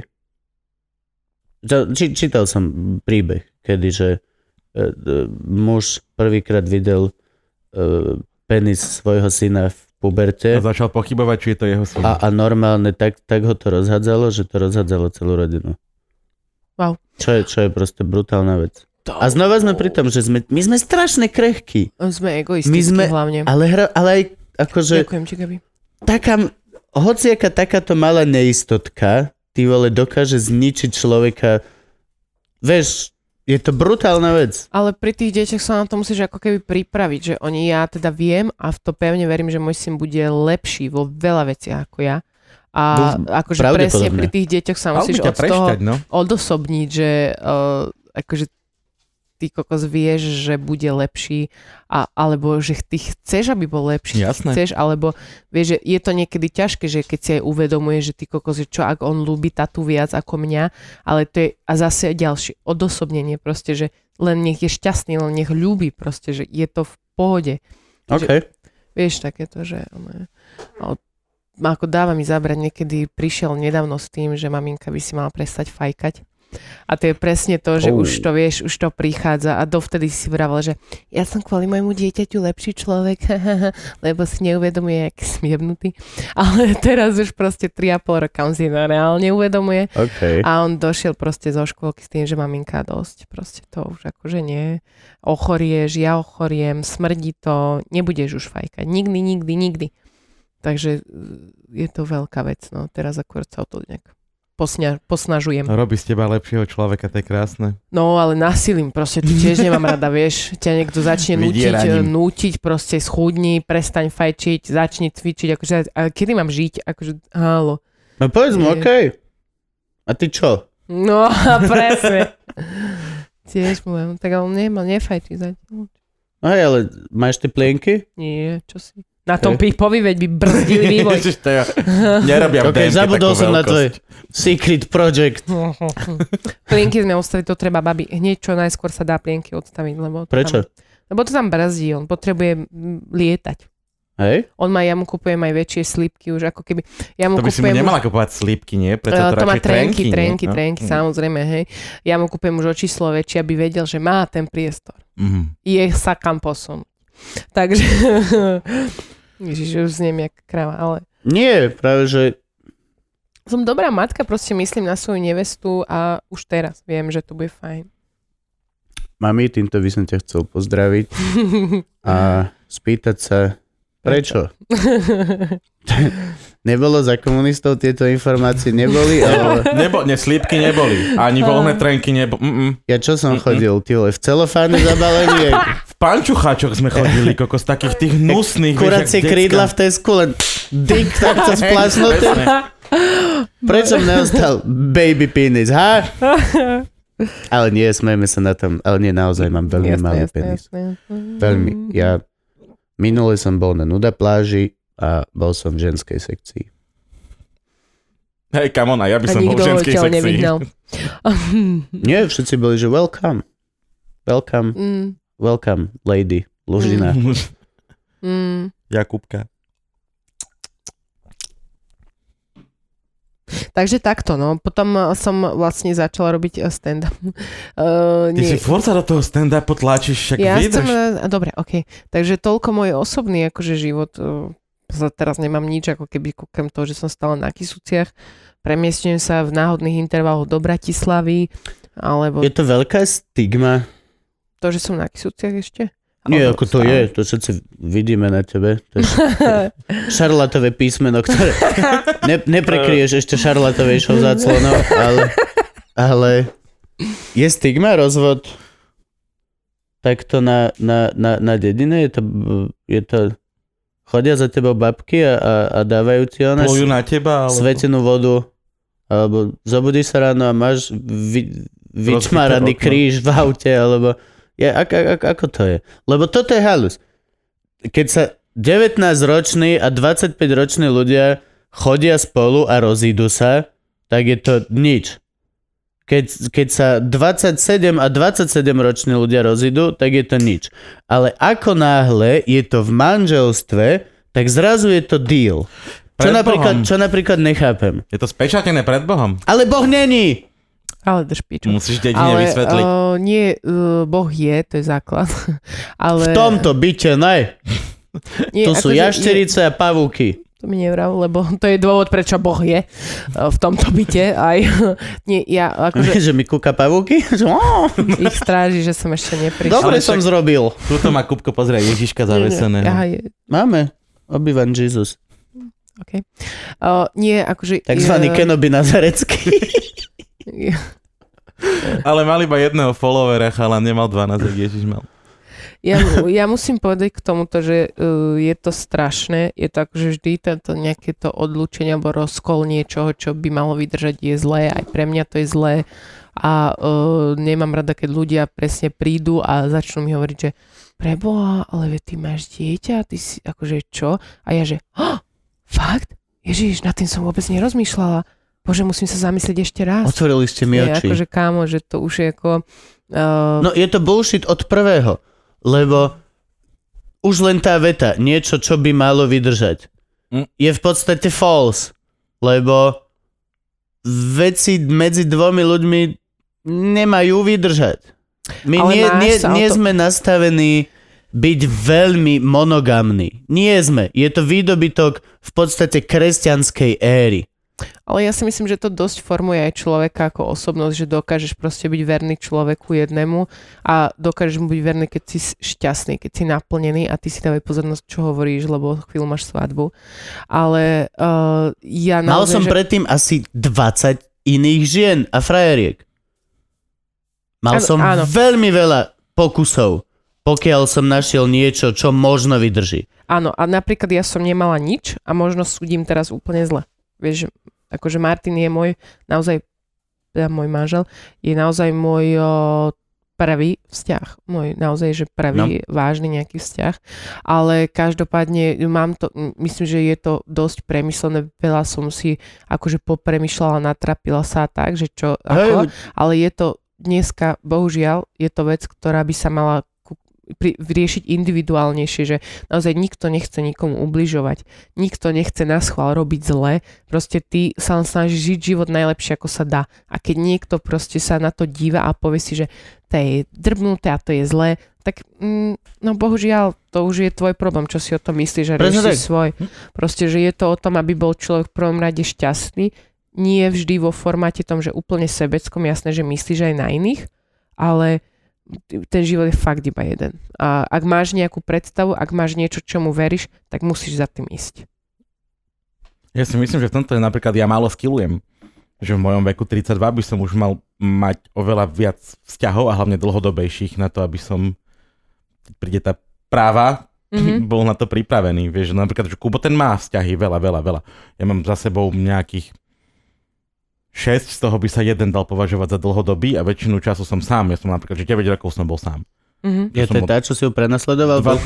S1: Či, čítal som príbeh, kedy, že uh, muž prvýkrát videl uh, penis svojho syna v puberte.
S3: A začal pochybovať, či je to jeho syn.
S1: A, a normálne tak, tak ho to rozhádzalo, že to rozhádzalo celú rodinu.
S2: Wow.
S1: Čo je, čo je proste brutálna vec. To... A znova sme pri tom, že sme, my sme strašne krehkí.
S2: Sme egoistickí sme, hlavne.
S1: Ale, hra, ale aj akože...
S2: Ďakujem ti, Gabi.
S1: Taká, hociaká takáto malá neistotka, ty vole, dokáže zničiť človeka. Vieš, Je to brutálna vec.
S2: Ale pri tých deťoch sa na to musíš ako keby pripraviť, že oni, ja teda viem a v to pevne verím, že môj syn bude lepší vo veľa veciach ako ja. A akože presne pri tých deťoch sa musíš od prešťať, toho no? odosobniť, že uh, akože ty kokos vieš, že bude lepší, a, alebo že ty chceš, aby bol lepší.
S3: Jasné.
S2: Chceš, alebo vieš, že je to niekedy ťažké, že keď si aj uvedomuješ, že ty kokos, že čo ak on ľúbi tatu viac ako mňa, ale to je a zase ďalšie odosobnenie proste, že len nech je šťastný, len nech ľúbi proste, že je to v pohode.
S1: OK.
S2: Že, vieš, takéto, že no, ako dáva mi zabrať, niekedy prišiel nedávno s tým, že maminka by si mala prestať fajkať. A to je presne to, že oh. už to vieš, už to prichádza a dovtedy si vravel, že ja som kvôli môjmu dieťaťu lepší človek, lebo si neuvedomuje, aký som jebnutý. Ale teraz už proste tri a pol roka on si to reálne uvedomuje.
S1: Okay.
S2: A on došiel proste zo škôlky s tým, že maminka dosť. Proste to už akože nie. Ochorieš, ja ochoriem, smrdí to, nebudeš už fajkať. Nikdy, nikdy, nikdy. Takže je to veľká vec. No. Teraz akurát sa o to nejak Posňa, posnažujem.
S3: Robí z teba lepšieho človeka, to je krásne.
S2: No, ale násilím, proste tu tiež nemám rada, vieš. Ťa niekto začne nútiť, nútiť, proste schudni, prestaň fajčiť, začni cvičiť, akože, a kedy mám žiť, akože, hálo.
S1: No povedz mu, okej. Okay. A ty čo?
S2: No, presne. Tiež mu, tak ale nemá, nefajči zatiaľ.
S1: Aj, ale máš tie plienky?
S2: Nie, čo si... Na tom okay. Pipovi, veď by brzdili vývoj.
S3: Ježiš, to ja nerobia v
S1: okay, zabudol som veľkosť. Na tvoj secret project.
S2: Plienky sme odstaviť, to treba, babi. Hneď čo najskôr sa dá plienky odstaviť. Lebo
S1: prečo?
S2: Tam, lebo to tam brzdí, on potrebuje lietať.
S1: Hej?
S2: On má, ja mu kupujem aj väčšie slípky už, ako keby... Ja mu
S3: to by si mu nemala kupovať slípky, nie? Prečo to,
S2: to má
S3: trenky,
S2: trenky, trenky, no? samozrejme, hej. Ja mu kupujem už o číslo väčšie, aby vedel, že má ten priestor. Mm-hmm. Je sa kam posunúť. Takže... Ježiš, už zniem jak kráva, ale...
S1: Nie, práve, že...
S2: Som dobrá matka, proste myslím na svoju nevestu a už teraz viem, že to bude fajn. Mami,
S1: týmto by som ťa chcel pozdraviť a spýtať sa, prečo? Nebolo za komunistov tieto informácie? Neboli? Ale...
S3: Nebo, ne, slípky neboli. Ani voľné trenky neboli. Mm-mm.
S1: Ja čo som Mm-mm. chodil? Ty v celofáne zabalení?
S3: V pančucháčoch sme chodili, kokos, takých tých hnusných.
S1: Kuracie krídla v Tesku, len dick takto splasnuté. Prečo mne ostal baby penis, ha? Ale nie, smejme sa na tom. Ale nie, naozaj mám veľmi jasne, malý jasne, penis. Jasne. Veľmi. Ja minule som bol na nuda pláži a bol som v ženskej sekcii.
S3: Hej, come on, ja by som bol v ženskej sekcii.
S1: Nie, všetci boli, že welcome. Welcome. Mm. Welcome, lady. Lužina.
S2: Mm. Mm.
S3: Jakubka.
S2: Takže takto, no. Potom som vlastne začala robiť stand-up. Uh,
S3: Ty nie. si furt sa do toho stand-upu tlačíš, však
S2: ja
S3: vydrž.
S2: Som, dobre, okej. Okay. Takže toľko môj osobný akože život. Uh, teraz nemám nič, ako keby kúkam to, že som stále na Kysuciach. Premiestňujem sa v náhodných intervaloch do Bratislavy. Alebo...
S1: Je to veľká stigma?
S2: To, že som na Kysuciach ešte?
S1: Nie, ako to je, to všetci vidíme na tebe. To je šarlatové písmeno, ktoré ne, neprekryješ ešte šarlatovejšou záclonou, ale, ale je stigma rozvod takto na, na, na, na dedine? Je to, je to, chodia za tebou babky a, a, a dávajú ti ona
S3: Plujú na teba, alebo...
S1: svetenú vodu, alebo zobudíš sa ráno a máš vy, vyčmáraný kríž v aute, alebo... Ja, ako, ako, ako to je? Lebo toto je halus. Keď sa devätnásťroční a dvadsaťpäťroční ľudia chodia spolu a rozídu sa, tak je to nič. Keď, keď sa dvadsaťsedem a dvadsaťsedemroční ľudia rozídu, tak je to nič. Ale ako náhle je to v manželstve, tak zrazu je to deal. Čo napríklad, čo napríklad nechápem.
S3: Je to spečatené pred Bohom.
S1: Ale Boh není!
S2: Ale drž piču.
S3: Musíš dedine ale, vysvetliť.
S2: Ale uh, nie, uh, Boh je, to je základ. Ale...
S1: V tomto byte, ne? Nie, tu sú akože jašterice je... a pavúky.
S2: To mi nevrav, lebo to je dôvod, prečo Boh je uh, v tomto byte. Aj, nie, ja, akože...
S1: Že mi kúka pavúky?
S2: Ich stráži, že som ešte neprišiel.
S1: Dobre som zrobil.
S3: Tuto má Kupko, pozrie, Ježiška zaveseného.
S2: Je...
S1: Máme. Obi-Wan Jesus.
S2: Okay. Uh, nie, akože...
S1: Takzvaný uh... Kenobi Nazarecký.
S3: Ale mal iba jedného followera, ale nemal dvanásť, ak Ježiš mal.
S2: Ja, ja musím povedať k tomuto, že uh, je to strašné. Je to akože vždy tento nejaké to odlúčenie alebo rozkol niečoho, čo by malo vydržať, je zlé. Aj pre mňa to je zlé. A uh, nemám rada, keď ľudia presne prídu a začnú mi hovoriť, že preboha, ale ty máš dieťa, ty si akože čo? A ja že, oh, fakt? Ježiš, nad tým som vôbec nerozmýšľala. Bože, musím sa zamyslieť ešte raz.
S1: Otvorili ste mi oči.
S2: Akože kámo, že to už je ako... Uh...
S1: No je to bullshit od prvého. Lebo už len tá veta, niečo, čo by malo vydržať, mm. je v podstate false. Lebo veci medzi dvomi ľuďmi nemajú vydržať. My
S2: Ale
S1: nie, nie, nie
S2: to...
S1: sme nastavení byť veľmi monogamní. Nie sme. Je to výdobytok v podstate kresťanskej éry.
S2: Ale ja si myslím, že to dosť formuje aj človeka ako osobnosť, že dokážeš proste byť verný človeku jednému a dokážeš mu byť verný, keď si šťastný, keď si naplnený a ty si dávaj pozornosť, čo hovoríš, lebo chvíľu máš svadbu. Ale uh, ja naozaj...
S1: Mal som
S2: že...
S1: predtým asi dvadsať iných žien a frajeriek. Mal
S2: áno,
S1: som
S2: áno.
S1: veľmi veľa pokusov, pokiaľ som našiel niečo, čo možno vydrží.
S2: Áno, a napríklad ja som nemala nič a možno súdim teraz úplne zle. Vieš, akože Martin je môj naozaj, teda môj manžel, je naozaj môj o, pravý vzťah. Môj naozaj, že pravý, no. vážny nejaký vzťah. Ale každopádne mám to, myslím, že je to dosť premyslené. Veľa som si akože popremýšľala, natrapila sa tak, že čo, ako. Hej. Ale je to dneska, bohužiaľ, je to vec, ktorá by sa mala Pri, riešiť individuálnejšie, že naozaj nikto nechce nikomu ubližovať, nikto nechce na schvál robiť zle, proste ty sa len snažíš žiť život najlepšie, ako sa dá. A keď niekto proste sa na to díva a povie si, že to je drbnuté a to je zlé, tak mm, no bohužiaľ, to už je tvoj problém, čo si o tom myslíš a rieši svoj. Proste, že je to o tom, aby bol človek v prvom rade šťastný, nie vždy vo formáte tom, že úplne sebeckom, jasné, že myslíš aj na iných, ale ten život je fakt iba jeden. A ak máš nejakú predstavu, ak máš niečo, čomu veríš, tak musíš za tým ísť.
S3: Ja si myslím, že v tomto je napríklad ja málo skillujem. Že v mojom veku tridsaťdva by som už mal mať oveľa viac vzťahov a hlavne dlhodobejších na to, aby som, keď príde tá práva, mm-hmm. bol na to pripravený. Vieš, napríklad, že Kubo ten má vzťahy veľa, veľa, veľa. Ja mám za sebou nejakých šesť, z toho by sa jeden dal považovať za dlhodobý a väčšinu času som sám. Ja som napríklad, že deväť rokov som bol sám.
S1: Mm-hmm. Je to od... tá, čo si ju prenasledoval?
S3: Dva...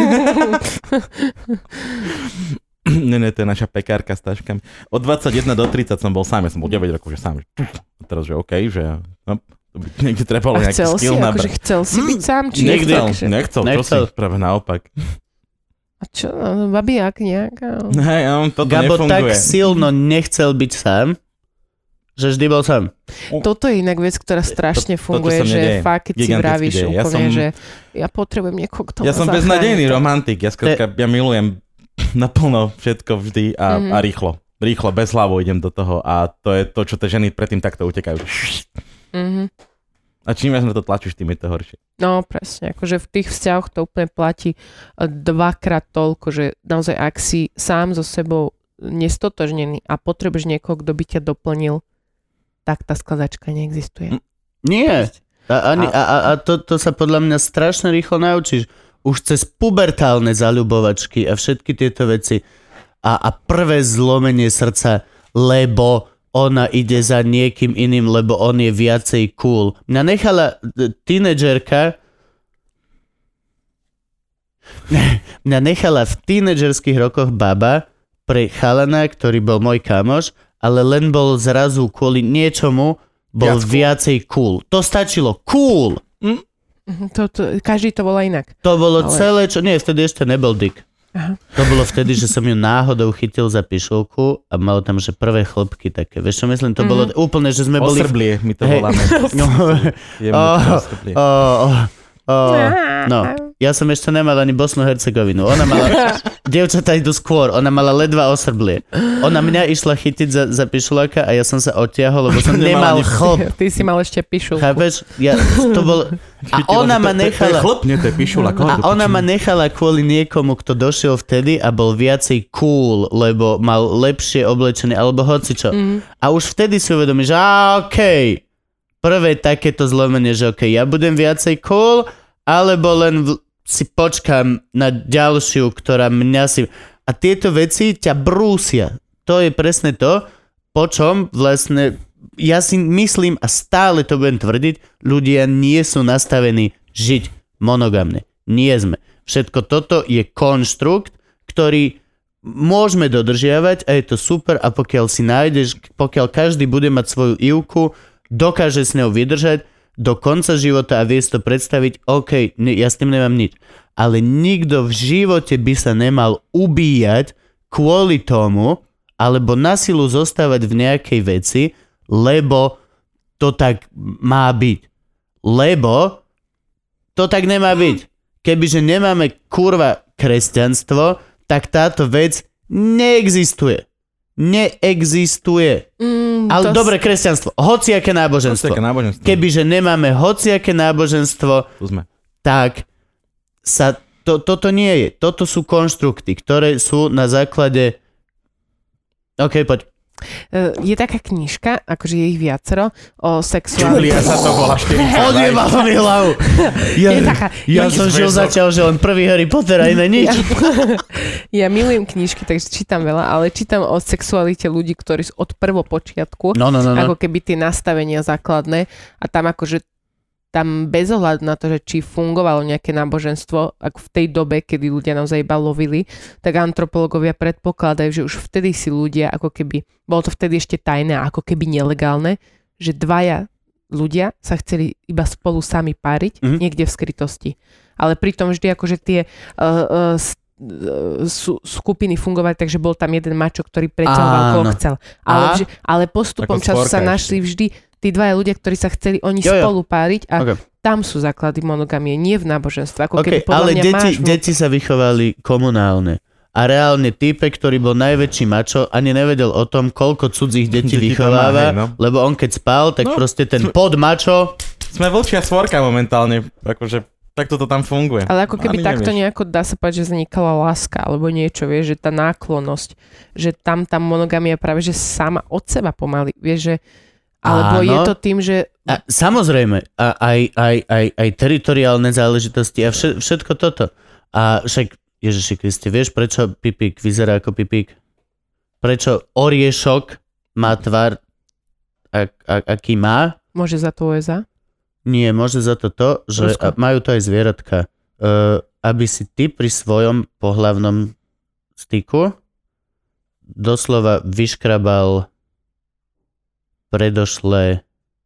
S3: ne, ne, to je naša pekárka s taškami. Od dvadsaťjeden do tridsať som bol sám. Ja som bol deväť rokov, že sám. A teraz, že okej, okay, že no, to by niekde trebalo nejaký skill nabrať.
S2: Akože chcel si byť sám? Či
S3: nechcel,
S2: nechcel,
S3: nechcel, nechcel. Čo si práve naopak.
S2: A čo, no, babijak nejaká?
S3: Hej, on toto
S1: Gabo
S3: nefunguje.
S1: tak silno nechcel byť sám, že vždy bol sám.
S2: Toto je inak vec, ktorá strašne
S3: to,
S2: funguje, že nedeje. Fakt, keď si vravíš
S3: deje.
S2: úplne,
S3: ja som,
S2: že ja potrebujem niekoho, kto
S3: ja
S2: ma
S3: som
S2: zachráni.
S3: beznadejný romantik. Ja, skrátka, ja milujem naplno všetko vždy a, mm-hmm. a rýchlo. Rýchlo, bez hlavu idem do toho a to je to, čo tie ženy predtým takto utekajú. Mm-hmm. A čím viac na to tlačíš, tým je to horšie.
S2: No presne, akože v tých vzťahoch to úplne platí dvakrát toľko, že naozaj ak si sám so sebou nestotožnený a potrebuješ niekoho, kto by ťa doplnil, tak tá skladačka neexistuje.
S1: Nie. A, ani, a, a, a to, to sa podľa mňa strašne rýchlo naučíš. Už cez pubertálne zaľubovačky a všetky tieto veci a, a prvé zlomenie srdca, lebo ona ide za niekým iným, lebo on je viacej cool. Mňa nechala tínedžerka mňa nechala v tínedžerských rokoch baba pre chalana, ktorý bol môj kamoš, ale len bol zrazu kvôli niečomu, bol Viac viacej cool. To stačilo. Cool! Hm?
S2: To, to, každý to volá inak.
S1: To bolo ale... celé, čo... Nie, vtedy ešte nebol dick. Aha. To bolo vtedy, že som ju náhodou chytil za pišulku a mal tam, že prvé chlopky také. Vieš čo myslím? To mm-hmm. bolo úplne, že sme boli...
S3: Osrblie, my to voláme.
S1: No, oh, oh, oh, oh, no. Ja som ešte nemal ani Bosnu Hercegovinu. Ona mala... Dievčatá idú skôr. Ona mala ledva osrblie. Ona mňa išla chytiť za, za pišuláka a ja som sa odtiahol, lebo som nemal chlop.
S2: Ty si mal ešte pišulku.
S1: Chápeš? Ja, to bol... A ona ma nechala...
S3: To je chlop, nie, to je pišulak.
S1: A ona ma nechala kvôli niekomu, kto došiel vtedy a bol viacej cool, lebo mal lepšie oblečené, alebo hocičo. Mm. A už vtedy si uvedomí, že á, okej. Okay. prvé takéto zlomenie, že okej, okay, ja budem viacej cool, alebo len v, si počkám na ďalšiu, ktorá mňa si... A tieto veci ťa brúsia. To je presne to, po čom vlastne ja si myslím a stále to budem tvrdiť, ľudia nie sú nastavení žiť monogamne. Nie sme. Všetko toto je konštrukt, ktorý môžeme dodržiavať a je to super a pokiaľ si nájdeš, pokiaľ každý bude mať svoju Ivku, dokáže s ňou vydržať do konca života a vie si to predstaviť, OK, ne, ja s tým nemám nič. Ale nikto v živote by sa nemal ubíjať kvôli tomu, alebo na silu zostávať v nejakej veci, lebo to tak má byť. Lebo to tak nemá byť. Kebyže nemáme kurva kresťanstvo, tak táto vec neexistuje. Neexistuje. Mm, Ale to dobre, kresťanstvo. Hociaké náboženstvo. Hociaké náboženstvo. Kebyže nemáme hociaké náboženstvo, tak sa to, toto nie je. Toto sú konštrukty, ktoré sú na základe... OK, poď.
S2: Je taká knižka, akože je ich viacero, o sexuálnych...
S3: Julia sa to volá štyri.
S1: Odjebal mi hlavu. Ja, taká, ja som žil zatiaľ, že len prvý Harry Potter a iné nič.
S2: Ja, ja milujem knižky, takže čítam veľa, ale čítam o sexualite ľudí, ktorí sú od prvopočiatku,
S1: no, no, no, no.
S2: ako keby tie nastavenia základné a tam akože tam bez ohľadu na to, že či fungovalo nejaké náboženstvo, ako v tej dobe, kedy ľudia naozaj iba lovili, tak antropológovia predpokladajú, že už vtedy si ľudia, ako keby, bolo to vtedy ešte tajné, ako keby nelegálne, že dvaja ľudia sa chceli iba spolu sami páriť, mm-hmm. niekde v skrytosti. Ale pritom vždy akože tie uh, uh, sú, skupiny fungovali, takže bol tam jeden mačo, ktorý preťahoval, koho chcel. Ale, vždy, ale postupom času sa našli vždy tí dvaja ľudia, ktorí sa chceli oni jo, jo. spolu páriť a okay. tam sú základy monogamie, nie v náboženstve. Ako okay, keby podľa
S1: ale
S2: mňa
S1: deti,
S2: máš...
S1: deti sa vychovali komunálne. A reálne týpek, ktorý bol najväčší mačo, ani nevedel o tom, koľko cudzích detí vychováva, no. lebo on keď spal, tak no. proste ten pod mačo...
S3: Sme vlčia svorka momentálne, akože takto to tam funguje.
S2: Ale ako keby takto nevieš. Nejako, dá sa povedať, že vznikala láska, alebo niečo, vieš, že tá náklonnosť, že tam tá monogamia práve, že sama od seba pomaly, vieš, že alebo áno. je to tým, že...
S1: A, samozrejme, a aj, aj, aj, aj teritoriálne záležitosti a vše, všetko toto. A však, Ježiši Kriste, vieš, prečo pipík vyzerá ako pipík? Prečo oriešok má tvar, ak, ak, aký má?
S2: Môže za to U S A?
S1: Nie, môže za to to, že majú to aj zvieratka. Uh, aby si ty pri svojom pohlavnom styku doslova vyškrabal predošlé...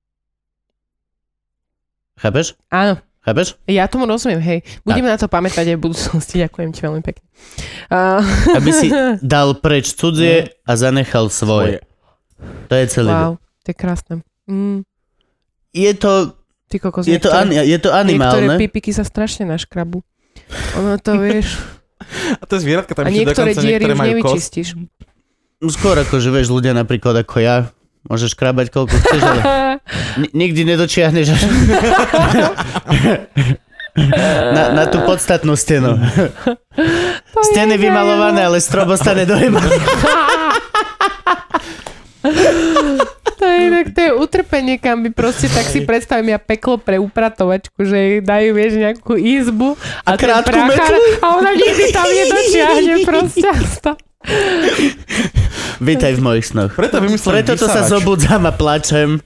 S1: Chápeš?
S2: Áno.
S1: Chápeš?
S2: Ja tomu rozumiem, hej. Budeme tak. na to pamätať aj v budúcnosti. Ďakujem ti veľmi pekne. Uh...
S1: Aby si dal preč cudzie a zanechal svoje. To je celý.
S2: Wow, to je krásne. Mm.
S1: Je to...
S2: Ty kokos,
S1: je, to an, je to animálne.
S2: Niektoré pipiky sa strašne naškrabu. Ono to, vieš...
S3: A to je zvieratka tam
S2: a niektoré diery už nevyčistíš.
S1: Skôr ako, že vieš, ľudia napríklad ako ja, môžeš krabať koľko chceš, ale n- nikdy nedočiahneš až na, na tú podstatnú stenu. Steny vymalované, ale strop ostane dojma.
S2: To je inak, to je utrpenie, kam by proste, tak si predstavím ja peklo pre upratovačku, že dajú, vieš, nejakú izbu a, a krátku metlu a ona nikdy tam nedočiahne proste.
S1: Vítaj v mojich snoch.
S3: Preto,
S1: Preto to sa zobudzam a plačem.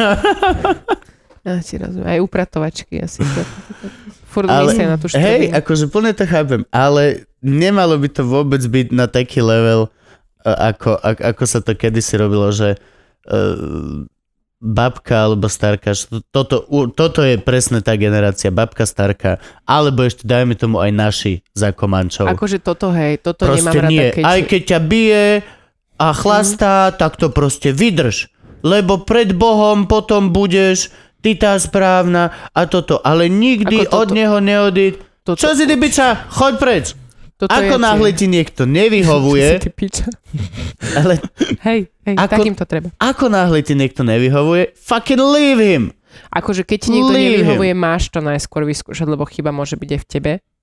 S2: Ja ti rozumiem. Aj upratovačky asi. Furt myslia na tú štúdiu.
S1: Hej, akože plne to chápem, ale nemalo by to vôbec byť na taký level, ako, ako, ako sa to kedysi robilo, že uh, babka alebo starka, toto, toto je presne tá generácia, babka, starka, alebo ešte dajme tomu aj naši za Komančov.
S2: Akože toto, hej, toto
S1: proste
S2: nemám rada.
S1: Nie.
S2: Keď...
S1: Aj keď ťa bije a chlastá, mm. tak to proste vydrž. Lebo pred Bohom potom budeš ty tá správna a toto. Ale nikdy od neho neodíď. Toto... Čo si ty piča? Choď preč. Toto ako náhle ti niekto nevyhovuje... ale...
S2: Hej, hej, ako, takým to treba.
S1: Ako náhle ti niekto nevyhovuje, fucking leave him.
S2: Akože keď ti niekto leave nevyhovuje, him. Máš to najskôr vyskúšať, lebo chyba môže byť aj v tebe.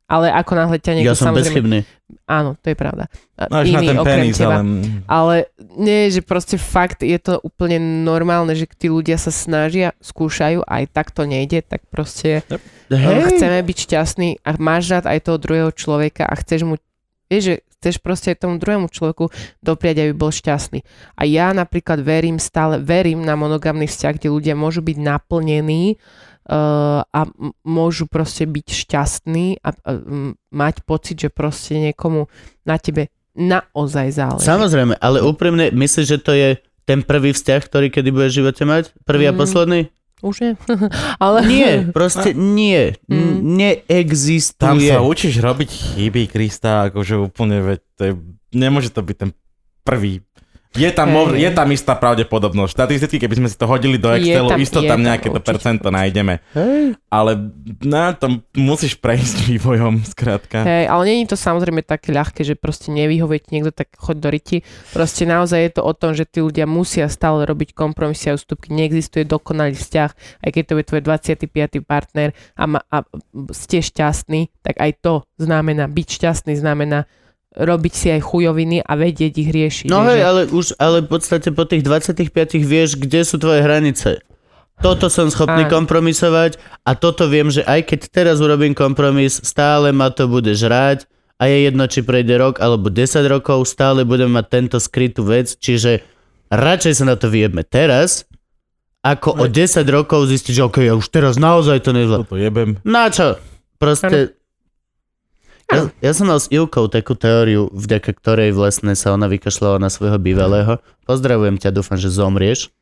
S2: Ale ako náhle ťa niekto
S1: ja som
S2: samozrejme...
S1: bezchybný.
S2: Áno, to je pravda.
S3: No, až na ten penis,
S2: teba.
S3: ale...
S2: Ale nie, že proste fakt je to úplne normálne, že tí ľudia sa snažia, skúšajú, aj tak to nejde, tak proste
S1: Hej.
S2: chceme byť šťastní a máš rád aj toho druhého človeka a chceš mu, vieš, že chceš proste tomu druhému človeku dopriať, aby bol šťastný. A ja napríklad verím stále, verím na monogamný vzťah, kde ľudia môžu byť naplnení uh, a m- môžu proste byť šťastní a, a m- mať pocit, že proste niekomu na tebe naozaj záleží.
S1: Samozrejme, ale úprimne, myslíš, že to je ten prvý vzťah, ktorý kedy budeš v živote mať? Prvý a
S2: Mm.
S1: posledný?
S2: Už nie. Ale...
S1: Nie, proste nie.
S2: Mm.
S1: Neexistuje.
S3: Tam sa učíš robiť chyby, Krista, akože úplne, veď to je, nemôže to byť ten prvý. Je tam,
S2: Hey.
S3: mov, je tam istá pravdepodobnosť. Štatisticky, keby sme si to hodili do Excelu,
S2: tam-
S3: isto
S2: je
S3: tam
S2: tam
S3: nejaké to
S2: určite.
S3: percento nájdeme.
S1: Hej.
S3: Ale na tom musíš prejsť vývojom, skrátka.
S2: Hej, ale nie je to samozrejme také ľahké, že proste nevyhovuje ti niekto, tak choď do riti. Proste naozaj je to o tom, že tí ľudia musia stále robiť kompromisy a ústupky. Neexistuje dokonalý vzťah, aj keď to je tvoj dvadsiaty piaty partner a, ma, a ste šťastní, tak aj to znamená, byť šťastný znamená robiť si aj chujoviny a vedieť ich riešiť.
S1: No
S2: že-
S1: hej, ale už, ale v podstate po tých dvadsiatich piatich vieš, kde sú tvoje hranice. Toto som schopný
S2: Áno.
S1: kompromisovať a toto viem, že aj keď teraz urobím kompromis, stále ma to bude žrať a je jedno, či prejde rok alebo desať rokov, stále budem mať tento skrytú vec, čiže radšej sa na to vyjebme teraz, ako o desať rokov zistiť, že okej, ja už teraz naozaj to nezvládam.
S3: Toto jebem.
S1: Na čo? Proste... Ja, ja som mal s Ivkou takú teóriu, vďaka ktorej vlastne sa ona vykašľala na svojho bývalého. Pozdravujem ťa, dúfam, že zomrieš.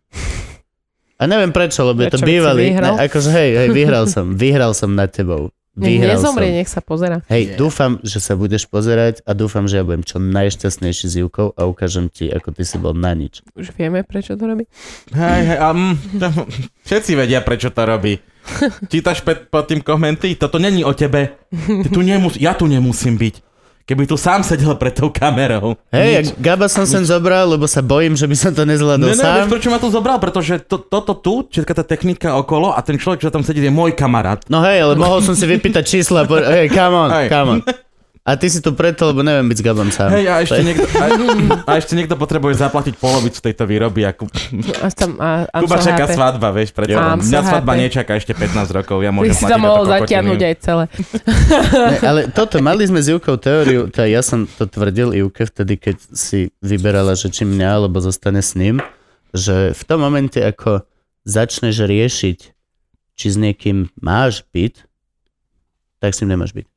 S1: A neviem prečo, lebo je to
S2: Prečo by si
S1: bývalý.
S2: vyhral?
S1: Ne, akože hej, hej, vyhral som. Vyhral som nad tebou.
S2: Nech
S1: Vyhral
S2: nezomrie,
S1: som.
S2: nech sa pozera.
S1: Hej, dúfam, že sa budeš pozerať a dúfam, že ja budem čo najšťastnejší s Ivkou a ukážem ti, ako ty si bol na nič.
S2: Už vieme, prečo to robí.
S3: Hej, hej, a mm, všetci vedia, prečo to robí. Čítaš pe- pod tým komenty? Toto není o tebe. Ty tu nemus- ja tu nemusím byť. Keby tu sám sedel pred tou kamerou.
S1: Hej,
S3: Nič.
S1: ja Gaba som sem zobral, lebo sa bojím, že by som to nezvládol
S3: Ne, ne,
S1: sám.
S3: vieš, prečo ma tu zobral? Pretože to, toto tu, všetka tá technika okolo a ten človek, čo tam sedí, je môj kamarát.
S1: No hej, ale mohol som si vypýtať čísla. Po... Hej, come on,
S3: Hej.
S1: come on. A ty si tu preto, lebo neviem byť s Gabom sám.
S3: Hej, a ešte, niekto, a, a ešte niekto potrebuje zaplatiť polovicu tejto výroby. A Ku,
S2: A tam, a, a
S3: Kuba
S2: sa
S3: čaká
S2: hápe.
S3: svadba, vieš, preto.
S2: Ám
S3: Mňa
S2: sa
S3: svadba
S2: hápe.
S3: nečaká ešte pätnásť rokov, ja
S2: Ty
S3: môžem
S2: si
S3: platiť
S2: tam mohol
S3: toto
S2: zatiahnuť
S3: kokotiny.
S2: aj celé.
S1: Ne, ale toto, mali sme s Ivkou teóriu, tá ja som to tvrdil Ivke vtedy, keď si vyberala, že či mňa, alebo zostane s ním, že v tom momente, ako začneš riešiť, či s niekým máš byť, tak s ním nemáš byť.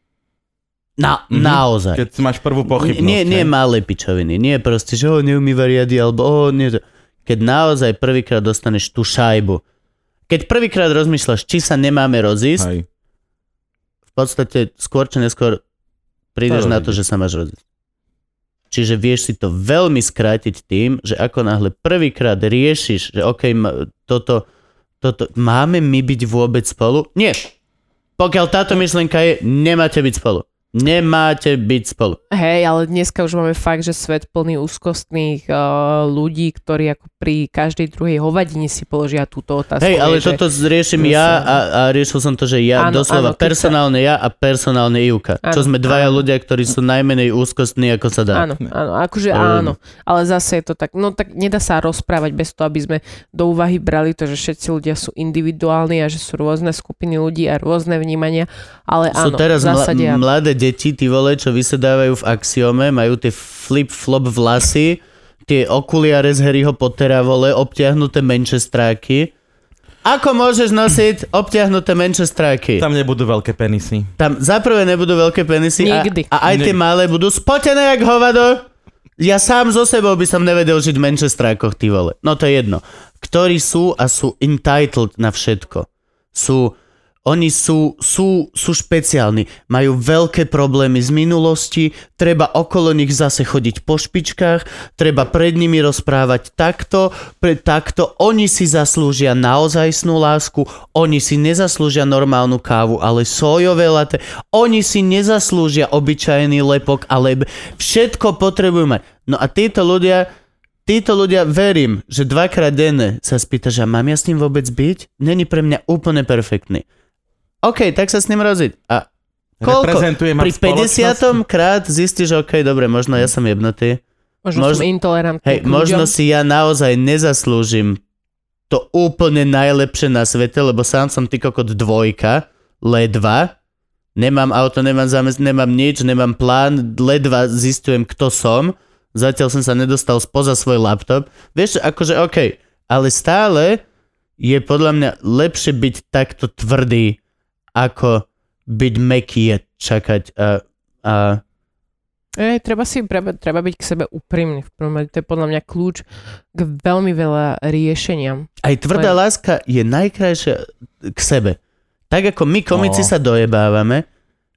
S1: Na,
S3: Mhm.
S1: Naozaj.
S3: Keď máš prvú pochybnosť.
S1: Nie, nie
S3: hej.
S1: malé pičoviny, nie proste, že ho neumýva riady, alebo o, nie. to- Keď naozaj prvýkrát dostaneš tú šajbu, keď prvýkrát rozmýšľaš, či sa nemáme rozísť,
S3: Hej.
S1: v podstate skôr či neskôr prídeš
S3: To
S1: na to,
S3: rozídeš.
S1: že sa máš rozísť. Čiže vieš si to veľmi skrátiť tým, že ako náhle prvýkrát riešiš, že OK, ma- toto, toto, máme my byť vôbec spolu? Nie. Pokiaľ táto myšlienka je, nemáte byť spolu. Nemáte byť spolu.
S2: Hej, ale dneska už máme fakt, že svet plný úzkostných uh, ľudí, ktorí ako pri každej druhej hovadine si položia túto otázku.
S1: Hej, ale
S2: že...
S1: toto riešim ja a, a riešil som to, že ja
S2: Áno,
S1: doslova
S2: áno, ty
S1: personálne ja a personálne Ivka.
S2: Áno,
S1: Čo sme dvaja
S2: áno.
S1: ľudia, ktorí sú najmenej úzkostní, ako sa dá.
S2: Áno, áno, akože
S1: Um.
S2: áno, ale zase je to tak, no tak nedá sa rozprávať bez toho, aby sme do úvahy brali to, že všetci ľudia sú individuálni a že sú rôzne skupiny ľudí a rôzne vnímania, ale
S1: Sú
S2: áno,
S1: teraz
S2: v
S1: mla-
S2: zásade áno.
S1: mladé deti, tí vole, čo vysedávajú v axiome, majú tie flip-flop vlasy, tie okuliare z Harryho Pottera, vole, obtiahnuté manchestráky. Ako môžeš nosiť obtiahnuté manchestráky?
S3: Tam nebudú veľké penisy.
S1: Tam zaprvé nebudú veľké penisy a,
S2: Nikdy.
S1: a aj tie
S3: Nikdy.
S1: malé budú spotené jak hovado. Ja sám so sebou by som nevedel žiť v manchestrákoch, ty vole. No to je jedno. Ktorí sú a sú entitled na všetko. Sú... Oni sú, sú, sú špeciálni, majú veľké problémy z minulosti, treba okolo nich zase chodiť po špičkách, treba pred nimi rozprávať takto, pre takto. Oni si zaslúžia naozajstnú lásku, oni si nezaslúžia normálnu kávu, ale sojové latte, oni si nezaslúžia obyčajný lepok, ale všetko potrebujú mať. No a títo ľudia... Títo ľudia, verím, že dvakrát denne sa spýta, že mám ja s ním vôbec byť? Není pre mňa úplne perfektný. OK, tak sa s ním roziť. A Koľko?
S3: Reprezentuje ma
S1: Pri
S3: v spoločnosti.
S1: päťdesiatom krát zistíš, že OK, dobre, možno ja som jebnutý.
S2: Možno,
S1: Možno-
S2: som intolerantný
S1: Hej,
S2: k ľuďom.
S1: možno si ja naozaj nezaslúžim to úplne najlepšie na svete, lebo sám som ty kokot dvojka, ledva. Nemám auto, nemám zamest, nemám nič, nemám plán, ledva zistujem, kto som. Zatiaľ som sa nedostal spoza svoj laptop. Vieš, akože OK, ale stále je podľa mňa lepšie byť takto tvrdý, ako byť meký a čakať a... a...
S2: Ej, treba si treba, treba byť k sebe úprimný. V prvom rade to je podľa mňa kľúč k veľmi veľa riešeniam.
S1: Aj tvrdá
S2: Len-
S1: láska je najkrajšia k sebe. Tak ako my komici
S3: No.
S1: sa dojebávame,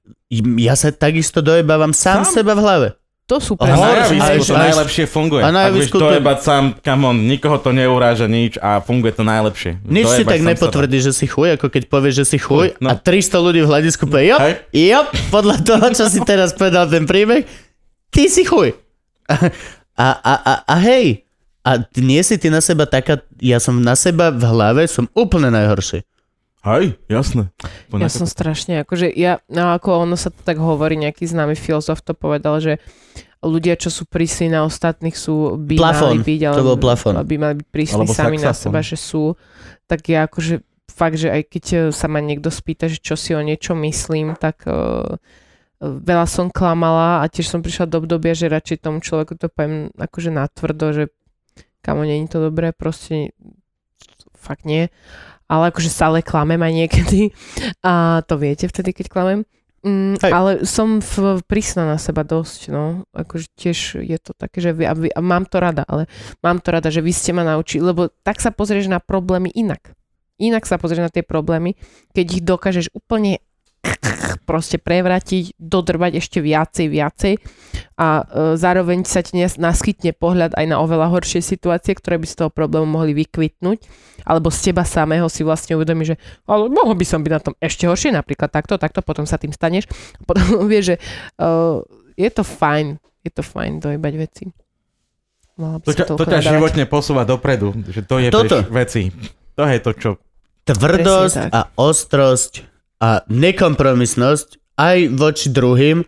S1: ja sa takisto dojebávam sám,
S2: Sám?
S1: seba v hlave.
S2: To sú
S3: A
S1: Aha,
S3: na
S2: presne.
S1: aj-
S3: javisku
S1: aj-
S3: to
S1: aj-
S3: najlepšie funguje.
S1: a na
S3: Ak vieš
S1: javisku to-
S3: dojebať sám, come on, nikoho to neuráža nič a funguje to najlepšie.
S1: Nič si
S3: Dojebať
S1: tak
S3: sám
S1: nepotvrdí, že si chuj, ako keď povieš, že si chuj
S3: No.
S1: a tristo ľudí v hľadisku povie, jop,
S3: Hej.
S1: jop, podľa toho, čo si teraz povedal ten príbeh, ty si chuj. A, a, a, a, a hej, a nie si ty na seba taká, ja som na seba v hlave, som úplne najhorší.
S3: Hej, jasné.
S2: Ja som strašne, akože ja, no ako ono sa to tak hovorí, nejaký známy filozof to povedal, že ľudia, čo sú prísni na ostatných, sú by
S1: Plafón,
S2: mali byť, ale
S1: to bol plafón.
S2: by mali byť prísni
S3: Alebo
S2: sami na
S3: saxofón.
S2: seba, že sú. Tak ja akože fakt, že aj keď sa ma niekto spýta, že čo si o niečo myslím, tak uh, veľa som klamala a tiež som prišla do obdobia, že radšej tomu človeku to poviem akože natvrdo, že kamo, nie je to dobré, proste fakt nie. Ale akože stále klamem aj niekedy a to viete vtedy, keď klamem. Mm, ale som v, prísna na seba dosť, no. Akože tiež je to také, že vy, a, vy, a mám to rada, ale mám to rada, že vy ste ma naučili, lebo tak sa pozrieš na problémy inak. Inak sa pozrieš na tie problémy, keď ich dokážeš úplne proste prevratiť, dodrbať ešte viacej, viacej a e, zároveň sa ti nes- naskytne pohľad aj na oveľa horšie situácie, ktoré by z toho problému mohli vykvitnúť, alebo z teba samého si vlastne uvedomí, že ale mohol by som byť na tom ešte horšie, napríklad takto, takto, potom sa tým staneš. Potom vieš, že uh, je to fajn, je to fajn dojebať veci. Mala by
S3: To
S2: sa
S3: ťa,
S2: toľko
S3: to ťa
S2: nadávať.
S3: životne posúva dopredu, že to je
S1: Toto.
S3: preš veci. To je to, čo...
S1: Tvrdosť
S2: Presne tak.
S1: a ostrosť a nekompromisnosť aj voči druhým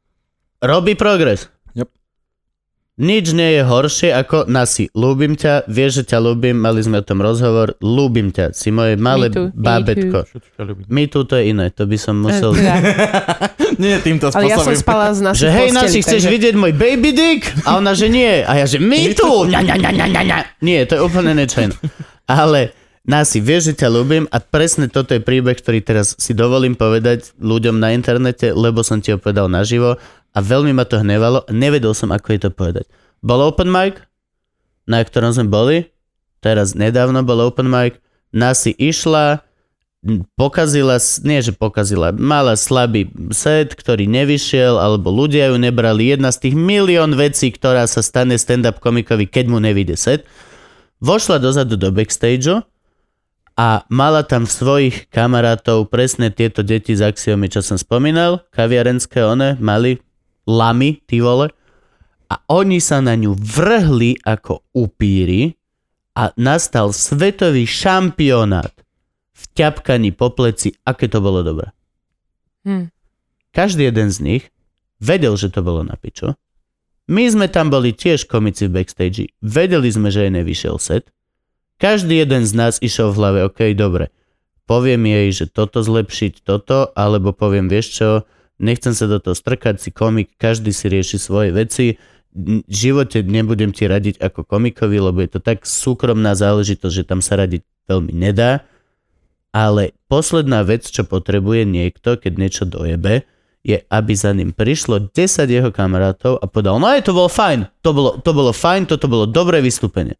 S1: robí progres.
S3: Yep.
S1: Nič nie je horšie ako nasi. Ľúbim ťa, vieš, že ťa ľúbim, mali sme o tom rozhovor, ľúbim ťa, si moje malé
S2: Me too, me
S1: bábätko.
S3: čo ťa ľúbi.
S1: My tu to je iné, to by som musel...
S2: Teda,
S3: Nie týmto
S2: ale ja som
S3: spôsobom.
S2: spala z našich
S1: Že hej,
S2: posteli,
S1: naši, chceš
S2: takže-
S1: vidieť môj baby dick? A ona, že nie. A ja, že my tu. Ňa, ňa, ňa, ňa, ňa, ňa. Nie, to je úplne nečajno. Ale Nasi, vieš, že ťa ľúbim a presne toto je príbeh, ktorý teraz si dovolím povedať ľuďom na internete, lebo som ti ho povedal naživo a veľmi ma to hnevalo a nevedel som, ako je to povedať. Bol open mic, na ktorom sme boli, teraz nedávno bol open mic, Nasi išla, pokazila, nie že pokazila, mala slabý set, ktorý nevyšiel, alebo ľudia ju nebrali, jedna z tých milión vecí, ktorá sa stane stand-up komikovi, keď mu nevyjde set. Vošla dozadu do backstageu a mala tam svojich kamarátov presne tieto deti z Axiomy, čo som spomínal, kaviarenské one, mali lamy, ty vole, a oni sa na ňu vrhli ako upíry a nastal svetový šampionát v ťapkaní po pleci, aké to bolo dobré.
S2: Hm.
S1: Každý jeden z nich vedel, že to bolo na piču. My sme tam boli tiež komici v backstage. Vedeli sme, že jej nevyšiel set. Každý jeden z nás išiel v hlave, ok, dobre, poviem jej, že toto zlepšiť, toto, alebo poviem, vieš čo, nechcem sa do toho strkať, si komik, každý si rieši svoje veci. V živote nebudem ti radiť ako komikovi, lebo je to tak súkromná záležitosť, že tam sa radiť veľmi nedá. Ale posledná vec, čo potrebuje niekto, keď niečo dojebe, je, aby za ním prišlo desať jeho kamarátov a povedal, no aj to bolo fajn, to bolo, to bolo fajn, toto bolo dobré vystúpenie.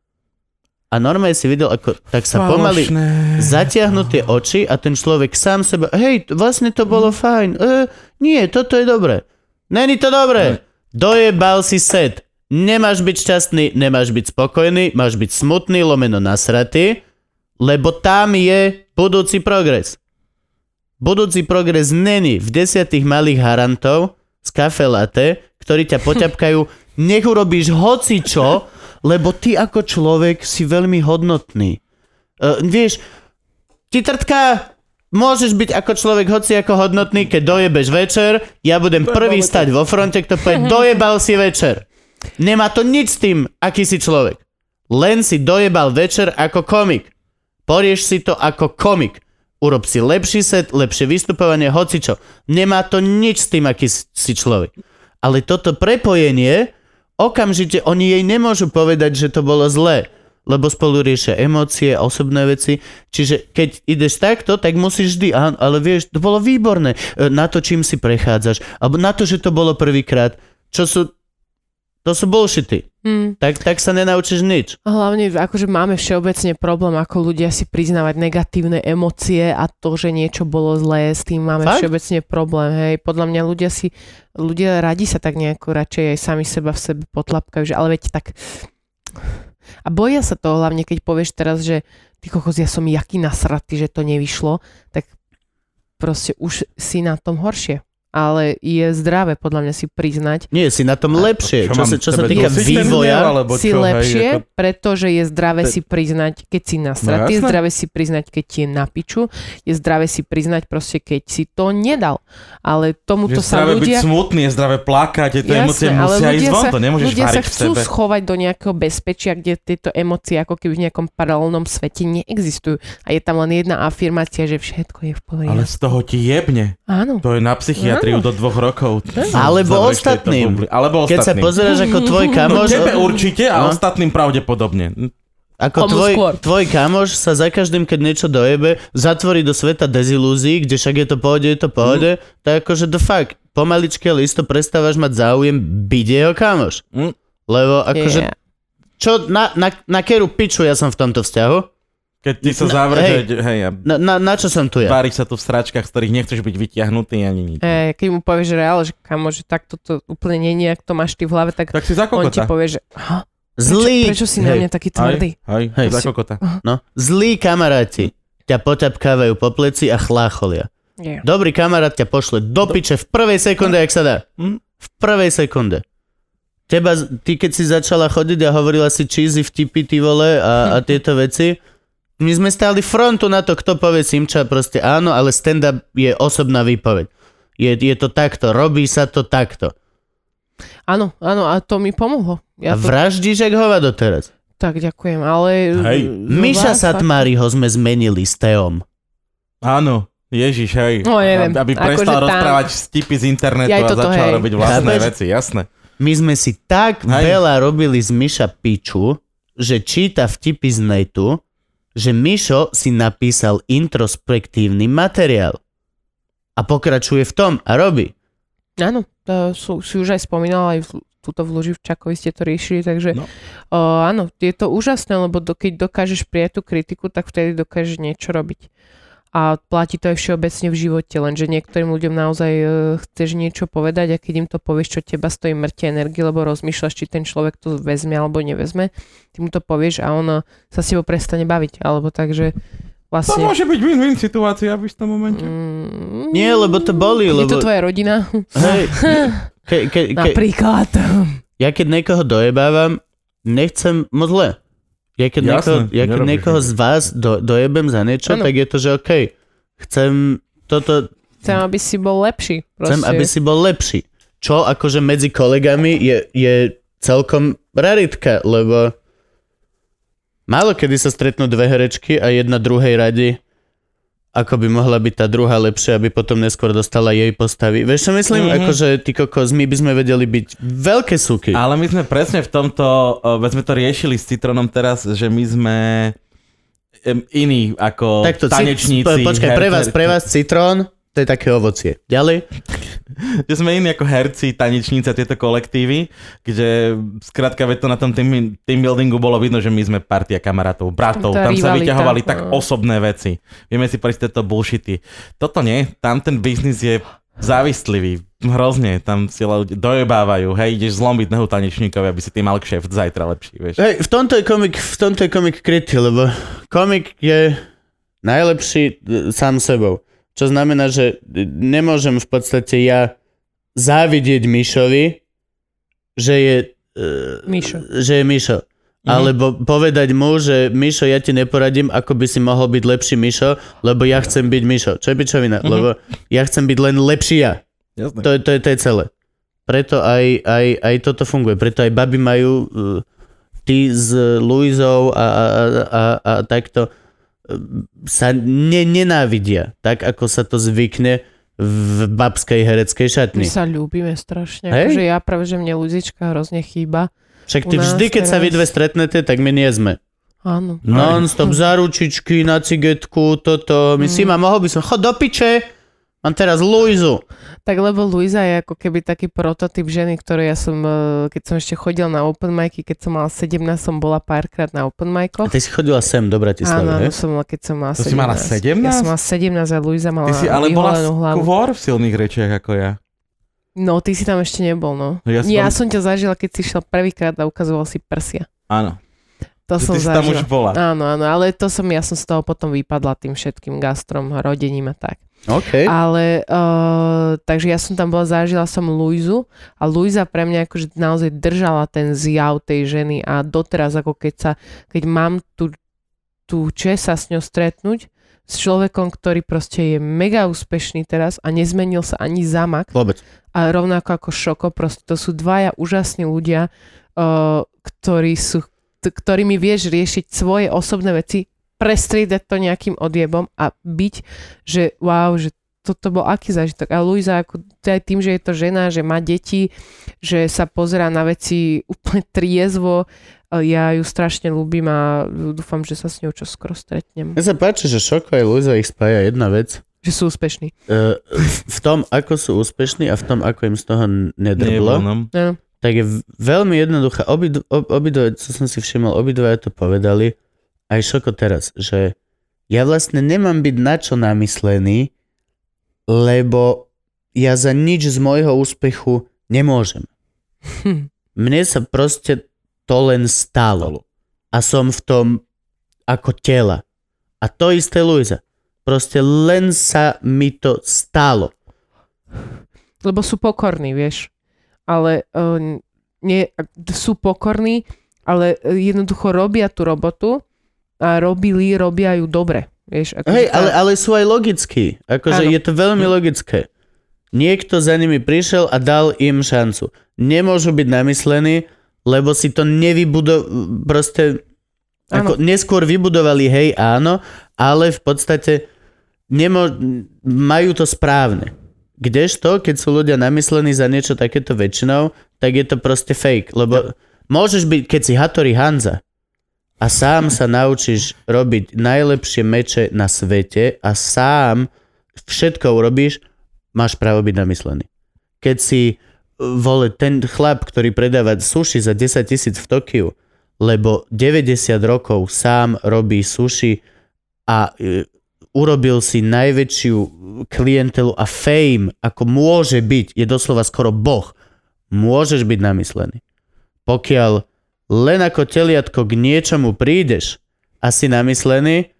S1: A normálne si videl, ako tak sa pomaly zatiahnu tie oči a ten človek sám seba, hej, vlastne to bolo fajn, e, nie, toto je dobré. Není to dobré. Dojebal si set. Nemáš byť šťastný, nemáš byť spokojný, máš byť smutný, lomeno nasratý, lebo tam je budúci progres. Budúci progres není v desiatých malých harantov z kafe latte, ktorí ťa poťapkajú, nech urobíš hocičo, lebo ty ako človek si veľmi hodnotný. Uh, vieš, ti trtká, môžeš byť ako človek hoci ako hodnotný, keď dojebeš večer, ja budem prvý stať vo fronte, kto povie, dojebal si večer. Nemá to nič s tým, aký si človek. Len si dojebal večer ako komik. Porieš si to ako komik. Urob si lepší set, lepšie vystupovanie, hocičo. Nemá to nič s tým, aký si človek. Ale toto prepojenie, okamžite oni jej nemôžu povedať, že to bolo zlé. Lebo spolu riešia emócie, osobné veci. Čiže keď ideš takto, tak musíš vždy, ale vieš, to bolo výborné. Na to, čím si prechádzaš. Alebo na to, že to bolo prvýkrát. Čo sú... To sú bullshity. Mm. Tak, tak sa nenaučíš nič.
S2: Hlavne, akože máme všeobecne problém, ako ľudia si priznávať negatívne emócie a to, že niečo bolo zlé, s tým máme Fakt? všeobecne problém. Hej. Podľa mňa ľudia si, ľudia radi sa tak nejako radšej aj sami seba v sebe potlapkajú, že ale veď tak... A boja sa toho, hlavne keď povieš teraz, že ty kokos, ja som jaký nasratý, že to nevyšlo, tak proste už si na tom horšie. Ale je zdravé podľa mňa si priznať.
S1: Nie, si na tom lepšie. Čo, čo, sa, čo sa týka vývoja,
S2: si čo, lepšie, hej, ako... pretože je zdravé Te... si priznať, keď si nasratý, no, je zdravé si priznať, keď ti je na piču, je zdravé si priznať proste, keď si to nedal. Ale tomuto sa ľudia... Je zdravé byť smutný, je
S3: zdravé plakať, je to emócie musia ísť von, to nemôžeš
S2: ľudia
S3: variť
S2: sa chcú
S3: v sebe.
S2: Schovať do nejakého bezpečia, kde tieto emócie ako keby v nejakom paralelnom svete neexistujú. A je tam len jedna afirmácia, že všetko je v poriadku.
S3: Ale z toho ti jebne.
S2: Áno.
S3: To je na psychiatriu do dvoch rokov.
S1: Alebo ostatným.
S3: Alebo ostatným.
S1: Keď sa pozeráš ako tvoj kamoš...
S3: No, tebe určite a no. ostatným pravdepodobne.
S1: Ako tvoj, tvoj kamoš sa za každým, keď niečo dojebe, zatvorí do sveta dezilúzií, kde však je to pohode, je to pohode, mm. tak akože the fuck, pomaličky a listo prestávaš mať záujem byť jeho kamoš. Mm. Lebo akože... Yeah. Čo, na, na, na keru piču ja som v tomto vzťahu?
S3: Keď ty sa zavrie, hej, hej ja,
S1: na, na, na čo som tu ja?
S3: Váriš sa tu v sračkách, z ktorých nechceš byť vyťahnutý ani nič.
S2: Hey, keď mu povieš, že reál, že kamo, že takto to úplne nie je, ak to máš ty v hlave, tak,
S3: tak si
S2: on ti povie, že ha?
S1: Zlý.
S2: Prečo, prečo si hej. na mňa taký tvrdý?
S3: Hej, hej, za kokota.
S1: No, zlí kamaráti ťa poťapkávajú po pleci a chlácholia. Yeah. Dobrý kamarát ťa pošle do piče v prvej sekunde, jak sa dá. V prvej sekunde. Teba, ty keď si začala chodiť a hovorila si cheesy vtipy, ty vole, a, a tieto veci... My sme stáli frontu na to, kto povie Simča, proste áno, ale stand-up je osobná výpoveď. Je, je to takto, robí sa to takto.
S2: Áno, áno, a to mi pomohlo.
S1: A
S2: Ja to...
S1: vraždíš jak hovado teraz.
S2: Tak, ďakujem, ale...
S1: Hej. Miša Satmáriho sme zmenili s Teom.
S3: Áno, Ježiš, hej.
S2: No, neviem.
S3: Aby prestal rozprávať tam... vtipy z internetu a začal hej. robiť vlastné Chápeš? Veci, jasné. My sme si tak hej. veľa robili z Miša piču, že číta vtipy z netu, že Mišo si napísal introspektívny materiál. A pokračuje v tom a robí.
S2: Áno, to sú, si už aj spomínal, aj tuto v Luživčakovi ste to riešili, takže no. o, áno, je to úžasné, lebo do, keď dokážeš prijať tú kritiku, tak vtedy dokážeš niečo robiť. A platí to aj všeobecne v živote, lenže niektorým ľuďom naozaj e, chceš niečo povedať a keď im to povieš, čo teba stojí mŕte energie, lebo rozmýšľaš, či ten človek to vezme alebo nevezme, ty mu to povieš a on sa s tebou prestane baviť, alebo takže vlastne...
S3: To môže byť win-win situácia v istom momente.
S2: Mm,
S1: Nie, lebo to bolí, lebo...
S2: Je to tvoja rodina?
S1: Hej, ke, ke, ke,
S2: napríklad.
S1: Ja keď niekoho dojebávam, nechcem moc zle. Ja keď, Jasne, niekoho, ja keď niekoho z vás do, dojebem za niečo, ano. Tak je to, že OK, chcem toto...
S2: Chcem, aby si bol lepší. Proste.
S1: Chcem, aby si bol lepší. Čo akože medzi kolegami je, je celkom raritka, lebo málo kedy sa stretnú dve herečky a jedna druhej radi, ako by mohla byť tá druhá lepšia, aby potom neskôr dostala jej postavy. Vieš čo myslím? Mm-hmm. Akože ty kokos, my by sme vedeli byť veľké súky.
S3: Ale my sme presne v tomto, veď sme to riešili s Citronom teraz, že my sme iní ako Takto, tanečníci.
S1: Po, počkaj, pre vás, pre vás Citrón, to je také ovocie. Ďalej?
S3: Že sme iní ako herci, tanečníci a tieto kolektívy, kde skrátka veď to na tom team, team buildingu bolo vidno, že my sme partia kamarátov, bratov, tá tam rivalita. Sa vyťahovali tak osobné veci. Vieme si prejsť tieto bullshity. Toto nie, tam ten biznis je závislivý, hrozne, tam si ľudia dojebávajú, hej, ideš zlomiť nohu tanečníkovi, aby si ty mal kšeft zajtra lepší, vieš.
S1: Hej, v tomto je komik, v tomto je komik krytý, lebo komik je najlepší sám sebou. Čo znamená, že nemôžem v podstate ja závidieť Mišovi, že je, uh,
S2: Mišo.
S1: že je Mišo. alebo povedať mu, že Mišo, ja ti neporadím, ako by si mohol byť lepší Mišo, lebo ja chcem byť Mišo. Čo je pičovina? Mm-hmm. Lebo ja chcem byť len lepší ja. To, to, je, to je celé. Preto aj, aj, aj toto funguje. Preto aj baby majú uh, ty s Luizou a, a, a, a takto uh, sa ne, nenávidia. Tak, ako sa to zvykne v babskej hereckej šatni.
S2: My sa ľúbime strašne.
S1: Hej?
S2: Akože ja práve, že mne Luzička hrozne chýba.
S1: Však ty vždy, keď teraz... sa vy dve stretnete, tak my nie sme.
S2: Áno.
S1: Non-stop za ručičky, na cigetku, toto. My mm. si ma mohol by som, chod do piče, mám teraz Luizu.
S2: Tak lebo Luisa je ako keby taký prototyp ženy, ktoré ja som, keď som ešte chodil na open micy, keď som mala sedemnásť, som bola párkrát na open micoch.
S1: A ty si chodila sem do Bratislavy,
S2: Áno,
S1: he?
S2: som mala, keď som mala
S3: to
S2: sedemnásť.
S3: Si mala sedemnásť?
S2: Ja som mala sedemnásť a Luisa mala
S3: ty si ale bola
S2: hlavu.
S3: skôr v silných rečiach ako ja.
S2: No, ty si tam ešte nebol, no.
S3: Ja,
S2: ja
S3: som...
S2: som ťa zažila, keď si šiel prvýkrát a ukazoval si prsia.
S3: Áno.
S2: To
S3: že
S2: som
S3: ty si
S2: zažila.
S3: tam už bola.
S2: Áno, áno, ale to som, ja som z toho potom vypadla tým všetkým gastrom, rodením a tak.
S1: OK.
S2: Ale, uh, takže ja som tam bola, zažila som Luizu a Luisa pre mňa akože naozaj držala ten zjav tej ženy a doteraz, ako keď sa, keď mám tú, tú čest sa s ňou stretnúť, s človekom, ktorý proste je mega úspešný teraz a nezmenil sa ani zamak.
S1: Vôbec.
S2: A rovnako ako Šoko, proste to sú dvaja úžasní ľudia, uh, ktorí sú, t- ktorými vieš riešiť svoje osobné veci, prestriedať to nejakým odjebom a byť, že wow, že toto bol aký zážitok. A Luisa, ako aj tým, že je to žena, že má deti, že sa pozerá na veci úplne triezvo, ja ju strašne ľúbim a dúfam, že sa s ňou čoskoro stretnem.
S1: Mne sa páči, že Šoko aj Luisa ich spája jedna vec.
S2: Že sú úspešní.
S1: Uh, v tom, ako sú úspešní a v tom, ako im z toho nedrblo,
S2: No.
S1: tak je veľmi jednoduché. Obidve, obidve, co som si všimol, obidve to povedali, aj Šoko teraz, že ja vlastne nemám byť na čo namyslený, lebo ja za nič z môjho úspechu nemôžem.
S2: Hm.
S1: Mne sa proste to len stalo. A som v tom ako tela. A to isté Luisa. Proste len sa mi to stalo.
S2: Lebo sú pokorní, vieš. Ale uh, nie, sú pokorní, ale jednoducho robia tú robotu a robili, robia ju dobre. Vieš, ako
S1: Hej,
S2: tá...
S1: ale, ale sú aj logickí. Akože
S2: Áno.
S1: je to veľmi logické. Niekto za nimi prišiel a dal im šancu. Nemôžu byť namyslení, lebo si to nevybudo... Proste... Ako, neskôr vybudovali, hej, áno, ale v podstate nemo... majú to správne. Kdežto, keď sú ľudia namyslení za niečo takéto väčšinou, tak je to proste fake. Lebo môžeš byť, keď si Hattori Hanza a sám sa naučíš robiť najlepšie meče na svete a sám všetko urobíš, máš právo byť namyslený. Keď si, vole, ten chlap, ktorý predáva sushi za desať tisíc v Tokiu, lebo deväťdesiat rokov sám robí sushi a e, urobil si najväčšiu klientelu a fame, ako môže byť, je doslova skoro boh, môžeš byť namyslený. Pokiaľ len ako teliatko k niečomu prídeš a si namyslený,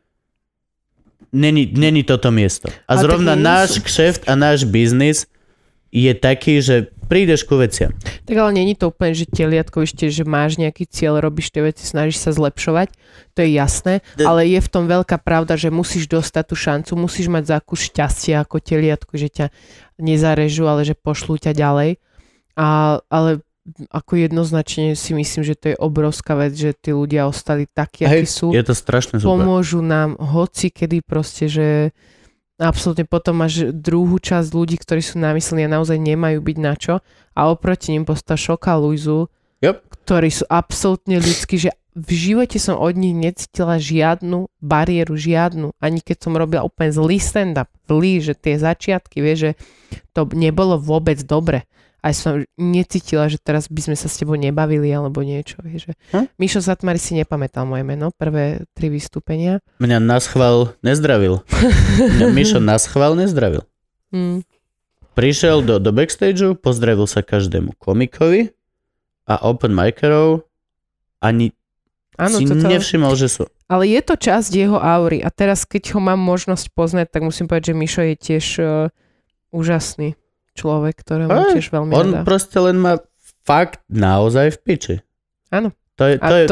S1: není, není toto miesto. A, a zrovna náš kšeft a náš biznis je taký, že prídeš ku veciam.
S2: Tak ale není to úplne, že teliatko ešte, že máš nejaký cieľ, robíš tie veci, snažíš sa zlepšovať, to je jasné, De- ale je v tom veľká pravda, že musíš dostať tú šancu, musíš mať zákus šťastia ako teliatko, že ťa nezarežú, ale že pošlú ťa ďalej. A, ale ako jednoznačne si myslím, že to je obrovská vec, že tí ľudia ostali takí, akí sú.
S1: Je to strašne super.
S2: Pomôžu nám hoci kedy proste, že absolútne potom máš druhú časť ľudí, ktorí sú namyslení a naozaj nemajú byť na čo a oproti ním postav Šoka, Luizu,
S1: yep.
S2: ktorí sú absolútne ľudskí, že v živote som od nich necítila žiadnu bariéru, žiadnu, ani keď som robila úplne zlý stand-up, zlý, že tie začiatky, vieš, že to nebolo vôbec dobre. Aj som necítila, že teraz by sme sa s tebou nebavili alebo niečo. Vieš. Hm? Mišo Zatmari si nepamätal moje meno, prvé tri vystúpenia.
S1: Mňa naschvál nezdravil. Mňa Mišo naschvál nezdravil.
S2: Hmm.
S1: Prišiel do, do backstageu, pozdravil sa každému komikovi a open micerov ani ano, si toto... nevšimol, že sú.
S2: Ale je to časť jeho aury a teraz, keď ho mám možnosť poznať, tak musím povedať, že Mišo je tiež uh, úžasný človek, ktorému tiež veľmi
S1: on
S2: rada.
S1: proste len má fakt naozaj v piči.
S2: Áno.
S1: To je, to
S2: a
S1: je...
S2: to je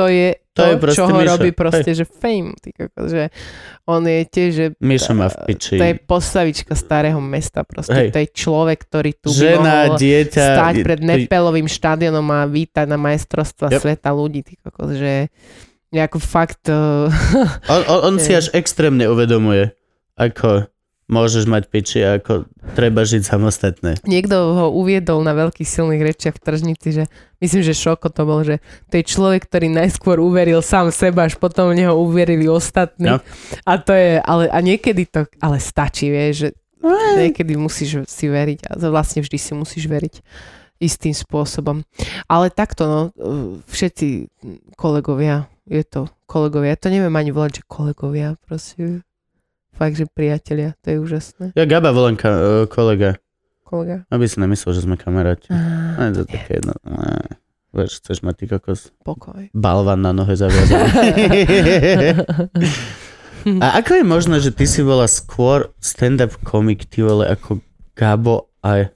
S1: To je
S2: to,
S1: proste
S2: čo ho
S1: Mišo.
S2: robí proste,
S1: Hej.
S2: že fame. Ty kokos, že on je tiež, že
S1: Mišo má v piči.
S2: to je postavička starého mesta proste.
S1: Hej.
S2: To je človek, ktorý tu by
S1: Žena,
S2: mohol
S1: dieťa.
S2: stáť pred
S1: to-
S2: Nepelovým štádionom a vítať na majstrovstva
S1: Yep.
S2: sveta ľudí. Ty kokos, že je ako fakt... Uh,
S1: On, on, on si až extrémne uvedomuje, ako môžeš mať piči a ako treba žiť samostatne.
S2: niekto ho uviedol na veľkých silných rečiach v tržnici, že myslím, že Šoko to bol, že to je človek, ktorý najskôr uveril sám seba, až potom v neho uverili ostatní.
S1: No.
S2: A to je, ale a niekedy to, ale stačí, vieš, že niekedy musíš si veriť a vlastne vždy si musíš veriť istým spôsobom. Ale takto, no, všetci kolegovia, je to kolegovia, ja to neviem ani volať, že kolegovia, prosím. Fakt, že priatelia, to je úžasné.
S1: Ja Gaba volám ka- uh, kolega,
S2: Kolega.
S1: aby si nemyslel, že sme kamaráti.
S2: Á,
S1: Aj to také jedno. Á, Vieš, chceš mať ty kokos
S2: pokoj.
S1: balvan na nohe zaviazaný. A ako je možné, že ty si bola skôr stand-up komik, ty vole, ako Gabo a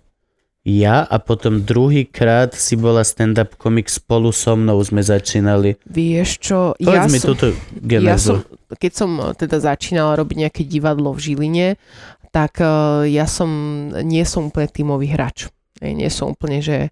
S1: ja a potom druhýkrát si bola stand-up komik spolu so mnou sme začínali.
S2: Vieš čo,
S1: Povedz
S2: ja
S1: mi
S2: som,
S1: túto
S2: ja
S1: genézu.
S2: som, keď som teda začínala robiť nejaké divadlo v Žiline, tak uh, ja som, nie som úplne tímový hráč. Nie, nie som úplne, že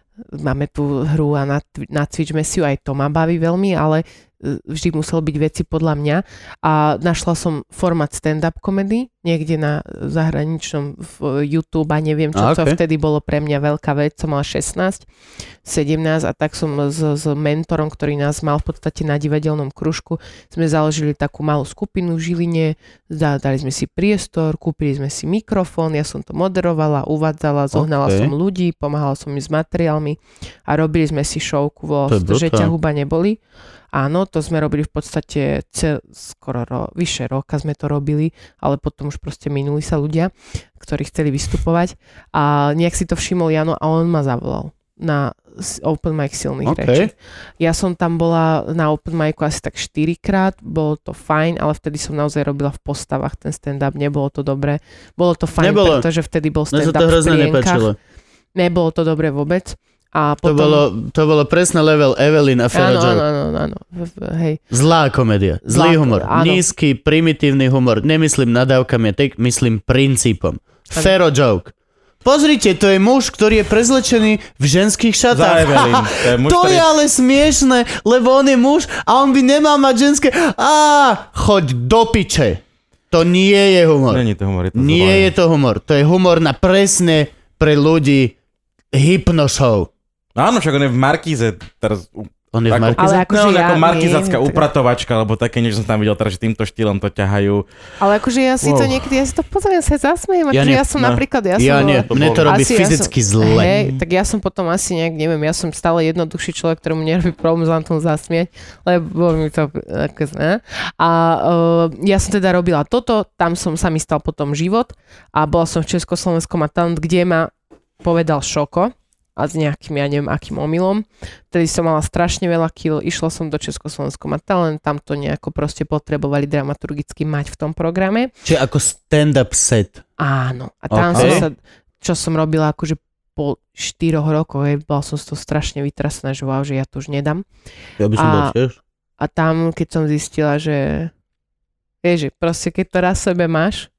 S2: máme tú hru a nacvičme si ju, aj to ma baví veľmi, ale vždy muselo byť veci podľa mňa a našla som formát stand-up comedy niekde na zahraničnom v YouTube a neviem čo,
S1: A,
S2: to
S1: okay.
S2: vtedy bolo pre mňa veľká vec, som mala šestnásť, sedemnásť a tak som s, s mentorom, ktorý nás mal v podstate na divadelnom kružku, sme založili takú malú skupinu v Žiline, dali sme si priestor, kúpili sme si mikrofón, ja som to moderovala, uvádzala, zohnala
S1: Okay.
S2: som ľudí, pomáhala som im s materiálmi a robili sme si showku, volalo
S1: To je
S2: sa to, že
S1: brutál.
S2: ťa huba neboli. Áno, to sme robili v podstate cel, skoro ro, vyše roka sme to robili, ale potom už proste minuli sa ľudia, ktorí chceli vystupovať a nejak si to všimol Jano a on ma zavolal na s- open mic silných
S1: Okay.
S2: rečí. Ja som tam bola na open micu asi tak štyrikrát, bolo to fajn, ale vtedy som naozaj robila v postavách ten stand-up, nebolo to dobré. Bolo to fajn,
S1: Nebolo.
S2: pretože vtedy bol
S1: Mne sa
S2: stand-up
S1: to
S2: v
S1: hrozne
S2: plienkach.
S1: nepáčilo.
S2: Nebolo to dobre vôbec. A
S1: To
S2: potom...
S1: bolo, to bolo presne level Evelyn a Fero
S2: Áno,
S1: Joe.
S2: áno, áno, áno, v- hej.
S1: Zlá komédia, zlý
S2: Zlá-
S1: humor,
S2: áno.
S1: nízky, primitívny humor. Nemyslím nadávkami, tak myslím princípom. Fero joke. Pozrite, to je muž, ktorý je prezlečený v ženských
S3: Za
S1: šatách.
S3: Evelyn. To je muž,
S1: To
S3: ktorý...
S1: je ale smiešné, lebo on je muž a on by nemal mať ženské. Á, choď do piče. To nie je humor.
S3: Není to humor, je to
S1: Nie je to humor. To je humor na presne pre ľudí hypnoshow.
S3: Áno, však on je v Markíze teraz
S1: On je v
S3: Ako-
S1: Markize?
S2: Ale akože
S3: no,
S2: ja
S3: ako markizacká
S2: nie, tak-
S3: upratovačka, alebo také niečo som tam videl, teraz, že týmto štýlom to ťahajú.
S2: Ale akože ja si to
S3: Wow.
S2: niekedy, ja si to pozriem, sa zasmejem.
S1: Ja
S2: Akože
S1: nie,
S2: ja som
S3: no.
S2: napríklad, ja som
S1: Ja
S2: bola-
S1: nie,
S3: to
S1: mne to
S3: bolo.
S1: robí
S2: Asi ja
S1: fyzicky
S2: som-
S1: zle.
S2: Hej, tak ja som potom asi nejak, neviem, ja som stále jednoduchší človek, ktorému nerobí problém sa na tom zasmiať, lebo mi to ako, ne? A uh, ja som teda robila toto, tam som sa mi stal potom život a bola som v Československom a talent, kde ma povedal Šoko a s nejakým, ja neviem, akým omylom. Vtedy som mala strašne veľa kil, išla som do Československom a talent, tam to nejako proste potrebovali dramaturgicky mať v tom programe.
S1: Čiže ako stand-up set.
S2: Áno. A tam
S1: Ok.
S2: som sa, čo som robila akože po štyroch rokoch, hej, bola som z toho strašne vytrasená, že wow, že ja to už nedám.
S1: Ja by som
S2: A-
S1: bol tiež.
S2: A tam, keď som zistila, že vieš, že proste keď to raz v sebe máš,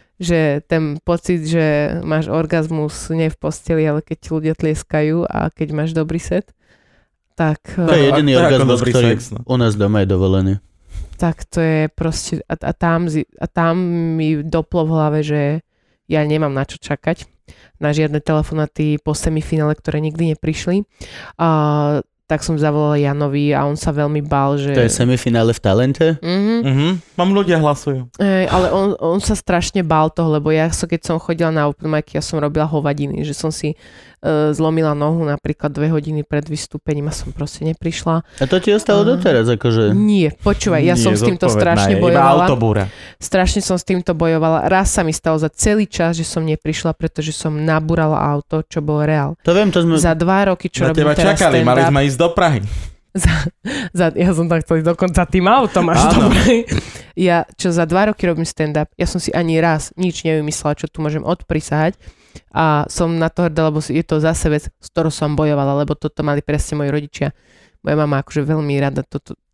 S2: že ten pocit, že máš orgazmus nie v posteli, ale keď ti ľudia tlieskajú a keď máš dobrý set, tak,
S1: To je jediný
S3: to je ako
S1: orgazmus,
S3: dobrý
S1: ktorý
S3: sex, no.
S1: u nás doma je dovolený.
S2: tak to je proste, a, a, tam, zi- a tam mi doplo v hlave, že ja nemám na čo čakať, na žiadne telefonáty po semifinále, ktoré nikdy neprišli. A, tak som zavolala Janovi a on sa veľmi bál, že...
S1: To je semifinále v Talente?
S2: Mhm.
S3: Mhm. Mám ľudia hlasujú.
S2: Ej, ale on, on sa strašne bál toho, lebo ja so, keď som chodila na open mic, ja som robila hovadiny, že som si uh, zlomila nohu napríklad dve hodiny pred vystúpením a som proste neprišla.
S1: A to ti ostalo
S2: Aha.
S1: doteraz, akože...
S2: Nie, počúvaj, ja
S3: Nie,
S2: som s týmto
S3: zodpovedná
S2: strašne
S3: je, Iba
S2: bojovala.
S3: autobúra.
S2: Strašne som s týmto bojovala. Raz sa mi stalo za celý čas, že som neprišla, pretože som nabúrala auto, čo bolo reál.
S1: To viem, to sme...
S2: Za dva roky, čo
S3: Na
S2: robím
S3: teba
S2: teraz
S3: čakali, mali
S2: stand-up,
S3: sme ísť do Prahy.
S2: za, za, ja som tak chcel ísť dokonca tým autom až
S3: Áno.
S2: dobre. Ja, čo za dva roky robím stand-up, ja som si ani raz nič nevymyslela, čo tu môžem odprisahať a som na to hrdá, lebo je to zase vec, s ktorou som bojovala, lebo toto mali presne moji rodičia. Moja mama akože veľmi rada toto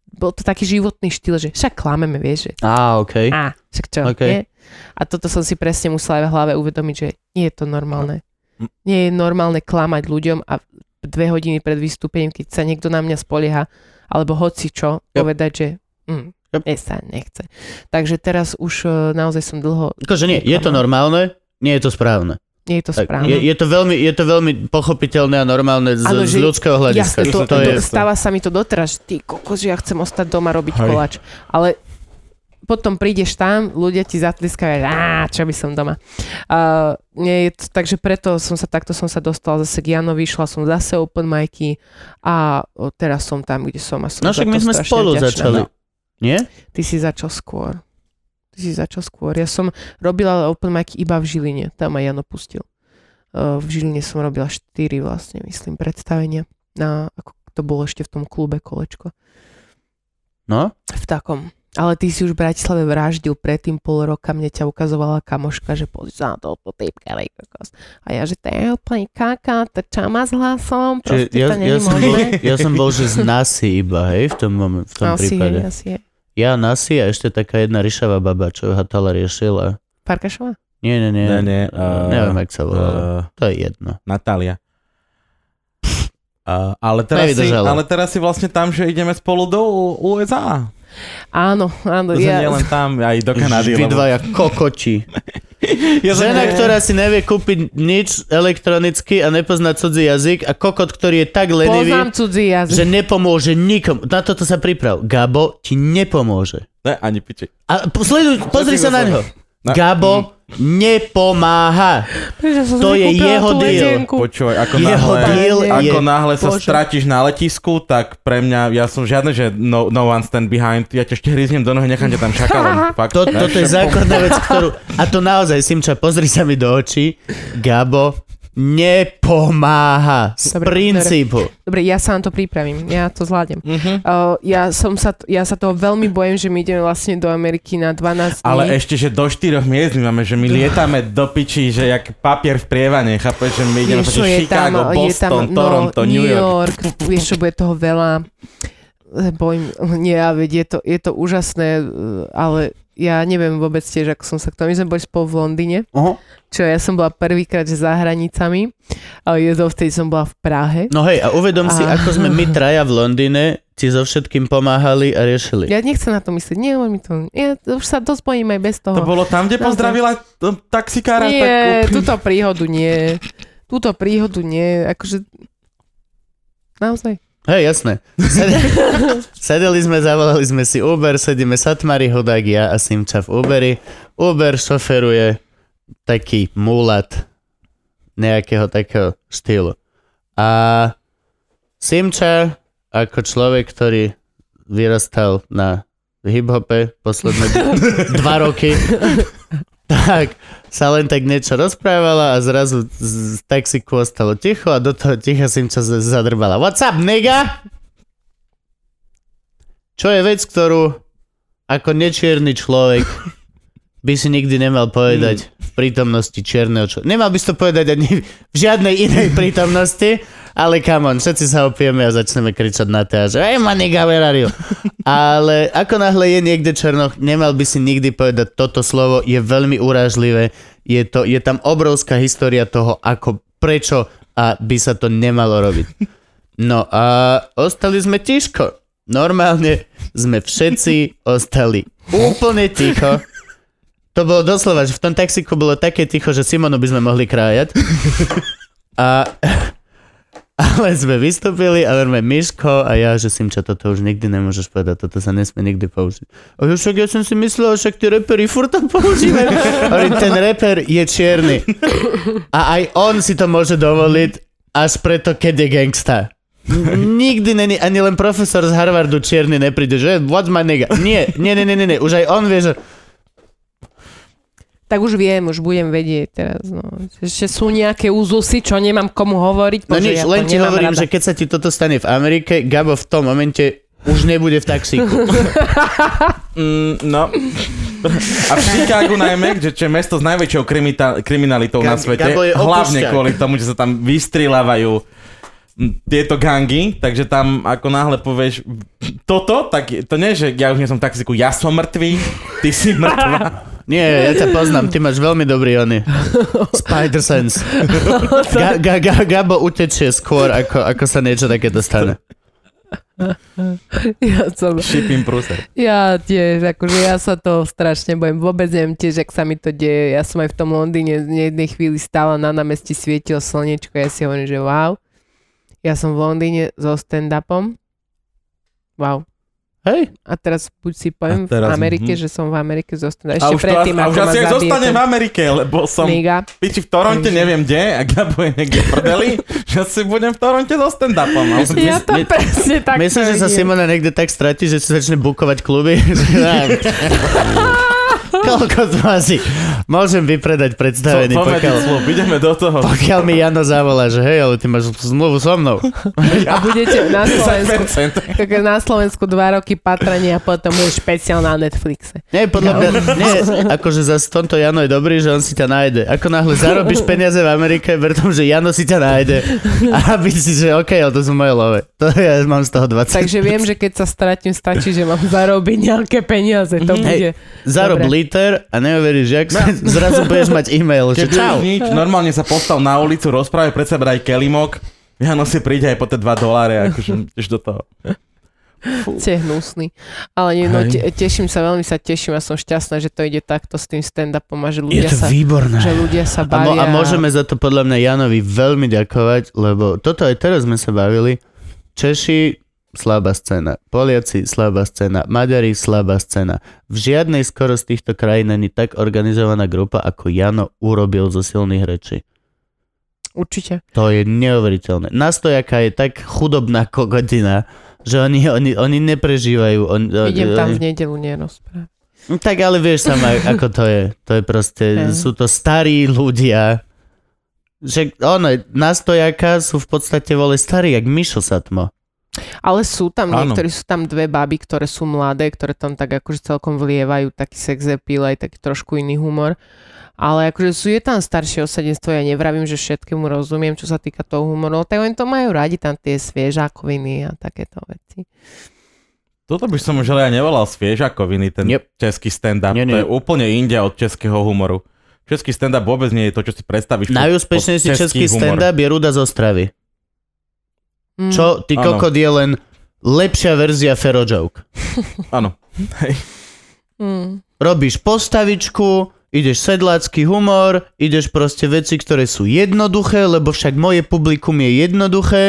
S2: bol to taký životný štýl, že však klameme, vieš, že
S1: Á, okej. Okay.
S2: á, však čo,
S1: Okay.
S2: nie? A toto som si presne musela aj v hlave uvedomiť, že nie je to normálne. Nie je normálne klamať ľuďom a dve hodiny pred vystúpením, keď sa niekto na mňa spolieha, alebo hoci čo,
S1: Yep.
S2: povedať, že hm,
S1: Yep.
S2: je sa nechce. Takže teraz už uh, naozaj som dlho...
S1: Akože nie, je to normálne, nie je to správne.
S2: Nie je to
S1: Tak,
S2: správne.
S1: je, je, to veľmi, je to veľmi pochopiteľné a normálne z,
S2: Áno,
S1: z
S2: že-
S1: ľudského hľadiska.
S2: Jasne, to,
S1: to
S2: to,
S1: je...
S2: stáva sa mi to doteraz, že ty kokos, že ja chcem ostať doma robiť
S3: Hej.
S2: koláč. Ale potom prídeš tam, ľudia ti zatliskajú, á, čo by som doma. Uh, nie, je to, takže preto som sa, takto som sa dostala zase k Janovi, šla som zase open micy a o, teraz som tam, kde som. A som
S1: No
S2: za
S1: však
S2: to
S1: my sme
S2: strašne
S1: spolu
S2: vďačná.
S1: začali.
S2: No,
S1: Nie?
S2: ty si začal skôr. Ty si začal skôr. Ja som robila open micy iba v Žiline, tam aj Jano pustil. Uh, v Žiline som robila štyri vlastne, myslím, predstavenia. Na, ako to bolo ešte v tom klube Kolečko.
S1: No?
S2: V takom. Ale ty si už v Bratislave vraždil predtým pol roka, mne ťa ukazovala kamoška, že pozri sa na to, to typka, kokos. A ja, že to je úplne káka, to čo má s hlasom, proste
S1: Čiže ja,
S2: to nie
S1: ja,
S2: je
S1: som bol,
S2: možné.
S1: ja som bol, že z Nasi iba, hej, v tom, moment, v tom
S2: Asi
S1: prípade.
S2: je, asi je.
S1: Ja Nasi a ešte taká jedna ryšavá baba, čo Hatala riešila.
S2: Farkašová?
S1: Nie, nie, nie.
S3: Ne, ne, uh,
S1: Neviem, jak sa volá.
S3: Uh,
S1: To je jedno.
S3: Natália. Uh, ale, teraz si,
S1: Nevydržala.
S3: ale teraz si vlastne tam, že ideme spolu do U S A.
S2: Áno, áno.
S3: Že
S2: Ja,
S3: nie len tam, aj do Kanady.
S1: Vy
S3: lebo-
S1: dvaja kokoči.
S3: Ja som
S1: Žena,
S3: ne-
S1: ktorá si nevie kúpiť nič elektronicky a nepozná cudzí jazyk a kokot, ktorý je tak lenivý,
S2: poznám cudzí jazyk.
S1: že nepomôže nikomu. Na toto sa priprav. Gabo ti nepomôže.
S3: Ne, ani piči.
S1: A po- sleduj, pozri
S3: si
S1: sa na
S3: myslel?
S1: neho.
S3: Na-
S1: Gabo nepomáha.
S2: Prečo som
S1: to
S2: si
S1: je
S2: kúpila
S1: jeho
S2: tú
S1: deal.
S2: letenku?
S3: Počúvaj, ako
S1: Jeho
S3: náhle,
S1: deal je...
S3: ako náhle sa
S2: Bože.
S3: stratíš na letisku, tak pre mňa, ja som žiadne, že no, no one stand behind, ja ťa ešte hryznem do nohy, nechám ťa tam šakalom. Fakt,
S1: To,
S3: ne,
S1: toto je
S3: že-
S1: základná vec, ktorú... A to naozaj, Simča, pozri sa mi do očí. Gabo nepomáha z
S2: Dobre,
S1: princípu.
S2: Dobre, ja sa na to pripravím, ja to zvládnem.
S3: Mhm.
S2: Uh, ja, som sa, ja sa toho veľmi bojím, že my ideme vlastne do Ameriky na dvanásť dní.
S3: Ale ešte, že do štyroch miest my máme, že my lietame do piči, že jak papier v prievane, chápeš, že my ideme
S2: Vieš
S3: sa
S2: čo, je
S3: Chicago,
S2: tam, je tam,
S3: Boston, Toronto,
S2: no,
S3: New York.
S2: Vieš čo, bude toho veľa. Bojím, nie, ja veď, je to, je to úžasné, ale ja neviem vôbec tiež, ako som sa k tomu... My sme boli spolu v Londýne,
S1: Oho.
S2: čo ja som bola prvýkrát že za hranicami, ale je to vtedy som bola v Prahe.
S1: No hej, a uvedom si,
S2: A-
S1: ako sme my traja v Londýne ti so všetkým pomáhali a riešili.
S2: Ja nechcem na to myslieť, nie, mi to... Ja už sa dosť bojím aj bez toho.
S3: To bolo tam, kde
S2: Naozaj.
S3: pozdravila t- taxikára.
S2: Nie,
S3: tak...
S2: túto príhodu nie. Túto príhodu nie, akože... Naozaj.
S1: Hej, jasné. Sedeli, sedeli sme, zavolali sme si Uber, sedíme Satmari, Hudák, ja a Simča v Uberi. Uber šoferuje taký múlat nejakého takého štýlu. A Simča, ako človek, ktorý vyrastal na hip-hope posledné dva roky, tak sa len tak niečo rozprávala a zrazu z taxiku ostalo ticho a do toho ticha Simča z- zadrbala. What's up, nigga? Čo je vec, ktorú ako nečierny človek by si nikdy nemal povedať v prítomnosti čierneho človeka. Nemal by si to povedať ani v žiadnej inej prítomnosti, ale come on, všetci sa opijeme a začneme kričať na té, že hey man, nigga, where are you? Ale ako náhle je niekde černoch, nemal by si nikdy povedať toto slovo, je veľmi urážlivé, je, to, je tam obrovská história toho, ako, prečo a by sa to nemalo robiť. No a ostali sme tiško. Normálne sme všetci ostali úplne ticho. To bolo doslova, že v tom taxiku bolo také ticho, že Simonu by sme mohli krájať. A, ale sme vystúpili a normálne Miško a ja, že Simča, toto už nikdy nemôžeš povedať, toto sa nesmie nikdy použiť. A ja, však ja som si myslel, však tí reperi furt tam používajú. Ale ten reper je čierny. A aj on si to môže dovoliť až preto, keď je gangsta. Nikdy není, ani len profesor z Harvardu čierny nepríde, že what's my nigga? Nie, nie, nie, nie, nie, už aj on vie, že
S2: Tak už viem, už budem vedieť teraz. No. Ešte sú nejaké úzusy, čo nemám komu hovoriť.
S1: no
S2: Bože,
S1: nič,
S2: ja to
S1: len ti
S2: nemám
S1: hovorím,
S2: rada.
S1: že keď sa ti toto stane v Amerike, Gabo v tom momente už nebude v taxíku.
S3: Mm, no. A v Chicagu najmä, že čo je mesto s najväčšou krimita- kriminalitou
S1: Ga-
S3: na svete,
S1: Gabo je
S3: hlavne
S1: opušťak.
S3: kvôli tomu, že sa tam vystriľavajú tieto gangy, takže tam ako náhle povieš toto, tak to nie, že ja už nie som taxiku, ja som mŕtvý, ty si mŕtva.
S1: Nie, ja ťa poznám, ty máš veľmi dobrý ony. Spider sense. Ga, ga, ga, Gabo utečie skôr, ako, ako sa niečo takéto stane.
S2: Ja som...
S3: Shipping prúser.
S2: Ja tiež, akože ja sa to strašne bojím. Vôbec neviem tiež, ak sa mi to deje. Ja som aj v tom Londýne v jednej chvíli stála na námestí, svietilo slniečko. Ja si hovorím, že wow. Ja som v Londýne so stand-upom. Wow.
S1: Hej.
S2: A teraz buď si poviem
S3: teraz,
S2: v Amerike,
S3: mm.
S2: že som v Amerike zostane.
S3: A
S2: Ešte
S3: už,
S2: predtým,
S3: to, a
S2: ako
S3: už
S2: ma
S3: asi aj
S2: zabije
S3: zostane
S2: ten
S3: v Amerike, lebo som
S2: Liga.
S3: piči v Toronte, neviem kde, a Gabo je niekde v prdeli, že si budem v Toronte so stand-upom.
S2: Ja to
S1: my-
S2: presne tak
S1: Myslím, že sa Simona niekde tak stratí, že si začne bukovať kluby. Koľko to asi môžem vypredať predstavený,
S3: Po,
S1: pokiaľ,
S3: slúb, ideme do toho.
S1: pokiaľ mi Jano zavolá, že hej, ale ty máš zmluvu so mnou.
S2: A budete na Slovensku,
S3: desať percent.
S2: na Slovensku dva roky patranie a potom bude špeciál na Netflixe.
S1: Nie, podľa mňa, nie, akože zase v tomto Jano je dobrý, že on si ťa nájde. Ako náhle zarobíš peniaze v Amerike, ver tomu, že Jano si ťa nájde. A aby si, že okej, okay, ale to sú moje love. To ja mám z toho dvadsať.
S2: Takže viem, že keď sa stratím, stačí, že mám zarobiť nejaké peniaze. To bude...
S1: Zarob
S2: Dobre.
S1: liter a neuveríš, jak sa, zrazu budeš mať e-mail, že
S3: Keď
S1: čau.
S3: už nič, normálne sa postav na ulicu, rozprávaj pred seba aj kelimok, Jano si príde aj po tie dva doláre, akože ideš do toho.
S2: Ste hnusný. Ale nie, no, te, teším sa, veľmi sa teším a som šťastná, že to ide takto s tým stand-upom a že
S1: Je
S2: ľudia,
S1: to
S2: sa,
S1: výborné.
S2: že ľudia sa
S1: A, mo-
S2: bavia.
S1: a môžeme za to podľa mňa Janovi veľmi ďakovať, lebo toto aj teraz sme sa bavili. Češi, slabá scéna. Poliaci, slabá scéna. Maďari, slabá scéna. V žiadnej skoro z týchto krajín není tak organizovaná grupa, ako Jano urobil zo silných rečí.
S2: Určite.
S1: To je neuveriteľné. Nastojaka je tak chudobná kokotina, že oni, oni, oni neprežívajú. On,
S2: Idem
S1: on,
S2: tam
S1: oni...
S2: v nedeľu nerozprávať.
S1: Tak ale vieš sama, ako to je. To je proste,
S2: Hej.
S1: sú to starí ľudia. Že ono, nastojaka sú v podstate vole starí, jak Mišo Satmo.
S2: Ale sú tam
S3: Áno.
S2: niektorí, sú tam dve baby, ktoré sú mladé, ktoré tam tak akože celkom vlievajú taký sex appeal, aj taký trošku iný humor. Ale akože sú, je tam staršie osadenstvo, ja nevravím, že všetkému rozumiem, čo sa týka toho humoru, tak oni to majú radi, tam tie sviežákoviny a takéto veci.
S3: Toto by som už ale aj nevolal sviežakoviny, ten
S1: Yep.
S3: český stand-up.
S1: Nie,
S3: To
S1: nie.
S3: je úplne inde od českého humoru. Český stand-up vôbec nie je to, čo si predstavíš. pod-
S1: Najúspešnejší
S3: pod
S1: český
S3: humor.
S1: stand-up je Ruda z Ostravy.
S2: Mm.
S1: Čo, ty
S3: Áno.
S1: kokot, je len lepšia verzia Fero Joke.
S3: Áno. Hej.
S2: Mm.
S1: Robíš postavičku, ideš sedlácky humor, ideš proste veci, ktoré sú jednoduché, lebo však moje publikum je jednoduché.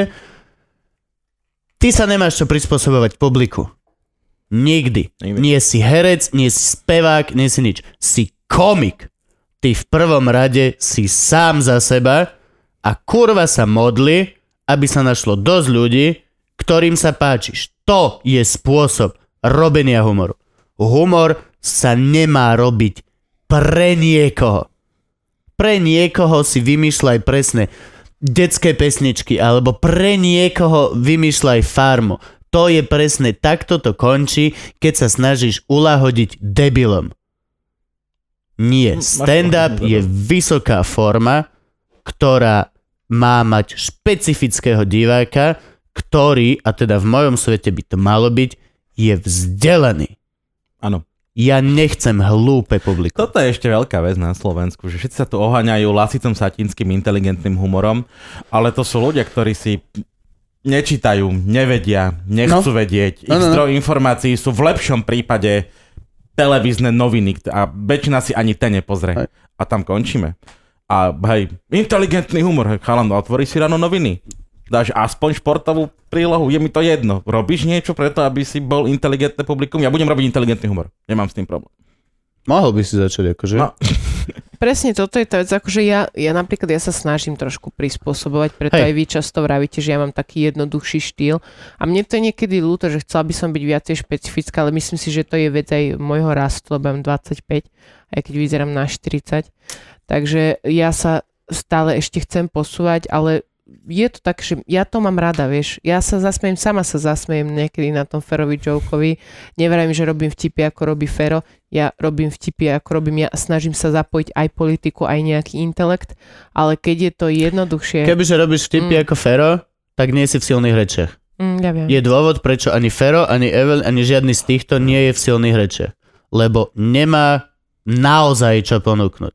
S1: Ty sa nemáš čo prispôsobovať publiku. Nikdy.
S3: Nikdy.
S1: Nie si herec, nie si spevák, nie si nič. Si komik. Ty v prvom rade si sám za seba a kurva sa modli, aby sa našlo dosť ľudí, ktorým sa páčiš. To je spôsob robenia humoru. Humor sa nemá robiť pre niekoho. Pre niekoho si vymýšľaj presne detské pesničky, alebo pre niekoho vymýšľaj farmu. To je presne, takto to končí, keď sa snažíš ulahodiť debilom. Nie, stand-up je vysoká forma, ktorá má mať špecifického diváka, ktorý, a teda v mojom svete by to malo byť, je vzdelaný.
S3: Áno.
S1: Ja nechcem hlúpe publikum.
S3: Toto je ešte veľká vec na Slovensku, že všetci sa tu oháňajú Lasicom Satinským inteligentným humorom, ale to sú ľudia, ktorí si nečítajú, nevedia, nechcú
S1: No.
S3: vedieť. Ich
S1: No, no, no.
S3: zdroj informácií sú v lepšom prípade televízne noviny a väčšina si ani ten nepozrie.
S1: Hej.
S3: A tam končíme. A hej, inteligentný humor, hej, chalan, otvorí si ráno noviny. Dáš aspoň športovú prílohu, je mi to jedno. Robíš niečo preto, aby si bol inteligentné publikum? Ja budem robiť inteligentný humor. Nemám s tým problém.
S1: Mohol by si začať, akože?
S3: No.
S2: Presne toto je tá vec, akože ja, ja napríklad ja sa snažím trošku prispôsobovať, preto
S1: Hej.
S2: aj vy často vravíte, že ja mám taký jednoduchší štýl a mne to je niekedy ľúto, že chcela by som byť viacej špecifická, ale myslím si, že to je vec aj môjho rastu, lebo mám dvadsaťpäť, aj keď vyzerám na štyridsať, takže ja sa stále ešte chcem posúvať, ale je to tak, že ja to mám rada, vieš. Ja sa zasmejem, sama sa zasmejem niekedy na tom Ferovi jokeovi. Neverím, že robím vtipy, ako robí Fero. Ja robím vtipy, ako robím ja. Snažím sa zapojiť aj politiku, aj nejaký intelekt. Ale keď je to jednoduchšie...
S1: Kebyže robíš vtipy
S2: Mm.
S1: ako Fero, tak nie si v silných rečiach.
S2: Mm, ja viem.
S1: Je dôvod, prečo ani Fero, ani Evel, ani žiadny z týchto nie je v silných rečiach. Lebo nemá naozaj čo ponúknuť.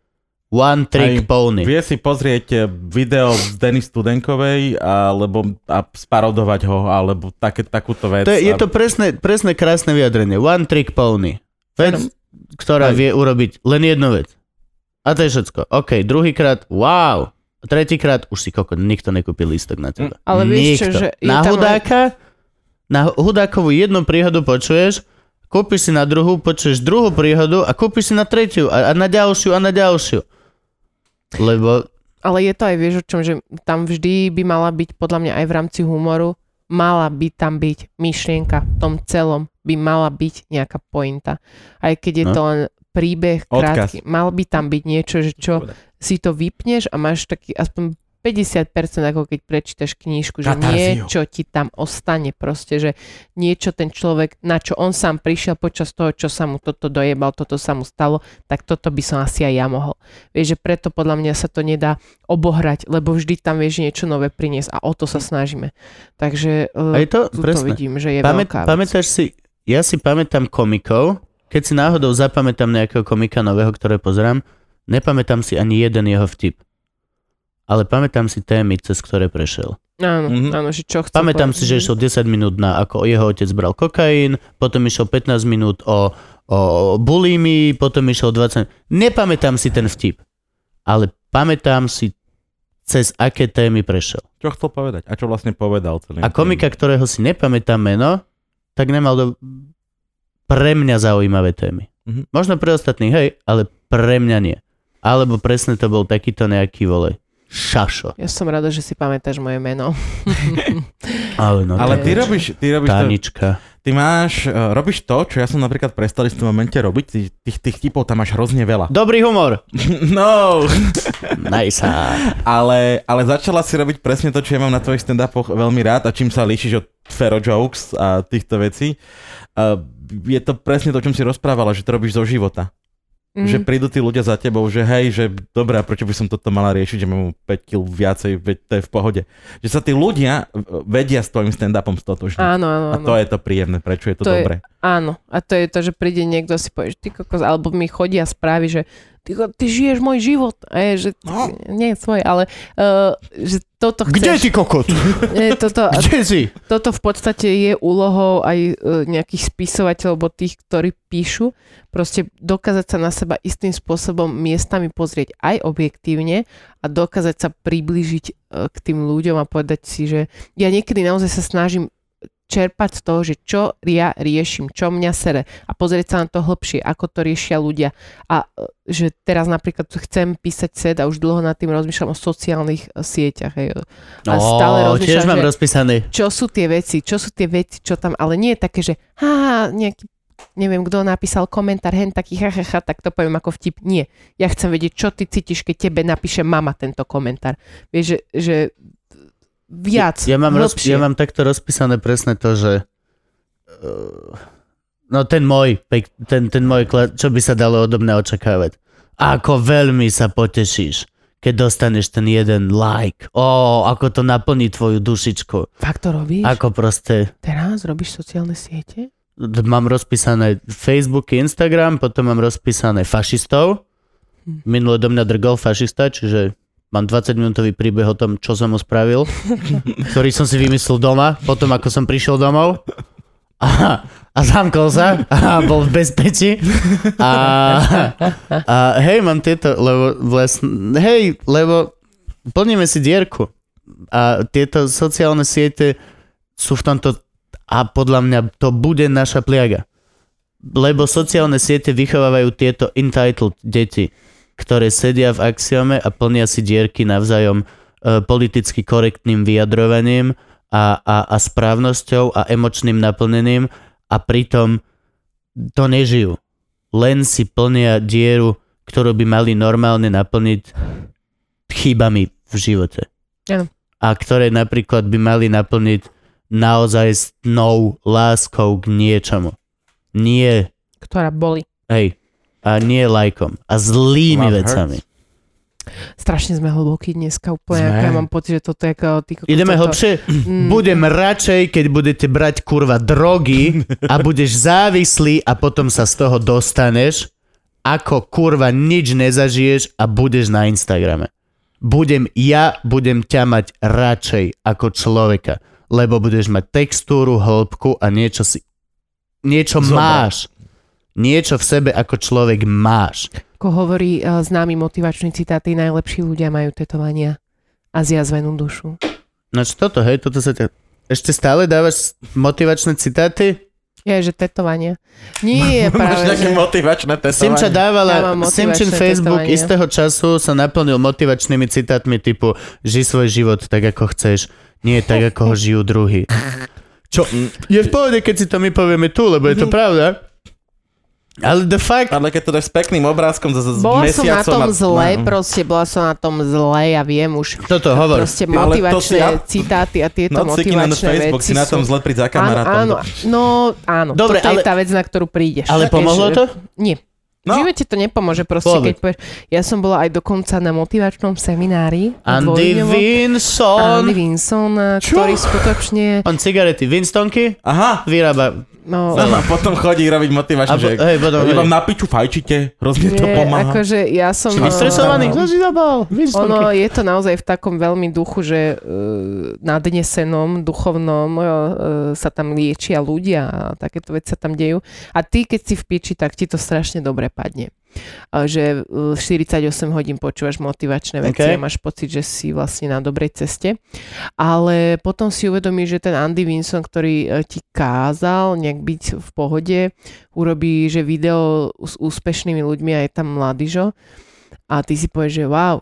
S1: One trick
S3: Aj
S1: pony.
S3: Vie si pozrieť video z Denis Studenkovej alebo a sparodovať ho, alebo také, takúto vec.
S1: To je, je to presné, presné krásne vyjadrenie. One trick pony. Vec, ktorá Aj. vie urobiť len jednu vec. A to je všetko. OK, druhýkrát, wow. Tretíkrát, už si koko, nikto nekúpil lístok na teba.
S2: Ale vieš čo, že
S1: na hudáka, aj... na hudákovú jednu príhodu počuješ, kúpiš si na druhú, počuješ druhú príhodu a kúpiš si na tretiu a, a na ďalšiu a na ďalšiu. Lebo...
S2: Ale je to aj, vieš o čom, že tam vždy by mala byť, podľa mňa aj v rámci humoru, mala by tam byť myšlienka v tom celom, by mala byť nejaká pointa. Aj keď je no. to len príbeh krátky, mal by tam byť niečo, že čo si to vypneš a máš taký aspoň päťdesiat percent ako keď prečítaš knížku, že Katarziu. Niečo ti tam ostane proste, že niečo ten človek, na čo on sám prišiel počas toho, čo sa mu toto dojebal, toto sa mu stalo, tak toto by som asi aj ja mohol. Vieš, že preto podľa mňa sa to nedá obohrať, lebo vždy tam vieš niečo nové priniesť a o to sa snažíme. Takže uh, to, tu to vidím, že je Pamät, veľká vec.
S1: Pamätáš si, ja si pamätám komikov, keď si náhodou zapamätám nejakého komika nového, ktoré pozerám, nepamätám si ani jeden jeho vtip. Ale pamätám si témy, cez ktoré prešiel.
S2: Áno, mm-hmm. áno, že čo chcem.
S1: Pamätám povedať. Si, že išiel desať minút na, ako jeho otec bral kokain, potom išiel pätnásť minút o, o bulímii, potom išiel dvadsať... Nepamätám si ten vtip, ale pamätám si, cez aké témy prešiel.
S3: Čo chcel povedať? A čo vlastne povedal? Celý
S1: a komika, tým. Ktorého si nepamätám meno, tak nemal do... pre mňa zaujímavé témy. Mm-hmm. Možno pre ostatných, hej, ale pre mňa nie. Alebo presne to bol takýto nejaký volej. Šašo.
S2: Ja som rada, že si pamätáš moje meno.
S1: Ale, no,
S3: Ale ty robíš, ty robíš
S1: Tanička.
S3: To, ty máš, uh, robíš to, čo ja som napríklad prestal v tom momente robiť, ty, tých, tých tipov tam máš hrozne veľa.
S1: Dobrý humor.
S3: No.
S1: Nice.
S3: ale, ale začala si robiť presne to, čo ja mám na tvojich stand-upoch veľmi rád a čím sa líšiš od Fero jokes a týchto vecí. Uh, je to presne to, o čom si rozprávala, že to robíš zo života. Mm. Že prídu tí ľudia za tebou, že hej, že dobré, prečo by som toto mala riešiť, že mám päť kíl viacej, veď to je v pohode. Že sa tí ľudia vedia s tvojim stand-upom stotožniť.
S2: Áno, áno, áno.
S3: A to je to príjemné, prečo je to, to dobré. Je,
S2: áno, a to je to, že príde niekto a si povie, že ty kokos, alebo mi chodia správy, že ty, ty žiješ môj život. A je, že no. Nie je svoj, ale uh, že toto chceš...
S1: Kde si kokot?
S2: Nie, toto,
S1: Kde si?
S2: Toto v podstate je úlohou aj uh, nejakých spisovateľov, alebo tých, ktorí píšu, proste dokázať sa na seba istým spôsobom miestami pozrieť aj objektívne a dokázať sa priblížiť uh, k tým ľuďom a povedať si, že ja niekedy naozaj sa snažím čerpať z toho, že čo ja riešim, čo mňa sere a pozrieť sa na to hlbšie, ako to riešia ľudia. A že teraz napríklad chcem písať set a už dlho nad tým rozmýšľam o sociálnych sieťach. Hej. A
S1: oh,
S2: stále rozmýšľam,
S1: tiež mám rozpísané.
S2: Čo sú tie veci, čo sú tie veci, čo tam, ale nie je také, že ha, nejaký, neviem, kto napísal komentár, hen taký ha, ha, ha, tak to poviem ako vtip. Nie. Ja chcem vedieť, čo ty cítiš, keď tebe napíše mama tento komentár. Vieš, že, že viac,
S1: ja, ja, mám roz, ja mám takto rozpísané presne to, že uh, no ten môj ten, ten môj, čo by sa dalo odo mňa očakávať. Ako veľmi sa potešíš, keď dostaneš ten jeden like. Ó, ako to naplní tvoju dušičku.
S2: Fakt to robíš?
S1: Ako proste...
S2: Teraz robíš sociálne siete?
S1: Mám rozpísané Facebook, Instagram, potom mám rozpísané fašistov. Hm. Minule do mňa drgol fašista, čiže mám dvadsaťminútový príbeh o tom, čo som mu spravil, ktorý som si vymyslel doma, potom ako som prišiel domov a, a zamkol sa a bol v bezpečí. A, a hej, mám tieto, lebo vlastne, hej, lebo plníme si dierku a tieto sociálne siete sú v tomto a podľa mňa to bude naša pliaga. Lebo sociálne siete vychovávajú tieto entitled deti, ktoré sedia v axiome a plnia si dierky navzájom e, politicky korektným vyjadrovaním a, a, a správnosťou a emočným naplnením a pritom to nežijú. Len si plnia dieru, ktorú by mali normálne naplniť chybami v živote.
S2: Ja.
S1: A ktoré napríklad by mali naplniť naozaj snou láskou k niečomu. Nie.
S2: Ktorá boli.
S1: Hej. A nie lajkom. A zlými Love vecami. Hurts.
S2: Strašne sme hlbokí dneska úplne,
S1: Sme.
S2: ako ja mám pocit, že toto je ako... Ty,
S1: Ideme
S2: toto...
S1: hlbšie?
S2: Mm.
S1: Budem radšej, keď budete brať kurva drogy a budeš závislý a potom sa z toho dostaneš, ako kurva nič nezažiješ a budeš na Instagrame. Budem, ja budem ťa mať radšej ako človeka, lebo budeš mať textúru, hĺbku a niečo si... Niečo
S3: Zober.
S1: máš. Niečo v sebe ako človek máš.
S2: Ako hovorí uh, známy motivačný citát, tí najlepší ľudia majú tetovania a zjazvenú dušu.
S1: No čo toto, hej, toto sa ťa... Ešte stále dávaš motivačné citáty?
S2: Je, že tetovania. Nie,
S3: Máš
S2: práve,
S3: nejaké
S2: že...
S3: motivačné
S1: Simča
S3: tetovanie?
S1: dávala,
S2: Ja mám motivačné
S1: Simčin Facebook
S2: tetovanie.
S1: istého času sa naplnil motivačnými citátmi typu žij svoj život tak, ako chceš, nie tak, ako ho žijú druhí. Čo? Je v pohode, keď si to my povieme tu, lebo je to pravda. Ale the fact...
S3: Ale keď to dáš s pekným obrázkom z, z
S2: Bola som na
S3: mesiacom...
S2: tom
S3: a-
S2: zle,
S3: no.
S2: proste bola som na tom zle, ja viem už.
S1: Toto hovor.
S2: Proste
S3: Ale to
S2: motivačné
S3: si ja-
S2: citáty a tieto
S3: No, ciky na
S2: motivačné
S3: Facebook,
S2: veci
S3: si na tom
S2: sú...
S3: zle príď za
S2: Áno,
S3: kamarátom.
S2: áno, no áno,
S1: Dobre,
S2: toto
S1: ale-
S2: je tá vec, na ktorú prídeš.
S1: Ale pomohlo
S2: Vieš,
S1: to?
S2: Nie.
S3: No.
S2: V živote to nepomôže, proste
S1: Vôbec.
S2: keď povieš, ja som bola aj dokonca na motivačnom seminári.
S1: Andy
S2: dvojdňovom.
S1: Vinson.
S2: Andy Vinson,
S3: Čo?
S2: ktorý skutočne,
S1: On cigarety Winstonky
S3: Aha.
S1: vyrába.
S2: no,
S3: No, a potom chodí robiť motivačne,
S1: A po-
S3: že
S1: hej, potom
S3: ja
S1: hej.
S3: vám na piču fajčite, hrozne to
S2: nie,
S3: pomáha.
S2: akože ja som...
S1: Si vystresovaný?
S2: Áno.
S1: Kto si zabal?
S2: Ono
S1: Winstonky.
S2: je to naozaj v takom veľmi duchu, že uh, nadnesenom, duchovnom uh, sa tam liečia ľudia a takéto veci sa tam dejú. A ty, keď si v piči, tak ti to strašne dobre padne. Uh, že uh, štyridsaťosem hodín počúvaš motivačné veci
S1: Okay.
S2: a máš pocit, že si vlastne na dobrej ceste. Ale potom si uvedomíš, že ten Andy Vinson, ktorý uh, ti kázal nejak byť v pohode, urobí, že video s úspešnými ľuďmi a je tam mladížo a ty si povieš, že wow.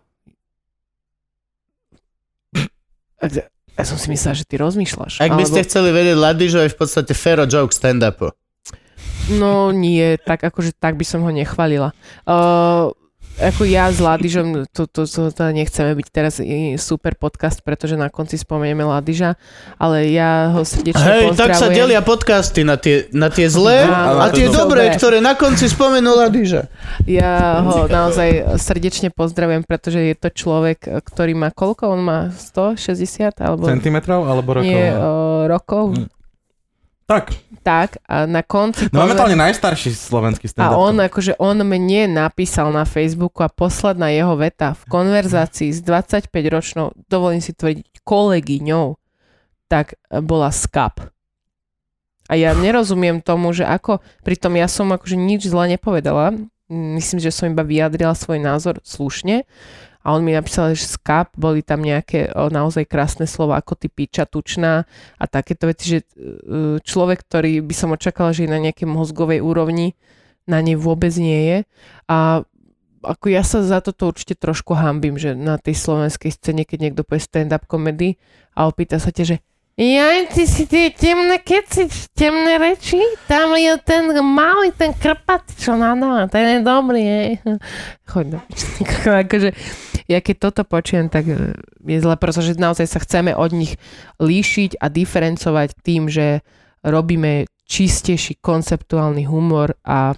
S2: Ja som si myslela, že ty rozmýšľaš.
S1: Ak by ste chceli vedieť, Ladižo je v podstate fero joke stand-upu.
S2: No nie, tak akože tak by som ho nechválila. Uh, ako ja s Ladižom, to, to, to, to nechceme byť teraz i super podcast, pretože na konci spomenieme Ladiža, ale ja ho srdečne
S1: Hej,
S2: pozdravujem.
S1: tak sa delia podcasty na tie, na tie zlé
S2: Áno,
S1: a tie
S3: to
S1: dobré,
S2: dobré.
S1: ktoré na konci spomenul Ladiža.
S2: Ja ho naozaj srdečne pozdravujem, pretože je to človek, ktorý má koľko? On má sto šesťdesiat? Alebo
S3: Centimetrov alebo rokov?
S2: nie, uh, rokov?
S3: Hm. Tak,
S2: Tak a na konci...
S3: no
S2: konver-
S3: momentálne najstarší slovenský
S2: A
S3: stand-up.
S2: on akože, on mne napísal na Facebooku a posledná jeho veta v konverzácii s dvadsaťpäťročnou, dovolím si tvrdiť, kolegyňou, tak bola skap. A ja nerozumiem tomu, že ako, pritom ja som akože nič zle nepovedala, myslím, že som iba vyjadrila svoj názor slušne a on mi napísal, že skap, boli tam nejaké o, naozaj krásne slova ako ty piča, tučná a takéto veci, že e, človek, ktorý by som očakala, že je na nejakej mozgovej úrovni, na nej vôbec nie je a ako ja sa za toto určite trošku hanbím, že na tej slovenskej scéne, keď niekto povie stand-up comedy a opýta sa ťa, že ja, ty si tie temné keci, temné reči, tam je ten malý, ten krpat, čo nadáva, ten je dobrý, hej. Choď do akože, ja keď toto počujem, tak je zle, pretože naozaj sa chceme od nich líšiť a diferencovať tým, že robíme čistejší konceptuálny humor a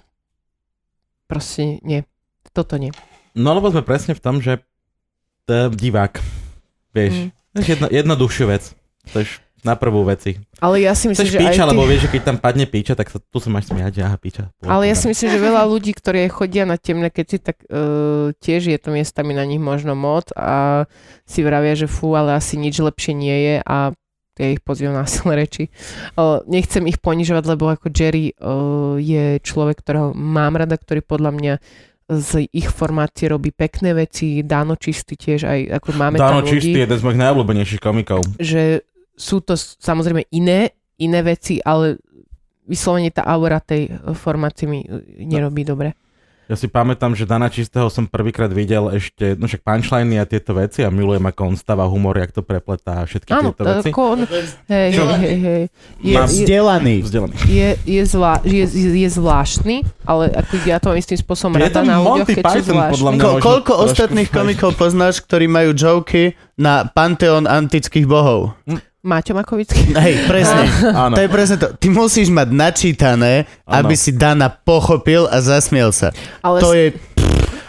S2: proste nie, toto nie.
S3: No lebo sme presne v tom, že to je divák, vieš,
S2: Mm.
S3: jedno, jednoduchšiu vec. To je na prvú veci.
S2: Ale ja si myslím,
S3: Chceš
S2: že aj
S3: píča,
S2: ty...
S3: lebo vieš, že keď tam padne píča, tak sa, tu sa máš smiať, aha, píča.
S2: Ale ja si myslím, že veľa ľudí, ktorí chodia na temné keci, tak uh, tiež je to miestami na nich možno moc a si vravia, že fú, ale asi nič lepšie nie je a ja ich pozývam na silné reči. Uh, nechcem ich ponižovať, lebo ako Jerry uh, je človek, ktorého mám rada, ktorý podľa mňa z ich formácie robí pekné veci, Dano Čistý tiež, aj ako máme
S3: Dano
S2: tam ľudí.
S3: Čistý je jeden z mojich najobľúbenejších komikov.
S2: Že sú to samozrejme iné, iné veci, ale vyslovene tá aura tej formácie mi nerobí dobre.
S3: Ja si pamätám, že Dana Čistého som prvýkrát videl ešte, no však punchliny a tieto veci a milujem, ako on stáva humor, jak to prepletá a všetky
S2: Áno,
S3: tieto veci.
S2: ako on, hej, hej, hej, hej. Je,
S3: Mám
S2: je,
S1: Vzdelaný.
S3: Vzdelaný.
S2: je, je, zvlá, je, je, je zvláštny, ale ako ja to mám istým spôsobom
S3: Je
S2: rada
S3: to
S2: na ľuďoch,
S3: Monty
S2: keď sú
S3: Python, podľa
S2: zvláštni.
S3: mňa.
S1: Ko-
S3: možno
S1: koľko
S3: trošku
S1: ostatných
S3: fajn.
S1: komikov poznáš, ktorí majú joky na panteón antických bohov?
S2: Maťo Makovický.
S1: Hej, presne.
S3: Áno.
S1: To je presne to. Ty musíš mať načítané,
S3: Áno.
S1: aby si Dana pochopil a zasmiel sa.
S2: Ale
S1: To je...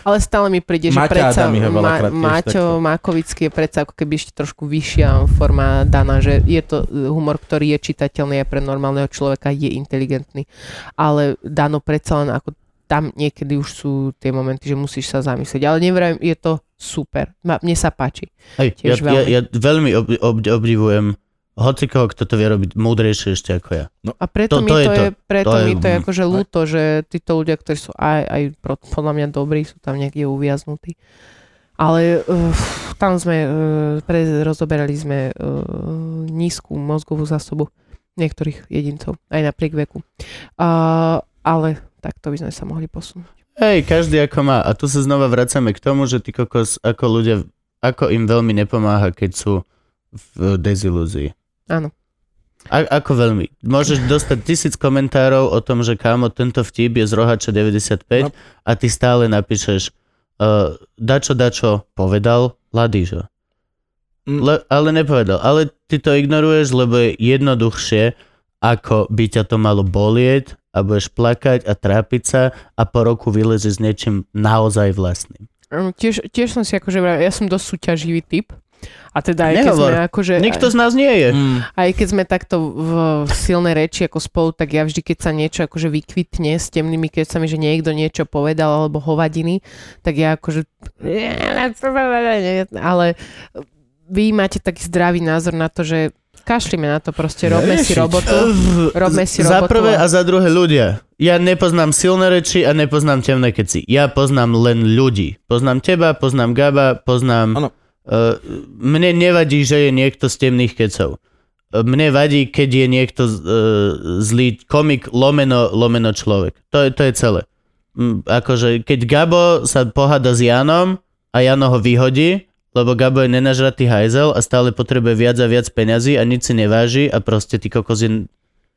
S2: Ale stále mi príde, že
S3: Maťa
S2: predsa
S3: Adam ich je veľakrát tiež
S2: Maťo
S3: takto.
S2: Mákovický je predsa ako keby ešte trošku vyššia forma Dana, že je to humor, ktorý je čitateľný aj pre normálneho človeka, je inteligentný. Ale Dano predsa len ako tam niekedy už sú tie momenty, že musíš sa zamyslieť. Ale neviem, je to super. Mne sa páči.
S1: Hej, ja, ja, ja veľmi ob, ob, obdivujem hocikoho, kto to vie robiť múdrejšie ešte ako ja.
S2: No, a preto
S1: to,
S2: mi
S1: to
S2: to,
S1: je
S2: je,
S1: to.
S2: preto
S1: To je-
S2: mi to je akože ľúto, že títo ľudia, ktorí sú aj, aj pro- podľa mňa dobrí, sú tam niekde uviaznutí. Ale uh, tam sme, uh, pre, rozoberali sme uh, nízku mozgovú zásobu niektorých jedincov, aj napriek veku. Uh, ale takto by sme sa mohli posunúť.
S1: Hej, každý ako má. A tu sa znova vracame k tomu, že ty kokos, ako ľudia, ako im veľmi nepomáha, keď sú v dezilúzii.
S2: Áno.
S1: A, ako veľmi. Môžeš dostať tisíc komentárov o tom, že kámo, tento vtip je z Rohača deväťdesiatpäť
S3: No.
S1: a ty stále napíšeš uh, dačo, dačo povedal Ladížo.
S3: Mm.
S1: Le, ale nepovedal. Ale ty to ignoruješ, lebo je jednoduchšie, ako by ťa to malo bolieť a budeš plakať a trápiť sa a po roku vylezeš s niečím naozaj vlastným.
S2: Um, tiež, tiež som si akože, ja som dosť súťaživý typ. A teda aj keď
S1: Nehovor.
S2: sme akože...
S1: Nikto z nás nie je.
S3: Mm.
S2: Aj keď sme takto v silnej reči ako spolu, tak ja vždy, keď sa niečo akože vykvitne s temnými kecami, že niekto niečo povedal alebo hovadiny, tak ja akože... Ale vy máte taký zdravý názor na to, že kašlime na to proste, robme si
S3: Neriešiť.
S2: robotu. Robme si
S1: Za
S2: robotu.
S1: prvé a za druhé ľudia. Ja nepoznám silné reči a nepoznám temné keci. Ja poznám len ľudí. Poznám teba, poznám Gaba, poznám...
S3: Áno.
S1: Uh, mne nevadí, že je niekto z temných kecov. Uh, mne vadí, keď je niekto uh, zlý komik lomeno, lomeno človek. To je, to je celé. Mm, akože keď Gabo sa poháda s Janom a Jano ho vyhodí, lebo Gabo je nenažratý hajzel a stále potrebuje viac a viac peňazí a nič si neváži a proste ty kokos je...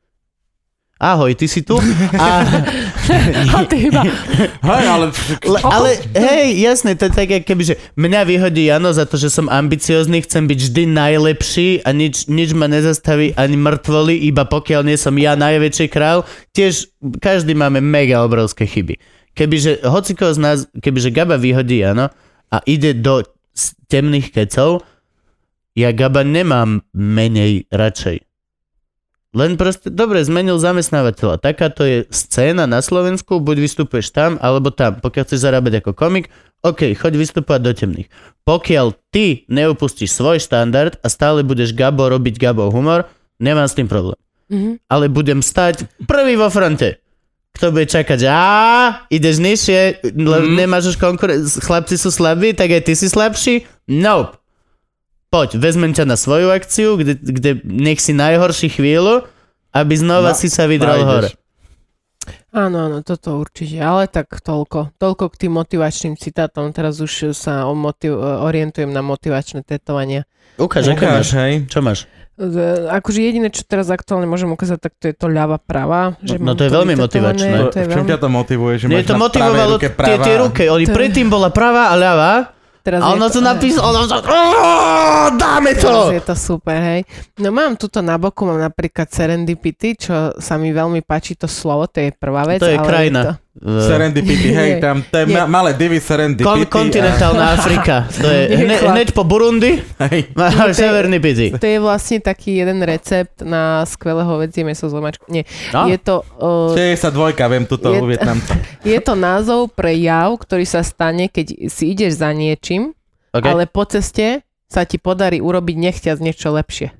S1: Ahoj, ty si tu? A...
S2: A ty iba...
S3: Hej, ale...
S1: Le, ale hej, jasné, to je tak, keby, že mňa vyhodí Jano za to, že som ambiciózny, chcem byť vždy najlepší a nič, nič ma nezastaví ani mŕtvoli, iba pokiaľ nie som ja najväčší král. Tiež každý máme mega obrovské chyby. Kebyže hocikoho z nás, kebyže Gaba vyhodí Jano a ide do s- temných kecov, ja Gaba nemám menej radšej. Len proste, dobre, zmenil zamestnávateľa. Takáto je scéna na Slovensku, buď vystupuješ tam, alebo tam. Pokiaľ chceš zarábať ako komik, OK, choď vystupovať do temných. Pokiaľ ty neupustíš svoj štandard a stále budeš Gabo robiť Gabo humor, nemám s tým problém.
S2: Mhm.
S1: Ale budem stať prvý vo fronte. Kto bude čakať, že á, ideš nižšie, lebo
S3: Mhm.
S1: nemáš už konkurenciu, chlapci sú slabí, tak aj ty si slabší? Nope. Poď, vezmem ťa na svoju akciu, kde, kde nech si najhorší chvíľu, aby znova
S3: No,
S1: si sa vydral
S3: nájdeš.
S1: hore.
S2: Áno, áno, toto určite. Ale tak toľko. Toľko k tým motivačným citátom. Teraz už sa motiv- orientujem na motivačné tetovania.
S1: Ukáž, aké máš.
S3: Ukáž, hej.
S1: Čo máš?
S2: Z- Akože jediné, čo teraz aktuálne môžem ukázať, tak to je to ľava prava. Že
S1: No
S2: mám
S1: to je veľmi
S2: vytetované,
S1: motivačné.
S2: To je
S3: V čom
S2: veľmi...
S3: ťa to motivuje? Že
S1: Nie,
S3: máš
S1: to
S3: na
S1: motivovalo
S3: pravej ruke
S1: tie,
S3: práva?
S1: tie ruky. Oni
S2: To je-
S1: predtým bola pravá a ľavá,
S2: Teraz
S1: a
S2: je
S1: ono to napísalo, ono to... Ó, dáme
S2: Teraz
S1: to!
S2: je to super, hej. No mám tuto na boku, mám napríklad serendipity, čo sa mi veľmi páči to slovo, to je prvá vec.
S1: To je
S2: ale
S1: krajina.
S2: to-
S3: Serendipity, hej,
S2: Nie,
S3: tam, to je
S2: nie.
S3: ma- malé divy serendipity.
S1: Kon- kontinentálna Afrika. To je
S2: Nie,
S1: hne,
S2: chlap.
S1: hneď po Burundi.
S3: A, hej.
S1: Máš
S2: to je-
S1: severný pity.
S2: To je vlastne taký jeden recept na skvelé hovädzie mäso z omáčkou. Nie,
S1: No.
S2: je to... Uh,
S3: šesťdesiatdva, viem, tuto
S2: Je-
S3: u Vietnamca.
S2: Je to názov pre jav, ktorý sa stane, keď si ideš za niečím,
S1: Okay.
S2: ale po ceste sa ti podarí urobiť nechťac niečo lepšie.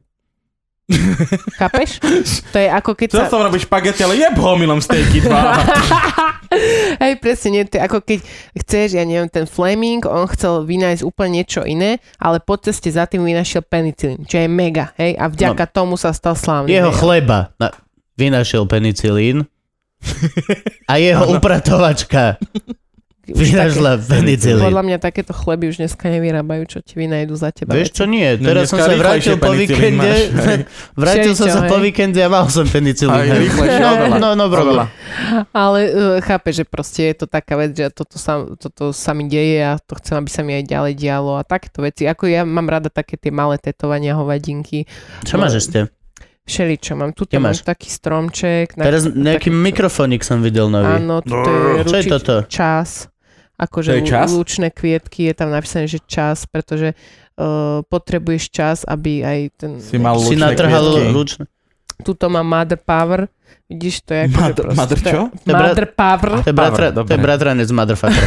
S2: Chápeš? To je ako keď
S3: Chcel
S2: sa...
S3: som robiť špagety, ale jeb ho milom stejky dva.
S2: Hej, presne, nie, to je ako keď chceš, ja neviem, ten Fleming, on chcel vynájsť úplne niečo iné, ale po ceste za tým vynašiel penicilín, čo je mega, hej, a vďaka no, tomu sa stal slávny.
S1: Jeho
S2: hej.
S1: chleba na, vynašiel penicilín a jeho upratovačka
S2: Už
S1: vynašla penicilín.
S2: Podľa mňa takéto chleby už dneska nevyrábajú, čo ti vynajdu za teba.
S1: Vieš
S2: veci.
S1: čo, nie.
S3: No
S1: Teraz som
S3: dneska
S1: sa vrátil
S3: rýchlejšie
S1: po
S3: penicilín
S1: víkende.
S3: máš, hej.
S1: Vrátil som
S2: Všeličo,
S1: sa po
S2: hej.
S1: víkende a mal som penicilín.
S3: Aj rýchlejšie,
S1: No,
S3: oveľa.
S1: no, no problém.
S2: Ale uh, chápe, že proste je to taká vec, že toto sa, toto sa mi deje a to chcem, aby sa mi aj ďalej dialo a takéto veci. Ako ja mám rada také tie malé tetovania, hovadinky.
S1: Čo máš ešte?
S2: Všeličo mám. Tuto
S1: Kde
S2: mám
S1: máš?
S2: taký stromček. Na,
S1: Teraz nejaký
S2: taký-
S1: mikrofónik som videl nový.
S2: Áno, toto je
S1: Čo je
S2: ručič,
S1: toto?
S2: čas. Akože lúčne kvietky, je tam napísané, že čas, pretože uh, potrebuješ čas, aby aj ten...
S3: Si mal
S1: si
S3: lúčne kvietky.
S1: Lúčne.
S2: Tuto má Mother Power. Vidíš, to je akože
S3: Mother,
S2: proste...
S3: mother čo?
S2: Mother Power.
S1: To je, bratra, to je bratranec Motherfucker.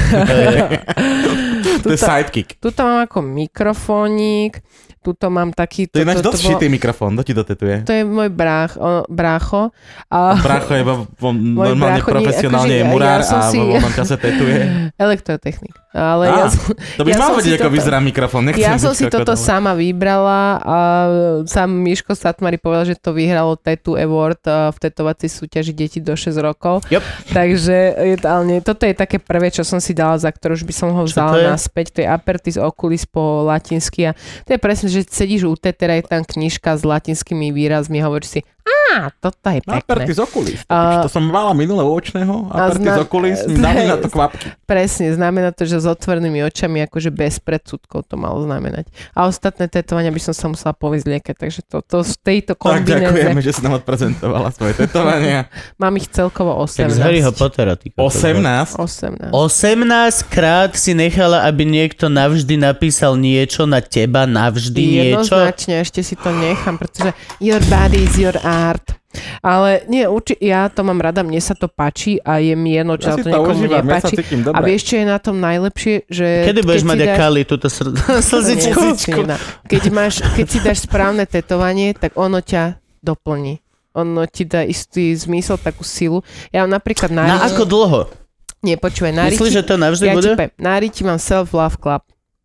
S3: To je sidekick.
S2: Tuto mám ako mikrofónik. Tuto mám taký...
S3: To je náš
S2: to,
S3: dosť
S2: to,
S3: šitý mikrofón, to ti dotetuje.
S2: To je môj brách, o, brácho. A...
S3: Brácho je vo, vo, normálne
S2: brácho,
S3: profesionálne
S2: akože,
S3: je murár
S2: ja
S3: a
S2: si...
S3: vo voľnom čase tetuje.
S2: Elektrotechnik. Ale
S3: Á,
S2: ja som,
S3: to by
S2: ja
S3: mal
S2: som
S3: vedieť, ako
S2: toto,
S3: vyzerá mikrofón. Nechcem
S2: ja som
S3: byť
S2: si
S3: kokot,
S2: toto
S3: ale...
S2: sama vybrala a sám Miško Satmari povedal, že to vyhralo Tattoo Award v tetovacej súťaži deti do šesť rokov.
S1: Yep.
S2: Takže je to, ale nie, toto je také prvé, čo som si dala, za ktoré už by som ho vzala naspäť. To je Apertis Oculis po latinsky a to je presne, že sedíš u tetera, je tam knižka s latinskými výrazmi a hovoríš si, á, toto je pekné.
S3: Apertis Oculis.
S2: Uh,
S3: to som mala minulé u očného. Apertis
S2: zna-
S3: Oculis, dali na to kvapky.
S2: Presne, znamená to, že s otvorenými očami, akože bez predsudkov to malo znamenať. A ostatné tetovania by som sa musela povyzliekať, takže to, to z tejto
S3: Tak
S2: kombinéze...
S3: ďakujeme, že si nám odprezentovala svoje tetovania.
S2: Mám ich celkovo
S1: Tak
S2: osemnásť.
S1: z Harryho Pottera. Ty
S3: osemnásť?
S2: osemnásť.
S1: osemnásť krát si nechala, aby niekto navždy napísal niečo na teba, navždy niečo.
S2: Jednoznačne, ešte si to nechám, pretože your body is your art. Ale nie, urči, ja to mám rada, mne sa to páči a je mi jedno, čo
S3: Ja
S2: ja
S3: si
S2: to
S3: to
S2: niekomu
S3: užívam, ja sa
S2: nepáči.
S3: cítim dobre.
S2: A vieš, čo je na tom najlepšie? Že
S1: Kedy budeš
S2: keď
S1: mať
S2: si dáš-
S1: akali túto sr- slzičku?
S2: Nie, keď, máš, keď si dáš správne tetovanie, tak ono ťa doplní. Ono ti dá istý zmysel, takú silu. Ja mám napríklad na...
S1: Na ako dlho?
S2: Nie, počúvaj, na
S1: Myslíš,
S2: riti...
S1: že to navždy
S2: ja
S1: bude?
S2: Ti poviem, na riti mám Self-Love Club.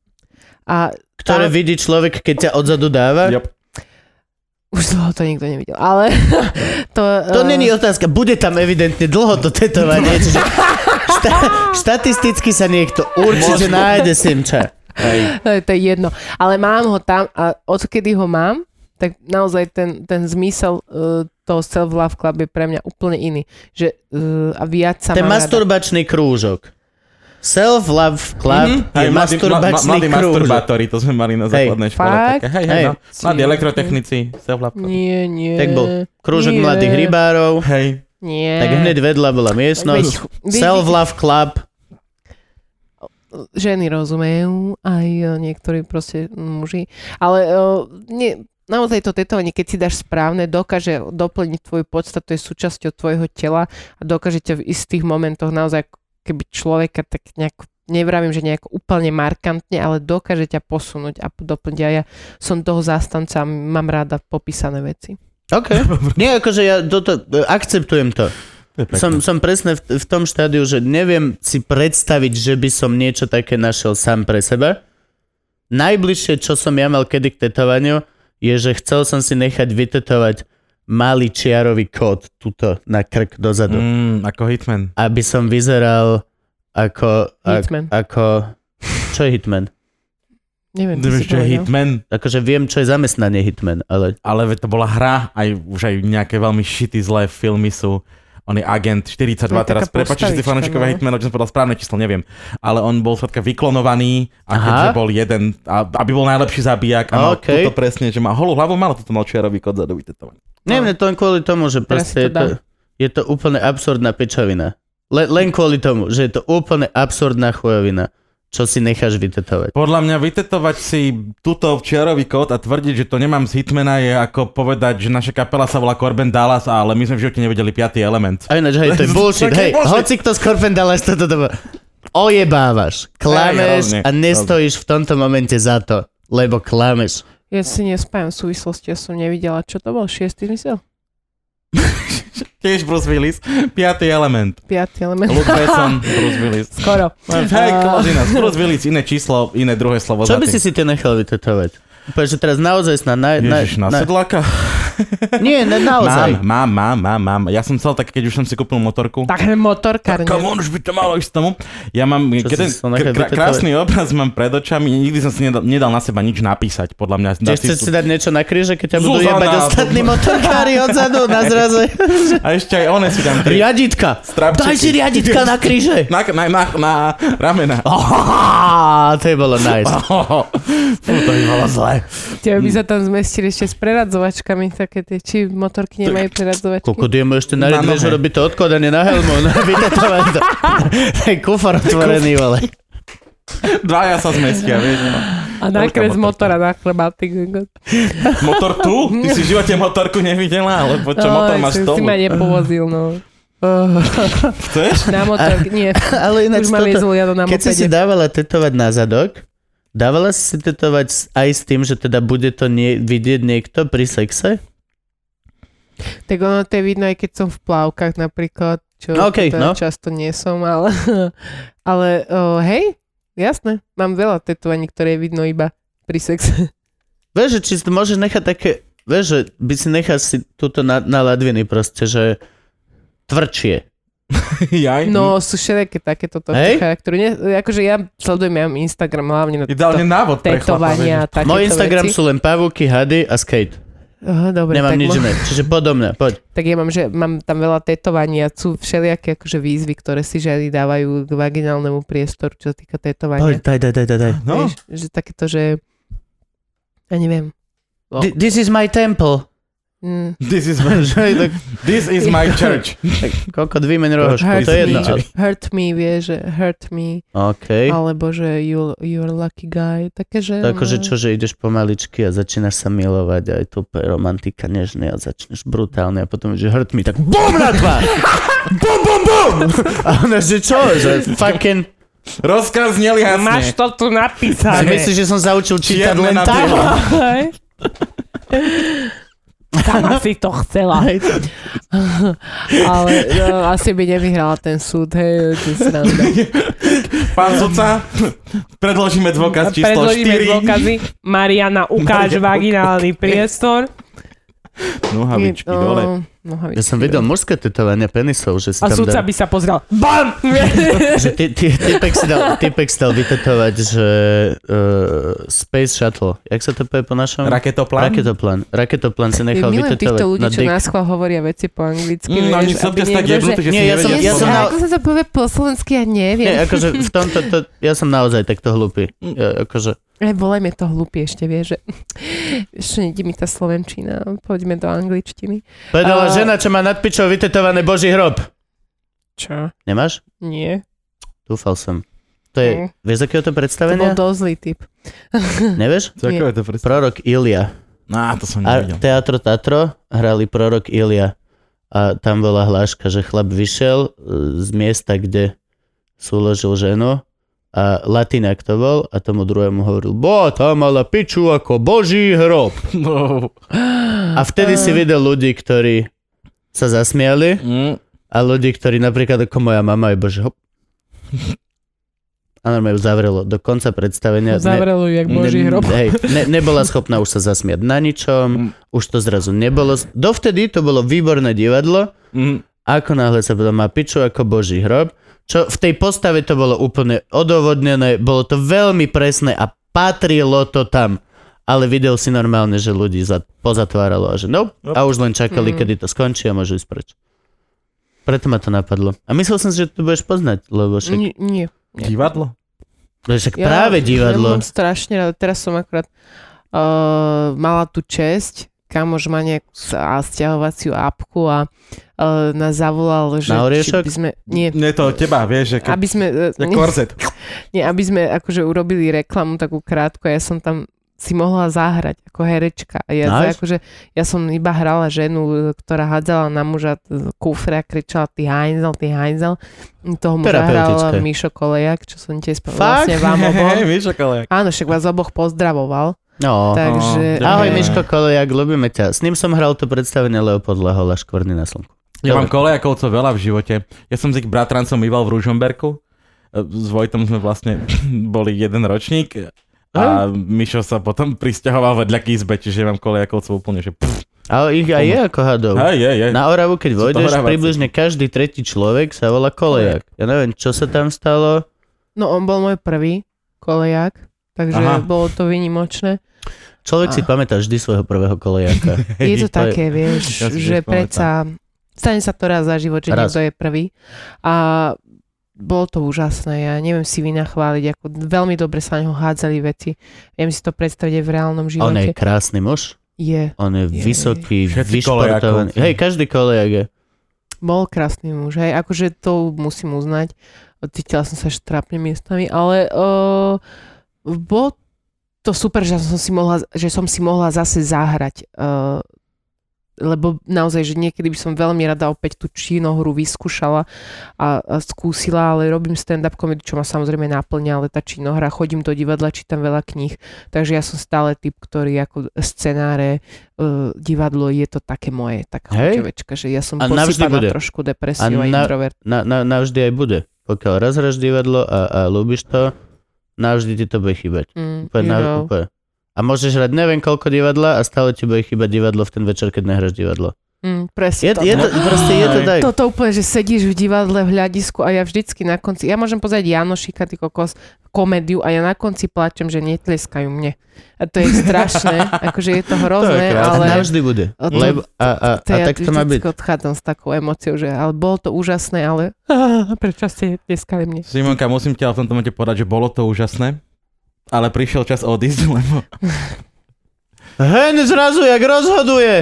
S2: A
S1: Ktoré
S2: tam...
S1: vidí človek, keď ťa odzadu dáva?
S3: Yep.
S2: Už dlho to nikto nevidel, ale... to
S1: To
S2: uh...
S1: není otázka, bude tam evidentne dlho to tetovanie, čiže šta- štatisticky sa niekto určite nájde simča.
S3: Hej.
S2: To je, to je jedno. Ale mám ho tam a odkedy ho mám, tak naozaj ten, ten zmysel uh, toho Self-Love Club je pre mňa úplne iný. Že, uh, a viac sa
S1: Ten
S2: mám rada.
S1: masturbačný krúžok. Self-love club mm-hmm. je
S3: Hej, mladí-
S1: masturbačný
S3: mladí
S1: krúžok.
S3: masturbátori, to sme mali na základnej škole.
S2: Fakt?
S3: Také. Hej, hej,
S1: Hej.
S3: no. Mladí elektrotechnici, self-love club.
S2: Nie, nie.
S1: Tak bol krúžok
S2: nie,
S1: mladých rybárov,
S3: Hej.
S2: Nie.
S1: tak hneď vedľa bola miestnosť.
S2: Veď- veď-
S1: Self-love club.
S2: Ženy rozumejú, aj eh, niektorí proste muži. Ale uh, nie, naozaj to tetovanie, keď si dáš správne, dokáže doplniť tvoju podstatu, je súčasťou tvojho tela a dokáže ťa v istých momentoch naozaj keby človeka tak nejak, nevravím, že nejako úplne markantne, ale dokáže ťa posunúť a doplniť. A ja som toho zástanca a mám ráda popísané veci.
S1: OK. Nie, akože ja toto, akceptujem to. Som, som presne v, v tom štádiu, že neviem si predstaviť, že by som niečo také našiel sám pre seba. Najbližšie, čo som ja mal kedy k tetovaniu, je, že chcel som si nechať vytetovať malý čiarový kód tuto na krk dozadu.
S3: Mm, ako Hitman.
S1: Aby som vyzeral ako...
S2: Hitman.
S1: Ak, ako čo je Hitman?
S2: Neviem,
S3: Vieš, čo je Hitman?
S1: Akože viem, čo je zamestnanie Hitman, ale...
S3: Ale to bola hra, aj už aj nejaké veľmi shitty zlé filmy sú. On je agent štyridsaťdva,
S2: To je
S3: teraz
S2: taká
S3: prepáčte si
S2: postavička,
S3: fanúšikovia
S2: no.
S3: Hitmana, že som povedal správne číslo, neviem. Ale on bol sladka vyklonovaný a
S1: Aha.
S3: keďže bol jeden, a, aby bol najlepší zabijak a mal
S1: Okay.
S3: toto presne, že má holú hlavu, malo toto mal čiarový kód zadu vytetovaný.
S1: Nie, mne to len kvôli tomu, že
S2: Teraz
S1: proste je
S2: si to
S1: to, je to úplne absurdná pečovina. Le, len kvôli tomu, že je to úplne absurdná chujovina, čo si necháš vytetovať.
S3: Podľa mňa vytetovať si túto čiarový kód a tvrdiť, že to nemám z Hitmana je ako povedať, že naša kapela sa volá Corbin Dallas, ale my sme v živote nevedeli piatý element.
S1: A ináč, hej, to je bullshit, hej, hoci kto z Corbin Dallas toto to ojebávaš, klameš
S3: Hej, rovne,
S1: a nestojíš v tomto momente za to, lebo klameš.
S2: Ja si nespájam súvislosti, ja som nevidela, čo to bol, šiestý zmysel?
S3: Tiež Bruce Willis, piatý element.
S2: Piatý element.
S3: Luke Besson, Bruce Willis.
S2: Skoro.
S3: Hej,
S2: A-
S3: Klodina, Bruce Willis, iné číslo, iné druhé slovo.
S1: Čo
S3: za
S1: by
S3: tým.
S1: si si ty nechal vytetovať? Úplne, že teraz naozaj na... na, na,
S3: Ježiš, na
S1: na
S3: sedláka?
S1: nie, na, naozaj.
S3: Mám, mám, mám, mám, mám. Ja som chcel tak, keď už som si kúpil motorku.
S2: Tak motorkár.
S3: Come on, už by to malo ísť tomu. Ja mám
S1: Čo
S3: jeden
S1: si chcel nechať
S3: krá-
S1: vytetovať?
S3: krásny obraz mám pred očami, nikdy som si nedal, nedal na seba nič napísať, podľa mňa.
S1: Tiež chceš si dať niečo na kríže, keď ťa budú
S3: Zuzana,
S1: jebať ostatní
S3: to-
S1: motorkári odzadu na zraze?
S3: A ešte aj one si tam tri
S1: Riaditka!
S3: strapčeky.
S1: Daj si riaditka na kríže!
S3: Na, na, na, na ramena.
S1: Oh, to je bolo nice.
S3: Fú, to by bolo zlé.
S2: Tebe by sa tam zmestili ešte s preradzovačkami, také tie, či motorky nemajú preradzovačky.
S1: Koľko diemu ešte na riadne, že robí to odkladanie na helmu, na vytetovanie to. Ten kufor otvorený, vole.
S3: Dvaja sa zmestia, vieš. No.
S2: A nakres motora na chlebatik.
S3: Motor tu? Ty si v živote motorku nevidela? Alebo čo,
S2: no,
S3: motor máš tomu?
S2: Si ma nepovozil, no.
S3: Chceš?
S2: Na motor, nie.
S1: Ale ináč
S2: už ma viezol ja na
S1: keď si si dávala tetovať na zadok, dávala si si tetovať aj s tým, že teda bude to nie, vidieť niekto pri sexe?
S2: Tak ono to je vidno, aj keď som v plávkach napríklad, čo
S1: okay,
S2: teda
S1: no.
S2: často nie som, ale, ale oh, hej, jasné, mám veľa tetovaní, ktoré je vidno iba pri sexe.
S1: Vieš, že či si môžeš nechať také, vieš, že by si nechal si túto na, na ladviny proste, že tvrdšie.
S3: Jaj.
S2: No, sú všetky takéto charaktery. Ne, akože ja sledujem, ja mám Instagram hlavne na
S3: ideálne návod pre
S2: tetovania.
S1: Môj Instagram
S2: veci.
S1: sú len pavúky, hady a skate.
S2: Aha, dobre,
S1: nemám nič
S2: mo-
S1: iné, čiže podobné, poď.
S2: Tak ja mám, že mám tam veľa tetovania, sú všelijaké akože výzvy, ktoré si ženy dávajú k vaginálnemu priestoru, čo sa týka tetovania.
S1: Poď, daj, daj, daj, daj. daj.
S3: No.
S2: Vieš, že takéto, že ja neviem. Oh.
S1: This is my temple.
S2: Mm.
S3: This is my, this is my church.
S1: Koľko dvímeň rohošku,
S2: Hurt
S1: to je
S2: me,
S1: jedno.
S2: hurt me, vieš, že hurt me.
S1: OK.
S2: Alebo že you, you're lucky guy. Také, že...
S1: To akože čo, že ideš pomaličky a začínaš sa milovať a je to romantika nežné a začneš brutálne a potom, že hurt me, tak BUM na tvár! BUM, BUM, BUM! A ona, že čo? Že fucking...
S3: Rozkaz zneli hasne.
S2: Máš to tu
S1: Si
S2: napísané.
S1: myslíš, že som zaučil čítať
S3: Čierne
S1: len
S3: na
S1: tak?
S2: Sama si to chcela. Ale no, asi by nevyhrala ten súd, hej, to si nám dá.
S3: Pán sudca, predložíme dôkaz číslo
S2: Predložíme
S3: štyri.
S2: dôkazy. Mariana, ukáž vaginálny priestor.
S3: Nohavičky dole.
S2: Nohavičky
S1: Ja som videl mužské tetovania penisov, že si
S2: A
S1: tam
S2: sudca
S1: dal...
S2: by sa pozrel. BAM!
S1: Že ty, ty, typek, si dal, typek si dal vytetovať, že uh, Space Shuttle. Jak sa to povie po našom?
S3: Raketoplán?
S1: Raketoplán. Raketoplán si nechal
S2: Milujem
S1: vytetovať
S2: týchto ľudí,
S1: na
S2: čo
S1: dick.
S2: na schvál hovoria veci po anglicky.
S3: Mm, oni
S2: vieš,
S3: sú
S2: aby
S3: občas tak
S2: niekto,
S3: jebnutí, že
S1: Nie,
S3: si
S1: ja som-
S3: nevedia
S1: ja som
S3: povedať.
S1: na-
S2: Ako sa to povie po slovensky, ja neviem.
S1: Nie, akože v tomto, to, ja som naozaj takto hlupý. Ja, akože,
S2: Aj volaj mi to hlupie ešte, vieš, že ešte nejde mi tá slovenčina, poďme do angličtiny.
S1: povedala
S2: A-
S1: žena, čo má nad pičou vytetované Boží hrob.
S2: Čo?
S1: Nemáš?
S2: Nie.
S1: Dúfal som. To je,
S2: Mm.
S1: vieš, akého to
S2: To bol
S1: predstavenia?
S2: dosť zlý typ.
S1: Nevieš?
S3: Čo, ako je to predstav?
S1: Prorok Ilia.
S3: Á, to som
S1: A
S3: nevidel.
S1: Teatro Tatro hrali Prorok Ilia. A tam bola hláška, že chlap vyšiel e, z miesta, kde súložil ženu a latinák to bol a tomu druhému hovoril, bo, tá mala piču ako Boží hrob.
S3: No.
S1: A vtedy si videl ľudí, ktorí sa zasmiali
S3: Mm.
S1: a ľudí, ktorí napríklad ako moja mama je Bože hop. A normálne ju zavrelo do konca predstavenia.
S2: Zavrelo ju, jak Boží hrob.
S1: Hej, ne, nebola schopná už sa zasmiať na ničom, už to zrazu nebolo. Dovtedy to bolo výborné divadlo,
S3: Mm.
S1: ako náhle sa povedal, má piču ako Boží hrob, čo v tej postave to bolo úplne odovodnené, bolo to veľmi presné a patrilo to tam. Ale videl si normálne, že ľudí za, pozatváralo a že no, a už len čakali,
S2: Mm.
S1: kedy to skončí a môžu ísť preč. Preto ma to napadlo. A myslel som si, že to budeš poznať, lebo však,
S2: Nie, nie.
S3: Divadlo?
S1: však práve
S2: Ja
S1: divadlo.
S2: mám strašne rád. Teraz som akurát uh, mala tú česť, kamož má nejakú sa- sťahovaciu apku a uh, nás zavolal, že
S1: Na
S2: či
S1: oriešok?
S2: by sme... Nie,
S3: Nie to od teba, vieš, že keď...
S2: aby sme... Uh,
S3: Jak korzet.
S2: nie, aby sme akože urobili reklamu takú krátku a ja som tam si mohla zahrať ako herečka. A ja,
S1: Nice.
S2: akože, ja som iba hrala ženu, ktorá hádzala na muža z kufre a kričala ty hajnzel, ty hajnzel. Toho muža hral
S1: Terapeutické.
S2: Mišo Kolejak, čo som tiež
S1: Fakt?
S2: povedala vlastne vám obom.
S3: Hej, vieš, ako ale...
S2: Áno, však vás oboch pozdravoval.
S1: No.
S2: Takže...
S3: Oh,
S1: Ahoj
S3: Dobre.
S1: Miško Kolejak, ľubíme ťa. S ním som hral to predstavenie Leopolda Hola Škvrny na slnku.
S3: Ja
S1: Dobre.
S3: mám kolejakovcov veľa v živote. Ja som s ich bratrancom býval v Ružomberku. S Vojtom sme vlastne boli jeden ročník. A Mišo sa potom prisťahoval vedľa k izbe, čiže mám kolejakovcov úplne, že pff.
S1: Ale ich aj je ako hadov.
S3: Hej, je, je.
S1: Na Oravu, keď
S3: Sú to
S1: vojdeš,
S3: Oraváci.
S1: približne každý tretí človek sa volá Kolejak. Ja neviem, čo sa tam stalo.
S2: No on bol môj prvý Kolejak, takže
S3: Aha.
S2: bolo to výnimočné.
S1: Človek si
S2: A-
S1: pamätá vždy svojho prvého Kolejaka.
S2: Je to
S1: to je-
S2: také, vieš,
S3: Ja si
S2: že
S3: tiež
S2: predsa stane sa to raz za život, že
S1: Raz.
S2: niekto je prvý. A bolo to úžasné. Ja neviem si vynachváliť, ako veľmi dobre sa na ňo hádzali veci. Viem si to predstaviť aj v reálnom živote.
S1: On je krásny muž.
S2: Je.
S1: On je, je vysoký,
S3: Všetci
S1: vyšportovaný. Hej, každý kolejak je.
S2: Bol krásny muž, hej. Akože to musím uznať. Cítila som sa štrápne miestami, ale uh, bol to super, že som si mohla, že som si mohla zase zahrať. Uh, lebo naozaj, že niekedy by som veľmi rada opäť tú činohru vyskúšala a, a skúsila, ale robím stand-up komedy, čo ma samozrejme náplňa, ale tá činohra, chodím do divadla, čítam veľa kníh, takže ja som stále typ, ktorý ako scenáre, uh, divadlo, je to také moje, taká hoďovečka, že ja som posypaná trošku depresiou a, a introvert.
S1: Na, na, navždy aj bude. Pokiaľ raz hráš divadlo a, a ľúbiš to, navždy ti to bude chýbať. Mm, úplne, na, úplne. A môžeš hrať neviem koľko divadla a stále ti bude chýbať divadlo v ten večer, keď nehráš divadlo.
S2: Mm, presne
S1: je,
S2: to.
S1: Je to, proste je to tak.
S2: Toto úplne, že sedíš v divadle v hľadisku a ja vždycky na konci, ja môžem pozrieť Janošika, ty kokos, komédiu a ja na konci plačem, že netleskajú mne. A to je strašné, akože je to hrozné,
S1: to je
S2: ale...
S1: Navždy bude.
S2: To,
S1: Lebo, a, a,
S2: to
S1: a
S2: ja
S1: tak to má byť.
S2: odchádzam s takou emóciou, že ale bolo to úžasné, ale prečo ste netleskali mne?
S3: Simonka, musím ti ale v tomto momente povedať, že bolo to úžasné, ale prišiel čas odísť, lebo...
S1: Hen zrazu, jak rozhoduje.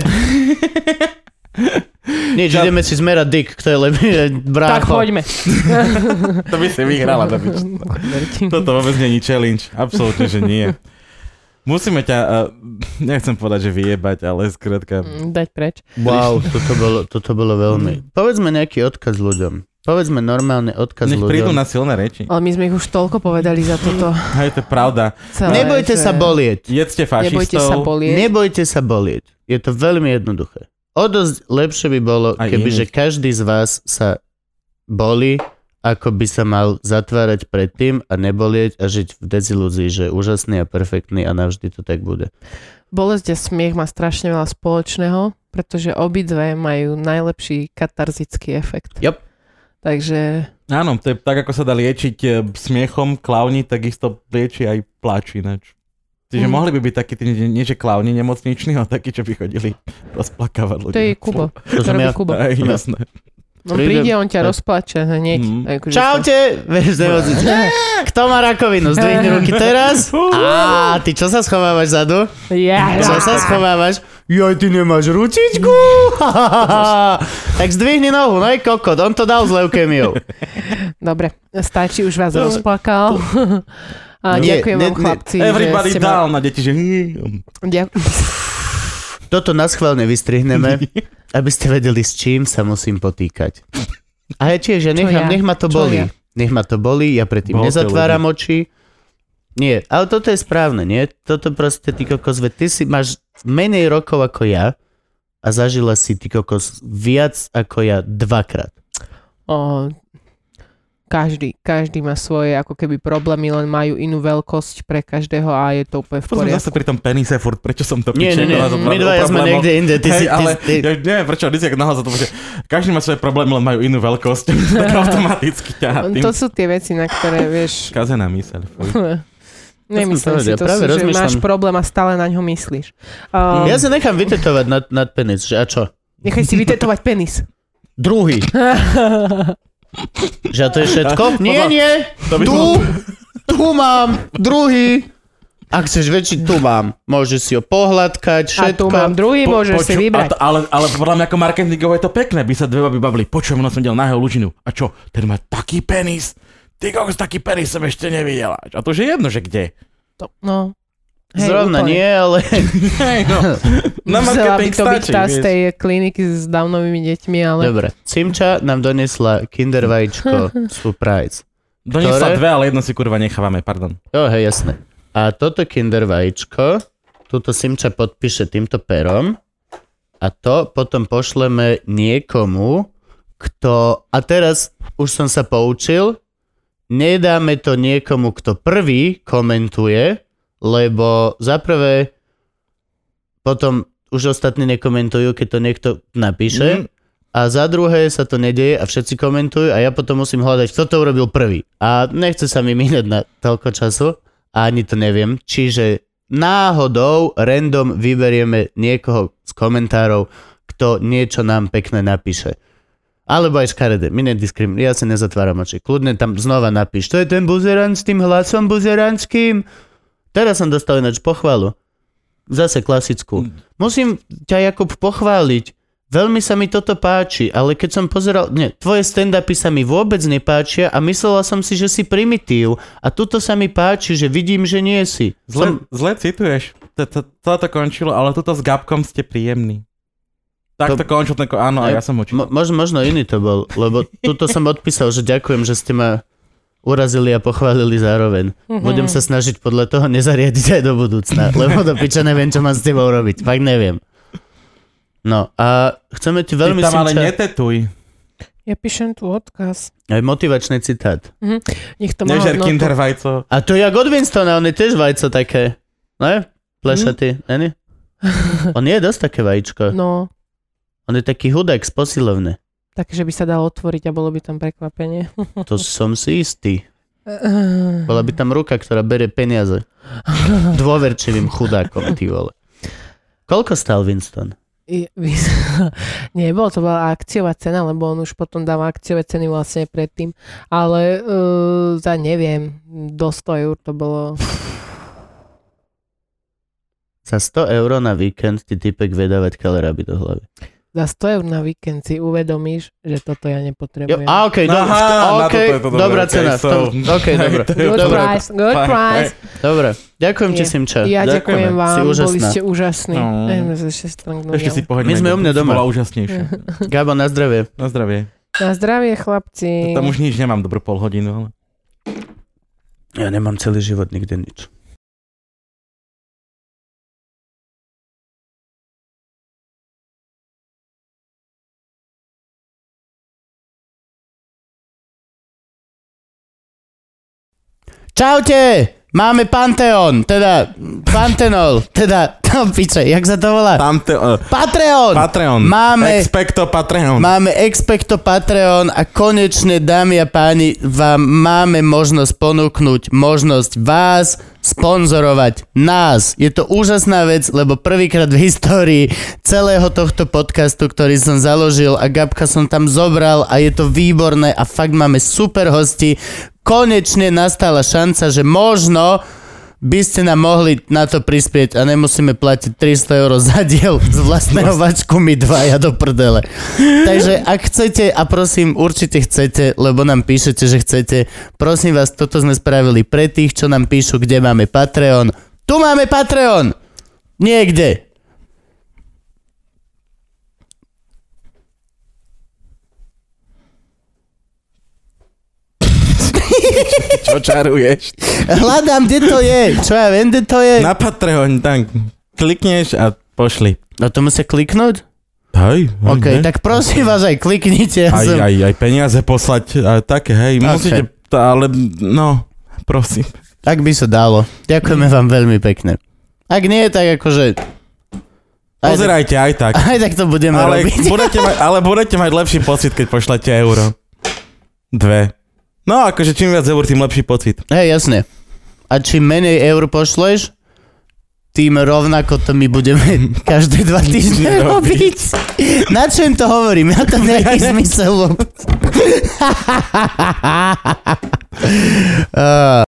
S1: Nič, Čau. Ideme si zmerať dick, kto je lepší brácho.
S2: Tak poďme.
S3: To by si vyhrala. To by... Toto vôbec nie je challenge. Absolútne, že nie. Musíme ťa, uh, nechcem povedať, že vyjebať, ale skrátka...
S2: Dať preč.
S1: Wow, toto bolo, toto bolo veľmi... Povedzme nejaký odkaz ľuďom. Povedzme normálne odkaz
S3: Nech
S1: ľuďom.
S3: prídu na silné reči.
S2: Ale my sme ich už toľko povedali za toto.
S3: Hej, to je pravda.
S2: Celé,
S1: Nebojte
S2: že...
S1: sa bolieť.
S3: Jedzte fašistov.
S2: Nebojte sa bolieť.
S1: Nebojte sa bolieť. Je to veľmi jednoduché. O dosť lepšie by bolo,
S3: Aj
S1: keby
S3: iný.
S1: že každý z vás sa bolí, ako by sa mal zatvárať predtým a nebolieť a žiť v dezilúzii, že je úžasný a perfektný a navždy to tak bude.
S2: Bolesť a smiech má strašne veľa spoločného, pretože obidve majú najlepší katarzický efekt.
S1: Yep.
S2: Takže...
S3: Áno, to je tak, ako sa dá liečiť e, smiechom klauni, takisto lieči aj pláč ináč. Čiže mm. mohli by byť takí, nie, nie že klauni nemocniční, ale takí, čo by chodili rozplakávať ľudí.
S2: To je Kubo.
S1: To som ja.
S2: Kubo.
S3: Aj, jasné.
S2: No príde, on ťa rozplače hneď.
S3: Mm.
S2: Akože
S1: Čaute! Vieš, kto má rakovinu? Zdvihni ruky teraz. Á, ty čo sa schovávaš zadu?
S2: Ja.
S1: Čo sa schovávaš? Joj, ty nemáš ručičku? Tak zdvihni nohu, no i kokot, on to dal s leukémiou.
S2: Dobre, stačí, už vás rozplakal. A
S1: Nie,
S2: ďakujem
S1: ne,
S2: vám,
S1: ne,
S2: chlapci.
S3: Everybody
S2: že ste
S3: down
S2: ma...
S3: na deti, že...
S2: Ďakujem.
S1: Toto naschválne vystrihneme, aby ste vedeli, s čím sa musím potýkať. A ja tiež, ja nechám, ja? nech ma to
S2: Čo
S1: bolí.
S2: Ja?
S1: Nech ma to bolí, ja predtým
S3: Bolte
S1: nezatváram oči. Nie, ale toto je správne, nie? Toto proste, ty kokos, veď ty si máš menej rokov ako ja a zažila si, ty kokos, viac ako ja dvakrát.
S2: O, každý, každý má svoje ako keby problémy, len majú inú veľkosť pre každého a je to úplne v
S3: Pozme
S2: poriadku.
S3: zase pri tom penise furt, prečo som to
S1: Nie, nie, nie, my dvaja sme niekde inde. Ty
S3: Hej,
S1: si, ty,
S3: ale
S1: ty,
S3: ja neviem, prečo vždy, ak nahľadza to, že každý má svoje problémy, len majú inú veľkosť. Tak automaticky ťahá tým.
S2: To sú tie veci, na ktoré, vieš...
S3: Kazená myseľ.
S2: Nemyslím si, to sú, že máš problém a stále na ňo myslíš. Um,
S1: ja sa nechám vytetovať nad, nad penis, že a čo?
S2: Nechaj si vytetovať penis.
S1: Druhý. Že a to je všetko? Nie, nie. Tu, tu mám druhý. Ak chceš väčší, tu mám. Môžeš si ho pohľadkať, všetko.
S2: A tu mám druhý,
S3: Po,
S2: môžeš
S3: poču,
S2: si vybrať.
S3: to, ale, ale podľa mňa ako marketingové je to pekné, by sa dve baby bavili. Počujem, no som videl nahého Lužinu. A čo, ten má taký penis? Ty kokos, taký penis som ešte nevidela. A to už je jedno, že kde.
S2: To, no. Hej,
S1: Zrovna
S2: úplne.
S1: nie, ale...
S3: Hej, no. Na
S2: Musela by
S3: marketing
S2: to byť
S3: stačí,
S2: tá z
S3: vieš.
S2: tej kliniky s Downovými deťmi, ale...
S1: Dobre, Simča nám donesla Kinder vajíčko Surprise.
S3: Doniesla
S1: ktoré-
S3: dve, ale jedno si kurva nechávame, pardon.
S1: Jo, hej, jasné. A toto Kinder vajíčko, túto Simča podpíše týmto perom a to potom pošleme niekomu, kto... A teraz už som sa poučil, nedáme to niekomu, kto prvý komentuje, lebo zaprvé potom už ostatní nekomentujú, keď to niekto napíše. Mm. A za druhé sa to nedeje a všetci komentujú a ja potom musím hľadať, kto to urobil prvý. A nechce sa mi míňať na toľko času a ani to neviem. Čiže náhodou random vyberieme niekoho z komentárov, kto niečo nám pekné napíše. Alebo aj škaredé. My nediskriminujeme. Ja sa nezatváram oči. Kľudne tam znova napíš. To je ten buzerant s tým hlasom buzerantským. Teraz som dostal ináč pochvalu. Zase klasickú. Musím ťa, Jakub, pochváliť. Veľmi sa mi toto páči, ale keď som pozeral... Nie, tvoje stand-upy sa mi vôbec nepáčia a myslela som si, že si primitív. A tuto sa mi páči, že vidím, že nie si.
S3: Zle,
S1: Som...
S3: zle cituješ. Toto končilo, ale tuto s Gabkom ste príjemní. Tak to, to končil ten... Áno, a ja som učil.
S1: Mo, možno, možno iný to bol, lebo tuto som odpísal, že ďakujem, že ste ma urazili a pochválili zároveň. Mm-hmm. Budem sa snažiť podľa toho nezariadiť aj do budúcna, lebo do piča neviem, čo mám s tebou robiť. Fakt neviem. No a chceme ti veľmi...
S3: Ty tam ale
S1: simča...
S3: netetuj.
S2: Ja píšem tu odkaz.
S1: Aj motivačný citát.
S2: Mhm. Nech to má
S3: Nežer
S2: hodnotu.
S3: Kinder vajco.
S1: A to je jak od Winstona, on je tiež vajco také. Ne? Plešatý, mm. Neni? On je dosť také vajíčko.
S2: No,
S1: On je taký hudák z posilovne.
S2: takže by sa dalo otvoriť a bolo by tam prekvapenie.
S1: To som si istý. Bola by tam ruka, ktorá berie peniaze. Dôverčivým chudákom, ty vole. Koľko stál Winston?
S2: I- Nebolo, to bola akciová cena, lebo on už potom dáva akciové ceny vlastne predtým. Ale uh, za neviem, do sto eur to bolo...
S1: Za sto eur na víkend ti typek vie dávať kaleraby do hlavy.
S2: Za sto eur na víkend si uvedomíš, že toto ja
S1: Jo,
S2: nepotrebujem.
S1: a okej, okay,
S3: Aha, na
S1: okay,
S3: toto je to dobré,
S1: dobrá
S3: okay,
S1: cena.
S3: so-
S1: So... OK, dobre.
S2: Good
S1: Dobre.
S2: price, good price.
S1: Dobre. Ďakujem ti,
S2: Nie.
S1: Simča.
S2: Ja
S3: Ďakujeme.
S2: ďakujem vám,
S1: Si
S2: boli
S1: úžasná.
S2: ste úžasní.
S3: No.
S2: Ejme sa ešte strngnúť.
S3: Ešte si pohodne.
S1: My sme u mňa doma.
S3: Bola úžasnejšia.
S1: Gabo, na zdravie.
S3: Na zdravie.
S2: Na zdravie, chlapci.
S3: Tam už nič nemám, dobrú pol hodinu, ale...
S1: Ja nemám celý život nikde nič. Čaute! Máme Pantheon, teda Pantenol, teda, no piče, jak sa to volá?
S3: Pante, uh,
S1: Patreon!
S3: Patreon.
S1: Máme-
S3: Expecto Patreon.
S1: Máme Expecto Patreon a konečne, dámy a páni, vám máme možnosť ponúknuť možnosť vás sponzorovať nás. Je to úžasná vec, lebo prvýkrát v histórii celého tohto podcastu, ktorý som založil a Gabka som tam zobral a je to výborné a fakt máme super hosti. Konečne nastala šanca, že možno by ste nám mohli na to prispieť a nemusíme platiť tristo eur za diel z vlastného vačku my dvaja do prdele. Takže ak chcete, a prosím, určite chcete, lebo nám píšete, že chcete, prosím vás, toto sme spravili pre tých, čo nám píšu, kde máme Patreon. Tu máme Patreon! Niekde.
S3: Čo čaruješ?
S1: Hľadám, kde to je. Čo ja viem, kde to je.
S3: Na Patreon, tak klikneš a pošli.
S1: No to musia kliknúť?
S3: Hej, hej,
S1: OK,
S3: hej.
S1: tak prosím vás aj kliknite. Ja
S3: Aj,
S1: som...
S3: aj, aj peniaze poslať, a také, hej,
S1: Okay.
S3: musíte, to, ale no, prosím.
S1: Tak by sa dalo. Ďakujeme vám veľmi pekne. Ak nie, tak akože... Aj
S3: Pozerajte aj tak.
S1: tak, aj tak to budeme
S3: Ale
S1: robiť.
S3: budete, mať, ale budete mať lepší pocit, keď pošlete euro. Dve. No, akože čím viac eur, tým lepší pocit.
S1: Hej, jasne. A čím menej eur pošleš, tým rovnako to my budeme každé dva týždne robiť. Na čo im to hovorím? Ja to nejaký zmysel. uh,